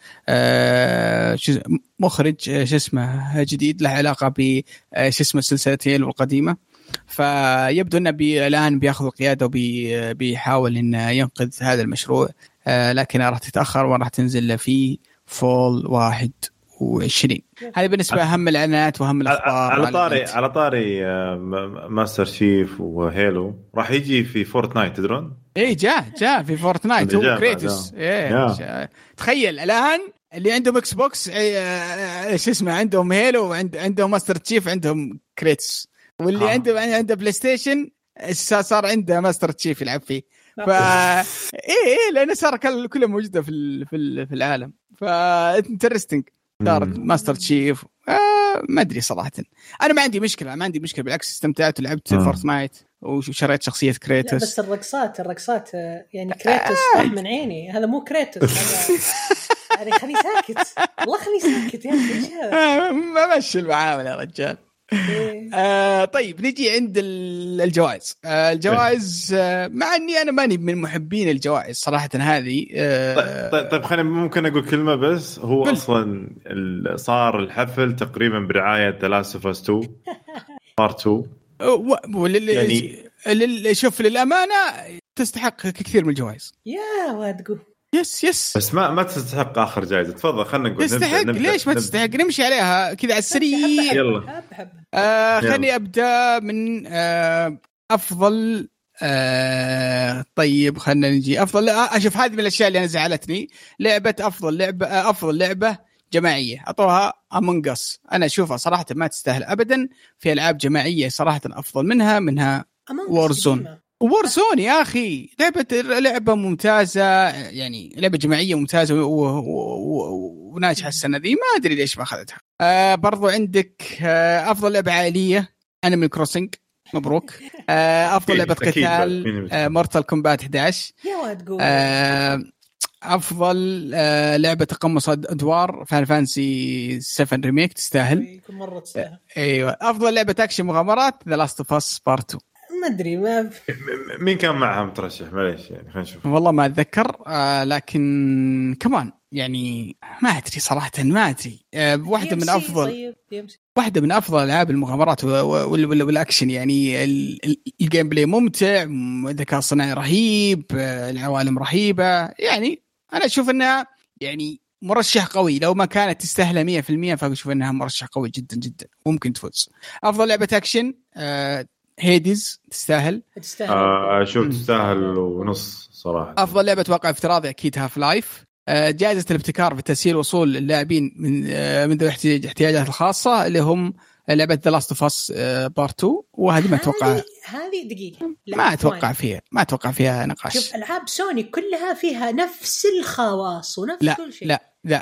مخرج شو اسمه جديد له علاقه ب شو اسمه سلسله هيلو القديمه. فيبدو انه الان بياخذ القياده وبيحاول انه ينقذ هذا المشروع، لكن راح تتاخر وراح تنزل في فول 21. هذه بالنسبه اهم الاعلانات واهم الاخبار. على طاري ماستر شيف وهيلو راح يجي في فورتنايت تدرون؟ ايه جاء في فورتنايت هو كريتوس. ايه تخيل الان اللي عندهم اكس بوكس ايش اسمه عندهم هيلو، وعندهم ماستر تشيف، عندهم كريتوس، واللي عنده بلاي ستيشن صار عنده ماستر تشيف يلعب فيه. ايه لانه صار كله موجوده في العالم. فانترستنج صار ماستر تشيف. ما ادري صراحه، انا ما عندي مشكله بالعكس استمتعت ولعبت فورتنايت وشريت شخصيه كريتوس. بس الرقصات يعني كريتوس طاح من عيني. هذا مو كريتوس يعني خليه ساكت، والله خليه ساكت يا اخي. ما مشي المعامله يا رجال. طيب نجي عند الجوائز. الجوائز مع اني انا ماني من محبين الجوائز صراحه هذه. طيب خلينا ممكن اقول كلمه بس. هو اصلا صار الحفل تقريبا برعايه The Last of Us 2 Part 2 يعني شوف للامانه تستحق كثير من الجوائز يا وادقو. يس بس ما تستحق اخر جائزه. تفضل خلينا نقول تستحق. ليش ما تستحق؟ نمشي عليها كذا على السريع. يلا خليني ابدا من افضل. طيب خلينا نجي افضل. اشوف هذه من الاشياء اللي انا زعلتني. افضل لعبه جماعيه اعطوها Among Us. انا اشوفها صراحه ما تستاهل ابدا. في العاب جماعيه صراحه افضل منها وورزون يا أخي. لعبة ممتازة، يعني لعبة جماعية ممتازة وناجحة السنة ذي. ما أدري ليش ما أخذتها. برضو عندك أفضل لعبة عائلية Animal Crossing، مبروك. أفضل لعبة قتال Mortal Kombat 11. أفضل لعبة تقمص أدوار Final Fantasy 7 ريميك، تستاهل. أيوة. أفضل لعبة أكشن مغامرات The Last of Us Part 2. ما أدري مين كان معها مترشح، معليش يعني خلينا نشوف. والله ما أتذكر. لكن كمان يعني ما أدري صراحة، ما أدري. واحدة من أفضل ألعاب المغامرات والأكشن. يعني الجيم بلاي ممتع، ذكاء صناعي رهيب، العوالم رهيبة. يعني أنا أشوف أنها يعني مرشح قوي. لو ما كانت تستاهل 100% فأشوف أنها مرشح قوي جدا جدا، ممكن تفوز. أفضل لعبة أكشن هيديز، تستاهل. شوف تستاهل ونص صراحة. أفضل لعبة واقع افتراضي أكيد هاف لايف. جائزة الابتكار في تسهيل وصول اللاعبين من ذوي الاحتياجات الخاصة اللي هم لعبة The Last of Us Part 2. وهذه ما أتوقع. هذه دقيقة ما أتوقع فيها نقاش. شوف ألعاب سوني كلها فيها نفس الخواص ونفس كل شيء.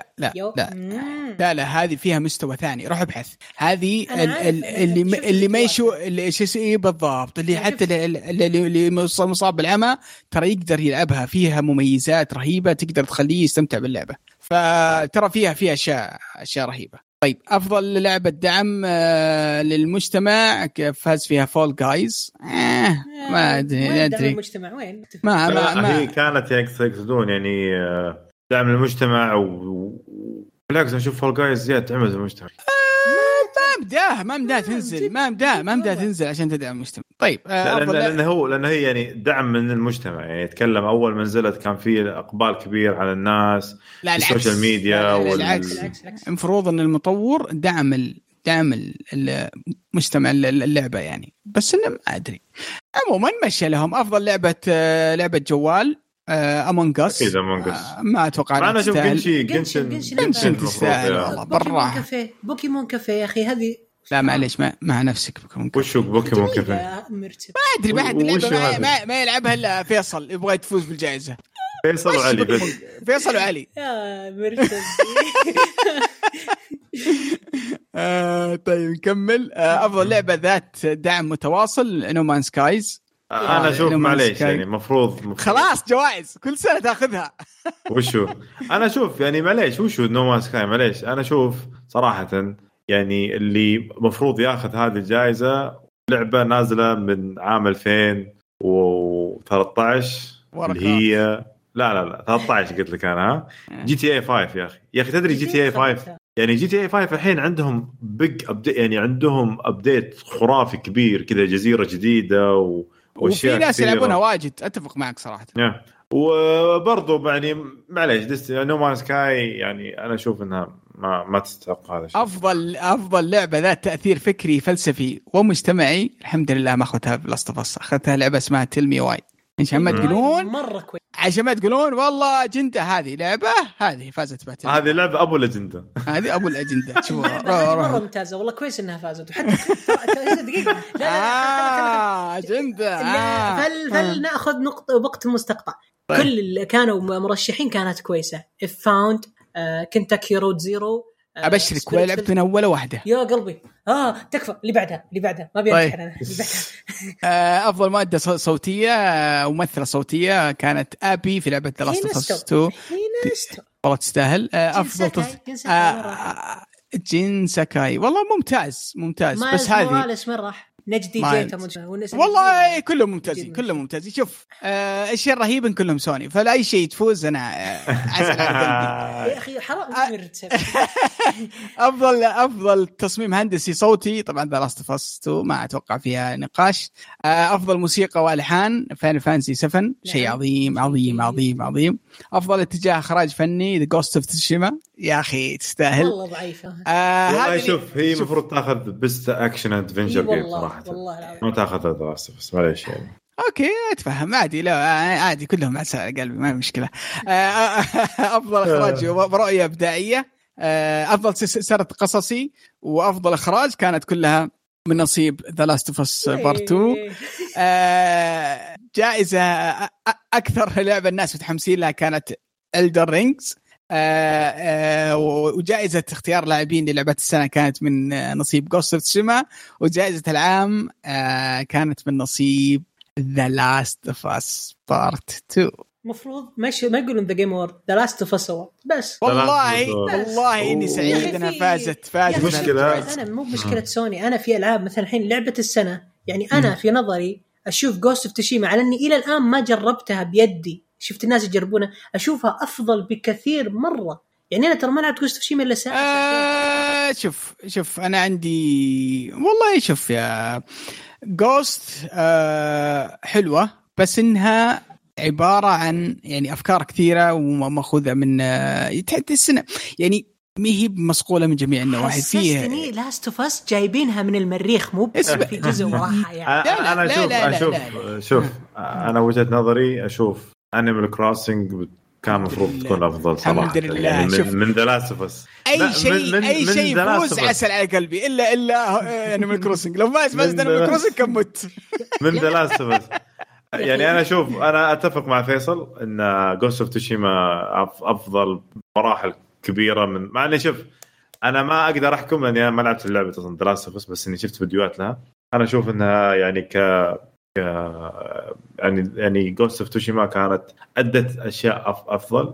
لا هذه فيها مستوى ثاني. روح ابحث. هذه اللي ما يشو اللي بالضبط، اللي حتى اللي مصاب بالعمى ترى يقدر يلعبها. فيها مميزات رهيبة تقدر تخليه يستمتع باللعبة. فترى فيها أشياء رهيبة. طيب أفضل لعبة دعم للمجتمع فاز فيها فول جايز. ما أدري المجتمع وين ما هي كانت يقصدون يعني دعم المجتمع بالعكس نشوف فول جايز زيادة عمل المجتمع. ما مداه تنزل عشان تدعم المجتمع. طيب لأنه هي يعني دعم من المجتمع. يعني يتكلم أول ما نزلت كان في إقبال كبير على الناس في السوشيال ميديا. والعكس المفروض أن المطور دعم المجتمع اللعبة يعني، بس أنا ما أدري. عموما مشي لهم أفضل لعبة جوال Among Us. ما أتوقع أنا شوف جنشن تستاهل والله. برا بوكيمون كافيه يا أخي هذه. لا معليش مع نفسك بوكيمون. وشو بوكيمون كافيه؟ ما أدري بعد اللعبة ما يلعبها إلا فيصل يبغى يفوز بالجائزة. فيصل وعلي بس. فيصل وعلي يا مرتب. طيب نكمل. أفضل لعبة ذات دعم متواصل نو مان سكايز. أنا أشوف معليش يعني مفروض خلاص جوائز كل سنة تأخذها. وشو أنا أشوف يعني معليش وشو نو مان سكاي معليش. أنا أشوف صراحة يعني اللي مفروض ياخذ هذه الجائزة لعبة نازلة من عام 2013 اللي هي لا 13 قلت لك أنا GTA 5 يا أخي تدري GTA 5 يعني GTA 5 الحين عندهم بيج أبديت، يعني عندهم أبديت خرافي كبير كذا، جزيرة جديدة وفي ناس يلعبونها واجد. أتفق معك صراحة. وبرضو يعني معليش نو مان سكاي يعني أنا أشوف إنها ما تستحق هذا الشيء. أفضل لعبة ذات تأثير فكري فلسفي ومجتمعي الحمد لله ما أخذتها بلاستفص، أخذتها لعبة اسمها تيل مي واي. عشان ما تقولون مرة كويس، عشان ما تقولون والله أجندة هذه لعبة هذه فازت بها. هذه لعبة أبو الأجندة. هذه أبو الأجندة. شوفوا مرة ممتازة والله، كويس إنها فازت. وحتى دقيقة أجندة فل نأخذ نقطة وقت مستقطع. كل اللي كانوا مرشحين كانت كويسة. If Found كنتاكي رود زيرو. أبشرك ولا لعبت من أول واحدة يا قلبي. تكفى اللي بعدها ما بيرجع أنا اللي بعدها. أفضل مادة صوتية وممثلة صوتية كانت أبي في لعبة The Last of Us 2. والله تستاهل. أفضل جين ساكاي والله ممتاز بس هذه نجدي جيتا والله كلهم ممتازين شوف الشيء الرهيب ان كلهم سوني، فلا اي شيء تفوز انا عسل على قلبي يا اخي حرام. افضل تصميم هندسي صوتي طبعا ذا لاست اوف اس 2 ما اتوقع فيها نقاش. افضل موسيقى والحان فاينل فانتسي 7 شيء عظيم. افضل اتجاه اخراج فني ذا جوست اوف تسوشيما يا اخي تستاهل والله ضعيفه. والله شوف هي المفروض تاخذ بيست اكشن ادفنتشر جيم صراحه، ما تاخذ هذا بس معليش يعني. اوكي اتفهم عادي، لا عادي كلهم عسى على قلبي ما مشكله. افضل اخراج ورؤيه ابداعيه، افضل سرد قصصي وافضل اخراج كانت كلها من نصيب ذا لاست اوف اس بارت 2. جائزه اكثر لعبه الناس متحمسين لها كانت Elden Rings. وجائزة اختيار لاعبين للعبة السنة كانت من نصيب Ghost of Tsushima، وجائزة العام كانت من نصيب The Last of Us Part 2. مفروض ما يقولون The Game Award The Last of Us Award بس. والله إني سعيد إنها فازت. مشكلة أنا مو مشكلة سوني. أنا في ألعاب مثلا الحين لعبة السنة يعني أنا في نظري أشوف Ghost of Tsushima على أني إلى الآن ما جربتها بيدي، شفت الناس يجربونها أشوفها أفضل بكثير مرة. يعني أنا ترى ما لعبت Ghost of Tsushima إلا ساعة. شوف أنا عندي والله شوف يا Ghost حلوة بس إنها عبارة عن يعني أفكار كثيرة ومأخوذة من السنة يعني مي هي مسقولة من جميع النواحي. فيها لاست اوف اس جايبينها من المريخ مو في جزء وراها يعني. أنا شوف أنا وجهة نظري أشوف Animal Crossing كان مفروض تكون أفضل صراحة. الحمد لله يعني من The Last of Us أي شيء يفوز عسل على قلبي إلا Animal Crossing. لو ما فزت Animal Crossing كم مت من The Last of Us. يعني أنا أتفق مع فيصل إن Ghost of Tsushima أفضل مراحل كبيرة من مع إني شوف أنا ما أقدر أحكم لأني أنا ما لعبت اللعبة أصلاً The Last of Us، بس إني شفت فيديوهات لها. أنا أشوف إنها يعني يعني Ghost of Tsushima كانت أدت أشياء أفضل.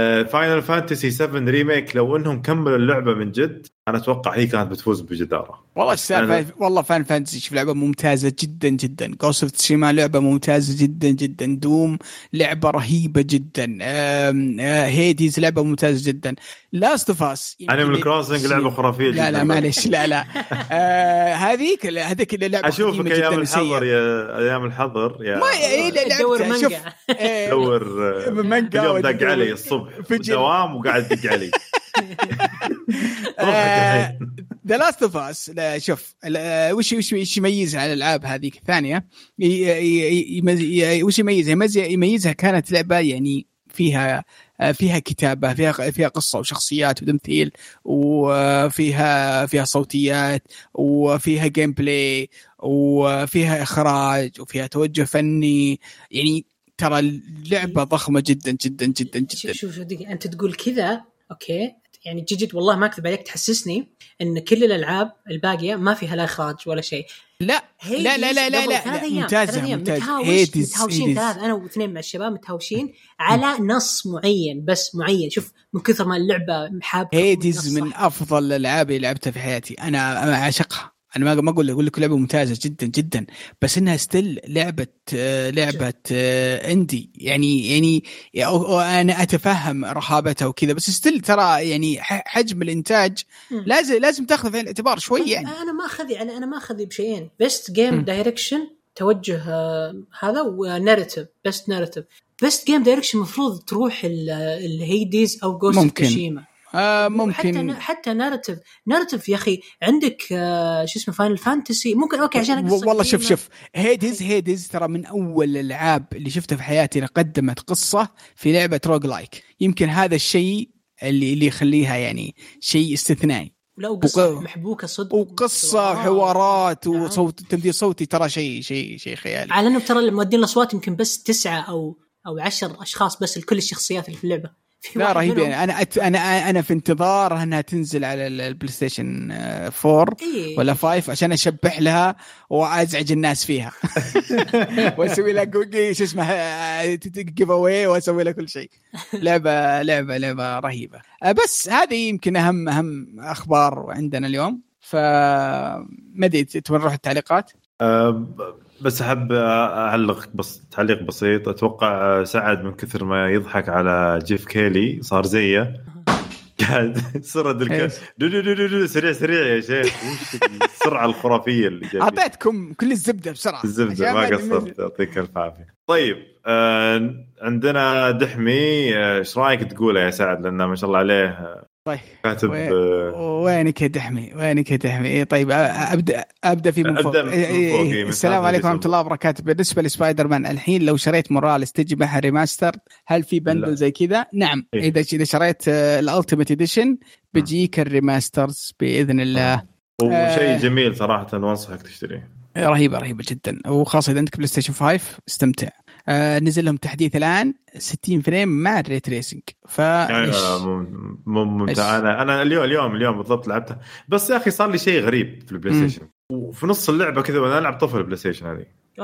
Final Fantasy 7 ريميك لو إنهم كملوا اللعبة من جد أنا أتوقع هي كانت بتفوز بجدارة والله السالفه والله فان فانتسي شوف لعبه ممتازه جدا جدا. Ghost of Tsushima لعبه ممتازه جدا جدا. دوم لعبه رهيبه جدا. هيديز لعبه ممتازه جدا. لاست اوف اس Animal Crossing لعبه خرافيه جدا. لا معلش لا هذيك اللعبه اشوفك ايام الحظر يا ايام الحظر يا ما دور مانجا دور مانجا اليوم دق علي الصبح في الدوام وقاعد دق علي. ذا لاست اوف اس شوف وش يميز على الالعاب هذيك الثانيه وش يميزها كانت لعبه يعني فيها كتابه فيها قصه وشخصيات وتمثيل وفيها صوتيات وفيها جيم بلاي وفيها اخراج وفيها توجه فني. يعني ترى اللعبه ضخمه جدا جدا جدا جدا. شوف انت تقول كذا اوكي يعني جد والله ما اكذب عليك تحسسني ان كل الالعاب الباقيه ما فيها لا اخراج ولا شيء. لا ممتازه متهاوشين ثلاث انا واثنين مع الشباب متهاوشين على نص معين بس معين. شوف من كثر ما اللعبه محاب هيديز من افضل الالعاب اللي لعبتها في حياتي. انا اعشقها. انا ما اقول لك لعبه ممتازه جدا جدا بس انها ستيل لعبه اندي يعني انا اتفهم رهابتها وكذا بس ستيل ترى يعني حجم الانتاج لازم تاخذ في الاعتبار شوي. يعني انا ما اخذ بشيئين بيست جيم دايركشن توجه هذا وناريتيف بيست جيم دايركشن المفروض تروح الهيديز او جوست اوف تسوشيما. ممكن حتى ناريتيف يا اخي عندك شو اسمه فاينل فانتسي ممكن اوكي عشان والله شوف هيديز ترى من اول الالعاب اللي شفتها في حياتي قدمت قصه في لعبه روج لايك. يمكن هذا الشيء اللي يخليها يعني شيء استثنائي. لا قصه محبوكه صدق وقصه حوارات وصوت تمثيل صوتي ترى شيء خيالي. على انه ترى المؤدين الاصوات يمكن بس 9 او 10 اشخاص بس لكل الشخصيات اللي في اللعبه. لا رهيب يعني انا في انتظار انها تنزل على البلاي ستيشن 4 ولا 5 عشان اشبح لها وازعج الناس فيها واسوي لها شو اسمه جيف اواي واسوي لها كل شيء. لعبه رهيبه. بس هذه يمكن اهم اخبار عندنا اليوم. فما ادري تبغى نروح التعليقات. بس أحب أعلق بس تعليق بسيط. أتوقع سعد من كثر ما يضحك على جيف كيلي صار زيه قاعد سرد سريع يا شيخ. السرعة الخرافية اللي جاي. أعطيتكم كل الزبدة بسرعة. الزبدة ما قصرت. يعطيك الف عافية. طيب عندنا دحمي إيش رأيك تقوله يا سعد لأنه ما شاء الله عليه طيب كاتب وينك يا دحمي طيب ابدا في من فوق. السلام عليكم ورحمه الله وبركاته. بالنسبه لسبايدر مان الحين لو شريت موراليس تجي معها ريماستر هل في بندل زي كذا؟ نعم. اذا شريت الالتيميت اديشن بيجيك الريماسترز باذن الله. وشيء جميل صراحه وانصحك تشتريه. رهيبه جدا وخاصه اذا عندك بلاي ستيشن 5 استمتع. نزل لهم تحديث الآن 60 فريم مع الري تريسنج. ممتع. أنا اليوم بالضبط لعبتها. بس يا أخي صار لي شيء غريب في البلاي ستيشن وفي نص اللعبة كذا وأنا ألعب طفل البلاي ستيشن هذه.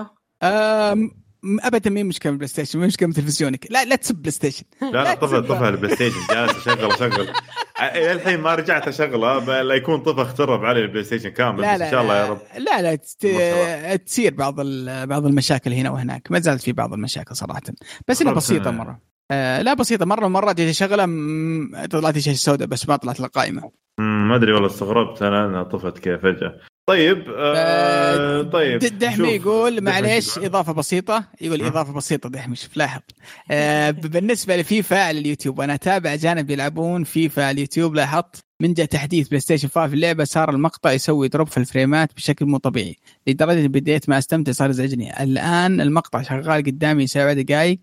ابدا مين مشكله بالبلاي ستيشن مين مشكله تلفزيونك. لا تسب بلاي ستيشن. لا طفل البلاي ستيشن جالس شغل الحين ما رجعت اشغله لا يكون طفل اخترب على البلاي ستيشن كامل. ان شاء الله يا رب. لا تصير بعض المشاكل هنا وهناك. ما زالت في بعض المشاكل صراحه بس انها بسيطه مره. لا بسيطه مره جيت اشغلها طلعت شاشه سوداء بس ما طلعت القائمه. ما ادري والله استغربت انا طفت كيف فجاه. طيب طيب دحمي يقول معليش إضافة بسيطة. يقول إضافة بسيطة دحمي شوف لاحظ. بالنسبة لفيفا على اليوتيوب أنا أتابع أجانب يلعبون فيفا على اليوتيوب. لاحظت من جاء تحديث بلاي ستيشن 5 اللعبة صار المقطع يسوي دروب في الفريمات بشكل مو طبيعي لدرجة بديت ما أستمتع صار يزعجني. الآن المقطع شغال قدامي 7 دقائق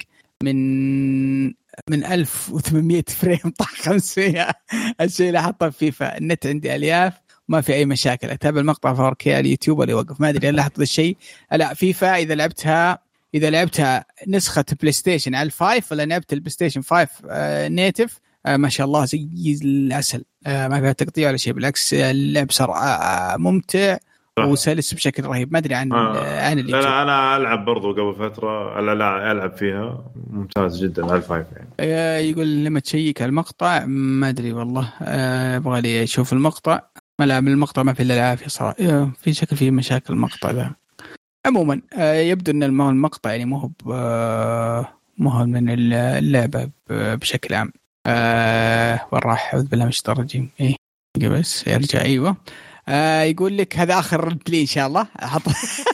من 1800 فريم طاح 500. الشيء لاحظته في فيفا النت عندي ألياف ما في أي مشاكل. أتابع المقطع في 4K على اليوتيوب ولا يوقف. ما أدري أنا لاحظت الشيء. لا فيفا إذا لعبتها نسخة بلاي ستيشن على الفايف ولا لعبت البلاي ستيشن 5 نيتف ما شاء الله زي العسل. ما فيها تقطيع ولا شيء بالعكس اللعب صار ممتع وسلس بشكل رهيب. ما أدري عن اليوتيوب. لا أنا ألعب برضو قبل فترة ألعب فيها ممتاز جدا على الفايف يعني. يقول لما تشيك المقطع ما أدري والله أبغى لي أشوف المقطع لا من المقطع ما في الا العافيه صراحه، في شكل فيه مشاكل المقطع ذا. عموما يبدو ان المقطع يعني مو هو من اللعبه بشكل عام. وين راح؟ اعوذ بالله من الشيطان الرجيم. ايه بس يرجع. ايوه يقول لك هذا اخر رد لي ان شاء الله احط.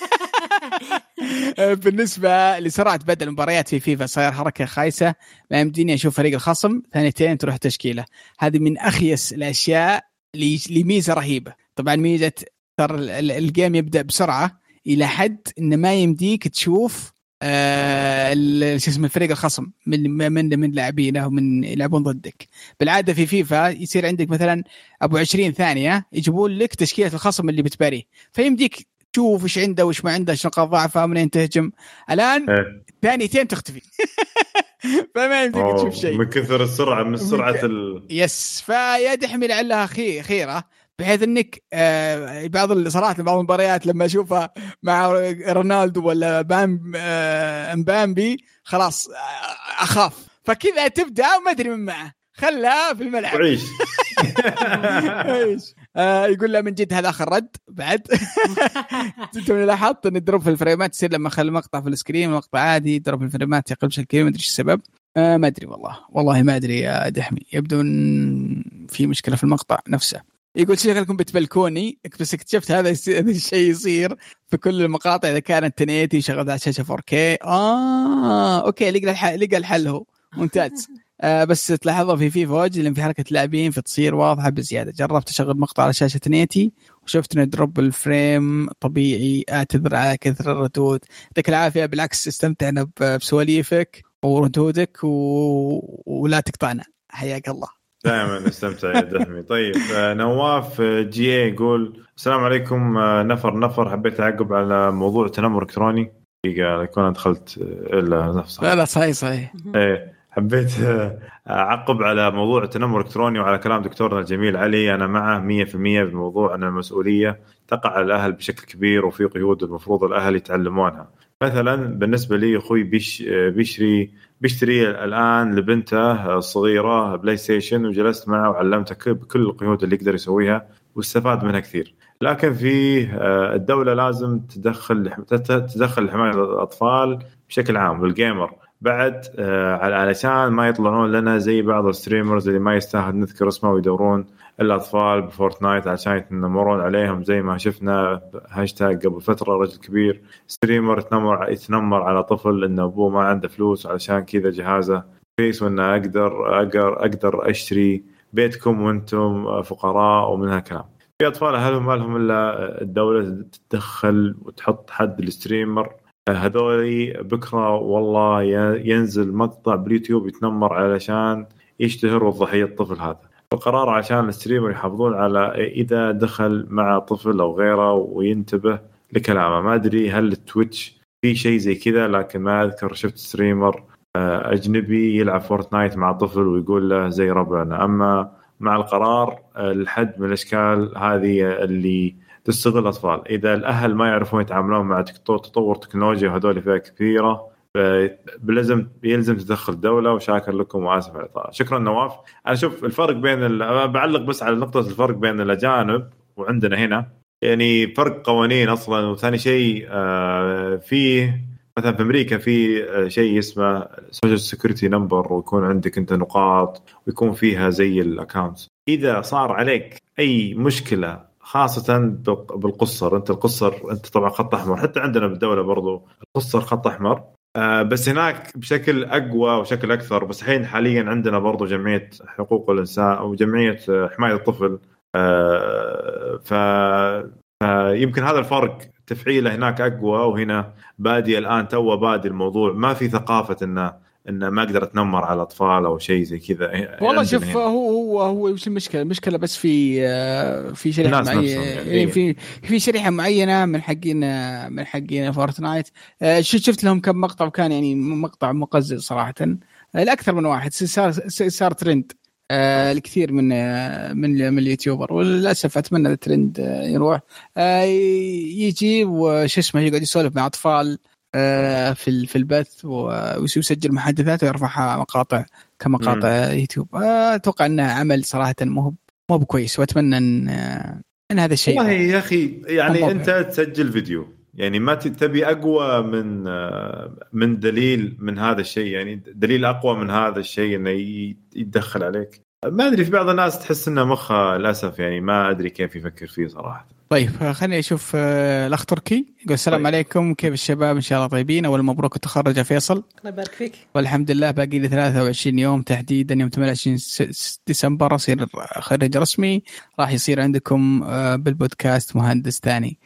بالنسبه لسرعه بدء المباريات في فيفا صاير حركه خايسه، ما يمديني اشوف فريق الخصم ثانيتين تروح تشكيله. هذه من اخيس الاشياء اللي ميزه رهيبه. طبعا ميزه ترى الجيم يبدا بسرعه الى حد ان ما يمديك تشوف شو اسمه الفريق الخصم من لاعبينه ومن يلعبون ضدك. بالعاده في فيفا يصير عندك مثلا ابو 20 ثانيه يجيبون لك تشكيله الخصم اللي بتباريه، فيمديك تشوف ايش عنده وايش ما عنده، ايش نقاط ضعفه، منين تهجم. الان ثانيتين تختفي. فما يمديك تشوف شيء من كثر السرعه، من سرعه يس. فيدحمل عليها خيره، بحيث انك صراحه بعض المباريات لما اشوفها مع رونالدو ولا مبامبي خلاص اخاف، فكذا تبدا وما ادري من معه، خلها في الملعب عيش. يقول له من جد هذا اخر رد بعد. انت لاحظت ان الدروب في الفريمات يصير لما اخلي مقطع في السكرين مقطع عادي يضرب الفريمات يقل بشكل كبير، ما ادري ايش السبب. ما ادري والله ما ادري يا دحمي، يبدو ان في مشكله في المقطع نفسه. يقول شكلكم بتبلكوني، بس اكتشفت هذا الشيء يصير في كل المقاطع اذا كانت 1080 شغلت على شاشه 4K. اوكي لقى الحل هو ممتاز. بس تلاحظوا في فيفا واجد لان في حركه لاعبين في تصير واضحه بزياده. جربت اشغل مقطع على شاشه 1080 وشفت انه دروب الفريم طبيعي. اعتذر على كثر الردود، يعطيك العافيه، بالعكس استمتعنا بسواليفك وردودك ولا تقطعنا، حياك الله. دائما استمتع يا دحمي. طيب نواف جي اي يقول السلام عليكم. نفر حبيت اعقب على موضوع تنمر الكتروني. يكون دخلت الا نفسه. لا صحيح. ايه حبيت اعقب على موضوع التنمر الالكتروني وعلى كلام دكتورنا الجميل علي. انا معه 100% بموضوع ان المسؤوليه تقع على الاهل بشكل كبير، وفي قيود المفروض الاهل يتعلمونها. مثلا بالنسبه لي اخوي بيشتري الان لبنته الصغيره بلاي ستيشن، وجلست معه وعلمته بكل القيود اللي يقدر يسويها واستفاد منها كثير. لكن في الدوله لازم تدخل حمايه الاطفال بشكل عام والجيمر بعد، علشان ما يطلعون لنا زي بعض الستريمرز اللي ما يستاهل نذكر اسمه ويدورون الأطفال بفورتنايت عشان يتنمرون عليهم، زي ما شفنا هاشتاج قبل فترة رجل كبير ستريمر يتنمر على طفل إن أبوه ما عنده فلوس علشان كذا جهازه كويس، وإن أقدر أشتري بيتكم وأنتم فقراء ومن هالكلام. في أطفال أهلهم ما لهم إلا الدولة تتدخل وتحط حد للستريمر هذولي. بكرة والله ينزل مقطع باليوتيوب يتنمر علشان يشتهر الضحية الطفل هذا. القرار عشان الستريمر يحافظون على إذا دخل مع طفل أو غيره وينتبه لكلامه. ما أدري هل التويتش في شيء زي كذا، لكن ما أذكر شفت ستريمر أجنبي يلعب فورتنايت مع طفل ويقول له زي ربعنا. أما مع القرار الحد من الأشكال هذه اللي تستغل الأطفال. إذا الأهل ما يعرفون يتعاملون مع تطور تكنولوجيا وهذول فئة كثيرة، يلزم تدخل الدولة. وشاكر لكم وآسف على الإطالة. شكرا نواف. أنا شوف الفرق بين بعلق بس على نقطة الفرق بين الأجانب وعندنا هنا، يعني فرق قوانين أصلا. وثاني شيء فيه مثلا في أمريكا في شيء اسمه سوشيال سيكوريتي نمبر، ويكون عندك أنت نقاط ويكون فيها زي الأكاونتس. إذا صار عليك أي مشكلة خاصة بالقصر، القصر أنت طبعا خط أحمر، حتى عندنا بالدولة برضو القصر خط أحمر، بس هناك بشكل أقوى وشكل أكثر. بس حاليا عندنا برضو جمعية حقوق الإنسان أو جمعية حماية الطفل، فيمكن هذا الفرق تفعيله هناك أقوى، وهنا بادي الآن بادي الموضوع، ما في ثقافة إن ما أقدر أتنمر على أطفال أو شيء زي كذا. والله شوف هو وش المشكلة بس في شريحة معينة، يعني في شريحة معينة من حقين فورتنايت. شفت لهم كم مقطع وكان يعني مقطع مقزز صراحة، الأكثر من واحد صار ترند الكثير من اليوتيوبر. وللأسف أتمنى الترند يروح يجي وش اسمه يقعد يسولف مع أطفال في البث ويسجل محادثات ويرفعها كمقاطع يوتيوب. أتوقع أنه عمل صراحة مو بكويس، وأتمنى ان هذا الشيء والله يا اخي يعني مضبط. انت تسجل فيديو يعني ما تبي اقوى من دليل من هذا الشيء، يعني دليل اقوى من هذا الشيء انه يتدخل عليك. ما ادري في بعض الناس تحس انه مخه للاسف يعني ما ادري كيف يفكر فيه صراحه. طيب خليني اشوف الاخ تركي يقول السلام طيب. عليكم، كيف الشباب؟ ان شاء الله طيبين. اول مبروك التخرج يا فيصل. الله يبارك فيك. والحمد لله باقي لي 23 يوم تحديدا، يوم 28 ديسمبر اصير خريج رسمي، راح يصير عندكم بالبودكاست مهندس ثاني.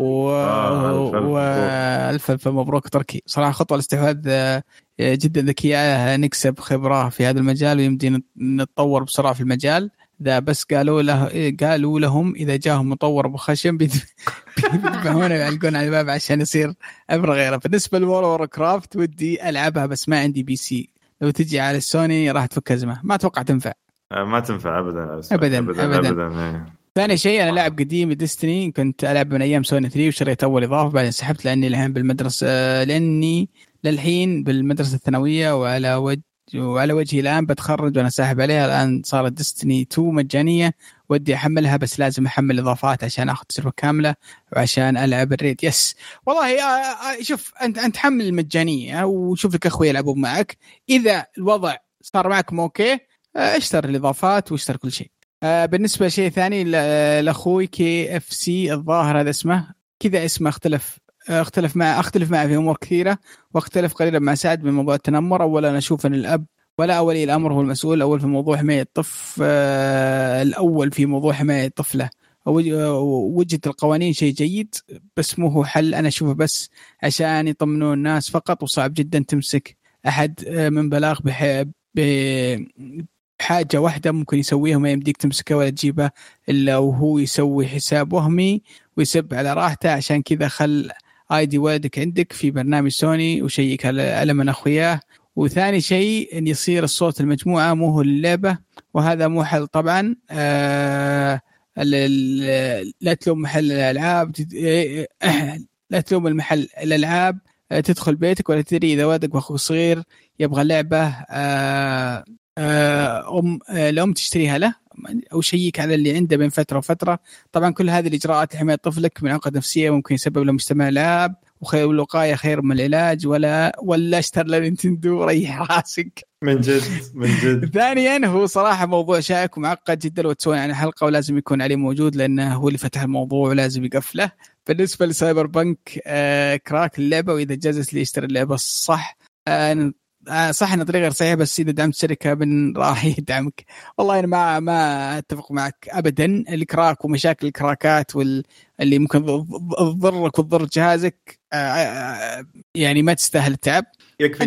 والف مبروك تركي. صراحه خطوه الاستحواذ جدا ذكيه، نكسب خبره في هذا المجال ويمدي نتطور بسرعه في المجال ذا. بس قالوا لهم اذا جاهم مطور بخشم بيذبحونه ويعلقون على الباب عشان يصير امر غيره. بالنسبه لورور كرافت ودي العبها بس ما عندي بي سي، لو تجي على السوني راح تفك ازمه. ما اتوقع تنفع. ما تنفع ابدا ابدا ابدا, أبداً. أبداً. ثاني شيء انا لاعب قديم ديستني، كنت العب من ايام سوني 3 وشريت اول اضافه بعدين سحبت لاني الحين بالمدرسه، لاني للحين بالمدرسه الثانويه وعلى وجهي الآن بتخرج وأنا ساحب عليها. الآن صارت ديستني 2 مجانية، ودي أحملها بس لازم أحمل إضافات عشان أخذ تجربة كاملة وعشان ألعب الريد. يس والله شوف أنت حمل المجانية وشوف لك أخوي يلعبوا معك. إذا الوضع صار معكم أوكي اشتر الإضافات واشتر كل شيء. بالنسبة لشيء ثاني لأخوي KFC الظاهر هذا اسمه كذا، اسمه اختلف معه في امور كثيره، واختلف قليلا مع سعد من موضوع التنمر. اولا انا اشوف ان الاب ولا ولي الامر هو المسؤول الاول في موضوع حمايه الطفل، الاول في موضوع حمايه طفله. وجهة القوانين شيء جيد بس مو هو حل، انا اشوفه بس عشان يطمنون الناس فقط، وصعب جدا تمسك احد من بلاغ بحاجه واحده ممكن يسويها، ما يمديك تمسكه ولا تجيبه الا وهو يسوي حساب وهمي ويسب على راحته. عشان كذا خل ايدي ولدك عندك في برنامج سوني وشيك على من اخوياه. وثاني شيء ان يصير الصوت المجموعه مو هو اللعبه، وهذا مو حل طبعا. لا تلوم محل الالعاب، لا تلوم المحل الالعاب، تدخل بيتك ولا تدري اذا ولدك واخوك صغير يبغى لعبه الأم تشتريها له، أو شيك على اللي عنده بين فترة وفترة. طبعا كل هذه الإجراءات لحماية طفلك من عقد نفسية ممكن يسبب له مجتمع الألعاب، والوقاية خير من العلاج. ولا اشتر لنينتندو ريح راسك من جد. ثانيا هو صراحة موضوع شائك ومعقد جدا، لو تسوي عن حلقة ولازم يكون عليه موجود لأنه هو اللي فتح الموضوع ولازم يقفله. بالنسبة لسايبر بانك كراك اللعبة، وإذا جازت لي يشتري اللعبة صح صح ان طريقه غير صحيحه، بس اذا دعمت شركه من راح يدعمك. والله انا ما اتفق معك ابدا. الكراك ومشاكل الكراكات واللي ممكن تضرك وتضر جهازك يعني ما تستاهل التعب. يكفي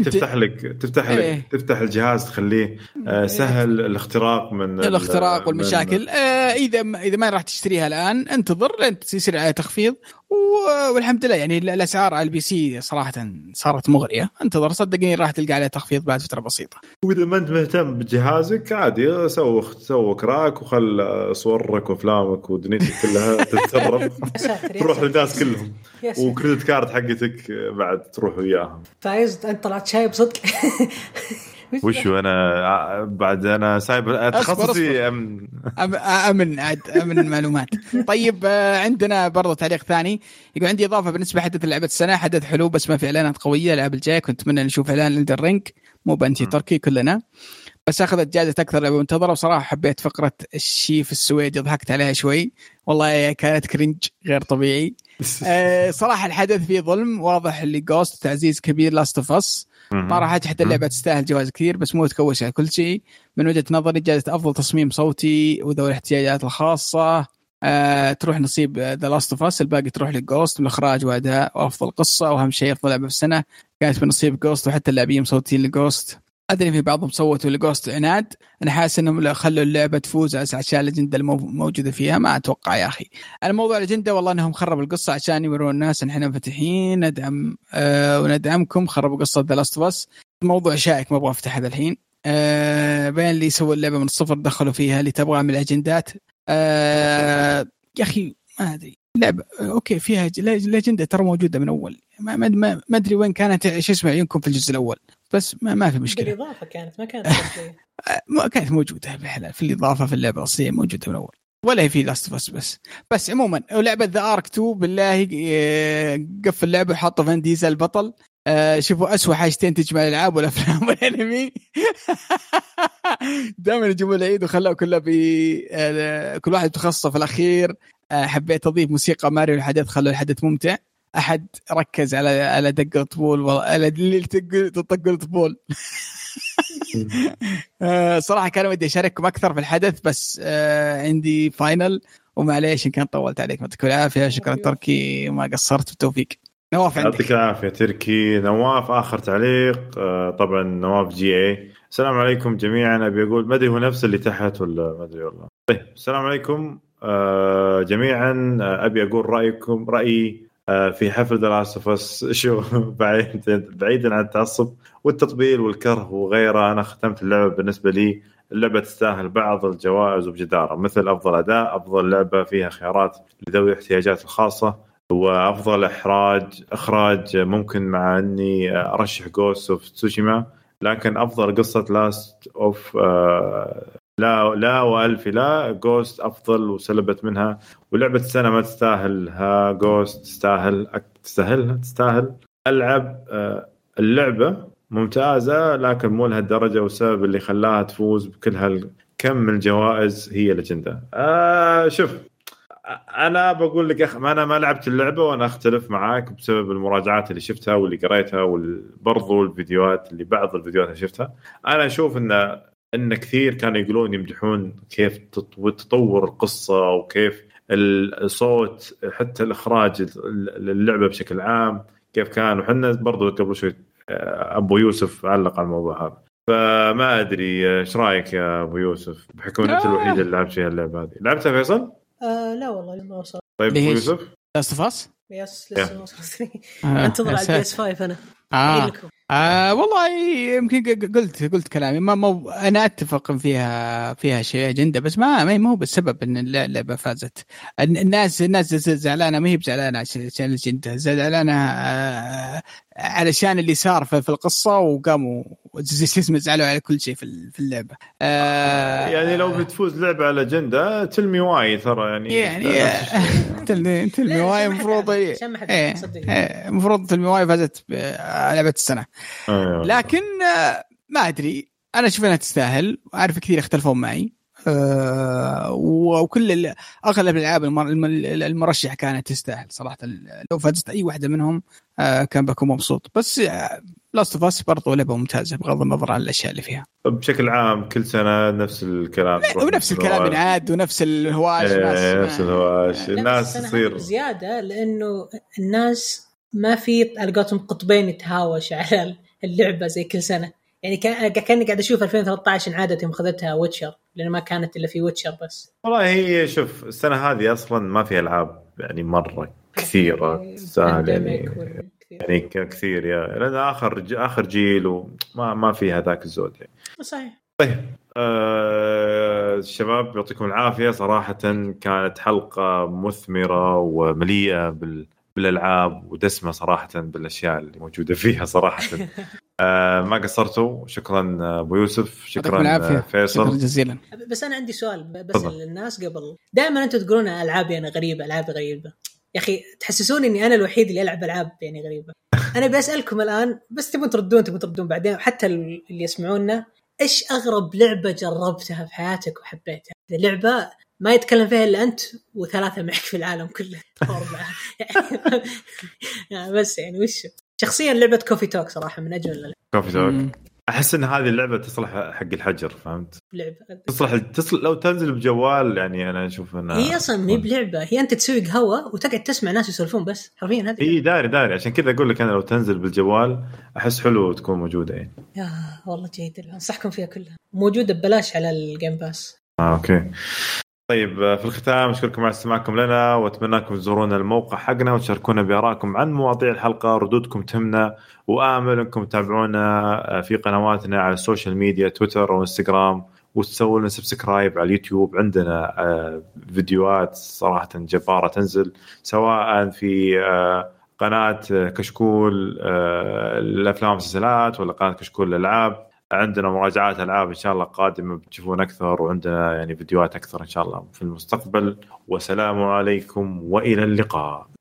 تفتح الجهاز تخليه سهل الاختراق من الاختراق والمشاكل. اذا ما راح تشتريها الان انتظر لين يصير عليها تخفيض. والحمد لله يعني الاسعار على البي سي صراحه صارت مغريه، انتظر صدقني راح تلقى عليها تخفيض بعد فتره بسيطه. واذا ما انت مهتم بجهازك عادي سوي كراك وخل صورك وافلامك ودنيتك كلها تتسرب تروح للناس كلهم، وكريدت كارد حقتك بعد تروح وياهم. فايز انت طلعت شايب صدق. وشو انا بعد انا سايبر تخصصي امن المعلومات. طيب عندنا برضو تعليق ثاني يقول عندي اضافه بالنسبه حدث لعبه السنه، حدث حلو بس ما في اعلانات قويه. الالعاب الجايه كنت اتمنى نشوف اعلان إلدن رينج، مو بانتي تركي كلنا، بس اخذت جائزه اكثر لعبه منتظره. وصراحه حبيت فقره الشيف السويدي، ضحكت عليها شوي والله، كانت كرنج غير طبيعي. صراحه الحدث فيه ظلم واضح اللي جوست، تعزيز كبير لاست اوف اس. ما راح حتى اللعبه تستاهل جوائز كثير بس مو تكوش على كل شيء. من وجهه نظري جائزه افضل تصميم صوتي وذوي الاحتياجات الخاصه تروح نصيب ذا لاست اوف اس، الباقي تروح للجوست. والاخراج واداء وافضل قصه واهم شيء افضل لعبه في السنه كانت بنصيب جوست، وحتى اللاعبين مصوتين لجوست. ادري في بعضهم صوتوا لجوست عناد، انا حاسس انهم لو خلوا اللعبه تفوز عشان الليجندا الموجوده فيها ما اتوقع يا اخي. الموضوع الليجندا والله انهم خربوا القصه عشان يورون الناس ان احنا مفتحين ندعم وندعمكم. خربوا قصه ذا لاست اوف اس، موضوع شائك ما ابغى افتح هذا الحين. بين اللي يسوي اللعبه من الصفر دخلوا فيها اللي تبغى من الاجندات. يا اخي ما ادري لعبه اوكي فيها ليجندا ترى موجوده من اول، ما ادري وين كانت ايش اسمع عيونكم في الجزء الاول، بس ما في مشكله. الاضافه كانت ما كانت كانت موجوده بحلال في الاضافه في اللعبه الاصليه موجوده من اول. ولا هي في لاست اوف اس بس عموما لعبه ذا ارك 2 بالله قفل اللعبه وحطوا فان ديزل البطل. شوفوا أسوأ حاجتين تجمع الألعاب والأفلام والأنمي. دائما يجيبوا العيد وخلوا كلها كل واحد تخصصه في الأخير. حبيت أضيف موسيقى ماريو الحدث، خلوا الحدث ممتع. أحد ركز على دق الطبول على اللي تطق الطبول. صراحة كان ودي أشارككم أكثر في الحدث بس عندي فاينل ومعليش إن كان طولت عليك. يعطيك العافية. شكرا تركي وما قصرت. بالتوفيق. نواف عندك. يعطيك العافية تركي. نواف آخر تعليق. طبعا نواف GA. السلام عليكم جميعا. أبي أقول ما أدري هو نفس اللي تحت ولا ما أدري والله. طيب السلام عليكم جميعا. أبي أقول رأيي في حفل The Last of Us. شو بعيدا عن التعصب والتطبيل والكره وغيره، أنا ختمت اللعبة. بالنسبة لي اللعبة تستاهل بعض الجوائز وبجدارة، مثل أفضل أداء، أفضل لعبة فيها خيارات لذوي الاحتياجات الخاصة، وأفضل إخراج. ممكن مع أني أرشح Ghost of Tsushima، لكن أفضل قصة Last of لا وألف لا Ghost أفضل وسلبت منها. ولعبة السنة ما تستاهلها Ghost، تستاهل ألعب. اللعبة ممتازة لكن مو لهالدرجة، والسبب اللي خلاها تفوز بكل هالكم من الجوائز هي ليجندا. شوف أنا بقول لك أنا ما لعبت اللعبة، وأنا أختلف معاك بسبب المراجعات اللي شفتها واللي قريتها وبرضو الفيديوهات اللي بعض الفيديوهات اللي شفتها. أنا أشوف إن كثير كانوا يقولون يمدحون كيف تطور القصة وكيف الصوت، حتى الإخراج اللعبة بشكل عام كيف كان. وحنا برضو قبل شوي أبو يوسف علق على الموضوع هذا، فما أدري إيش رأيك يا أبو يوسف بحكم أنت الوحيد اللي لعبت فيها اللعبة هذه. لعبتها فيصل؟ لا والله ما وصل. طيب أبو يوسف لسه ما وصل. انتظر على البي اس 5 أنا. والله يمكن قلت كلامي ما انا اتفق فيها شيء اجنده، بس ما هو بالسبب ان اللعبه فازت. الناس زعلانه، ما هي بزعلانه عشان الاجنده، زعلانه علشان اللي صار في القصه، وقاموا اسمه زعلوا على كل شيء في اللعبه. يعني لو بتفوز لعبه على اجنده تلمي واي ترى يعني تلمي واي المفروض تلمي واي فازت لعبه السنه. لكن ما أدري، أنا أشوف أنها تستاهل. أعرف كثير يختلفون معي، وكل أغلب الألعاب المرشح كانت تستاهل صراحة. لو فازت أي واحدة منهم كان بكون مبسوط. بس Last of Us برضو لعبة ممتازة بغض النظر عن الأشياء اللي فيها. بشكل عام كل سنة نفس الكلام، ونفس الكلام ينعاد، ونفس الهواش. نفس الهواش. الناس تصير زيادة لأنه الناس ما في علاقاتهم قطبين يتهاوش على اللعبة زي كل سنة. يعني كأني قاعد أشوف 2013 عادة مخذتها ويتشر، لأن ما كانت إلا في ويتشر بس. والله هي شوف السنة هذه أصلا ما في ألعاب يعني مرة كثيرة تستاهل يعني كثير لأن آخر جيل وما في هذاك الزود يعني. صحيح. طيب الشباب يعطيكم العافية. صراحة كانت حلقة مثمرة ومليئة بالألعاب ودسمة صراحة بالأشياء اللي موجودة فيها صراحة. ما قصرتوا. شكرا أبو يوسف، شكرا فيصل، شكرا جزيلا. بس أنا عندي سؤال بس للناس قبل. دائما أنتوا تقولون ألعابي أنا غريبة، ألعاب غريبة. يا أخي تحسسوني إني أنا الوحيد اللي ألعب ألعاب يعني غريبة. أنا بسألكم الآن بس تبون تردون بعدين، حتى اللي يسمعونا، إيش أغرب لعبة جربتها في حياتك وحبيتها؟ لعبة ما يتكلم فيها إلا أنت وثلاثة معك في العالم كله، 4 يعني بس يعني وش شخصيا لعبة كوفي توك صراحة من أجمل اللعبة. كوفي توك أحس إن هذه اللعبة تصلح حق الحجر، فهمت؟ لعبة تصلح لو تنزل بجوال يعني. أنا أشوف إنها هي أصلا مي بلعبة، هي أنت تسوي قهوة وتقعد تسمع ناس يسولفون بس حرفيا. هذه هي داري عشان كذا أقول لك أنا لو تنزل بالجوال أحس حلو تكون موجودة يعني. يا والله جيد، أنصحكم فيها كلها، موجودة ببلاش على الجيم باس. أوكي. طيب في الختام أشكركم على استماعكم لنا، وأتمنىكم تزورونا الموقع حقنا وتشاركونا بآرائكم عن مواضيع الحلقة. ردودكم تهمنا، وآمل أنكم تتابعونا في قنواتنا على السوشيال ميديا تويتر وإنستغرام، وتسووا لنا سبسكرايب على اليوتيوب. عندنا فيديوهات صراحة جبارة تنزل، سواء في قناة كشكول الأفلام والمسلسلات، ولا قناة كشكول الألعاب. عندنا مراجعات العاب ان شاء الله قادمه بتشوفون اكثر، وعندنا يعني فيديوهات اكثر ان شاء الله في المستقبل. والسلام عليكم والى اللقاء.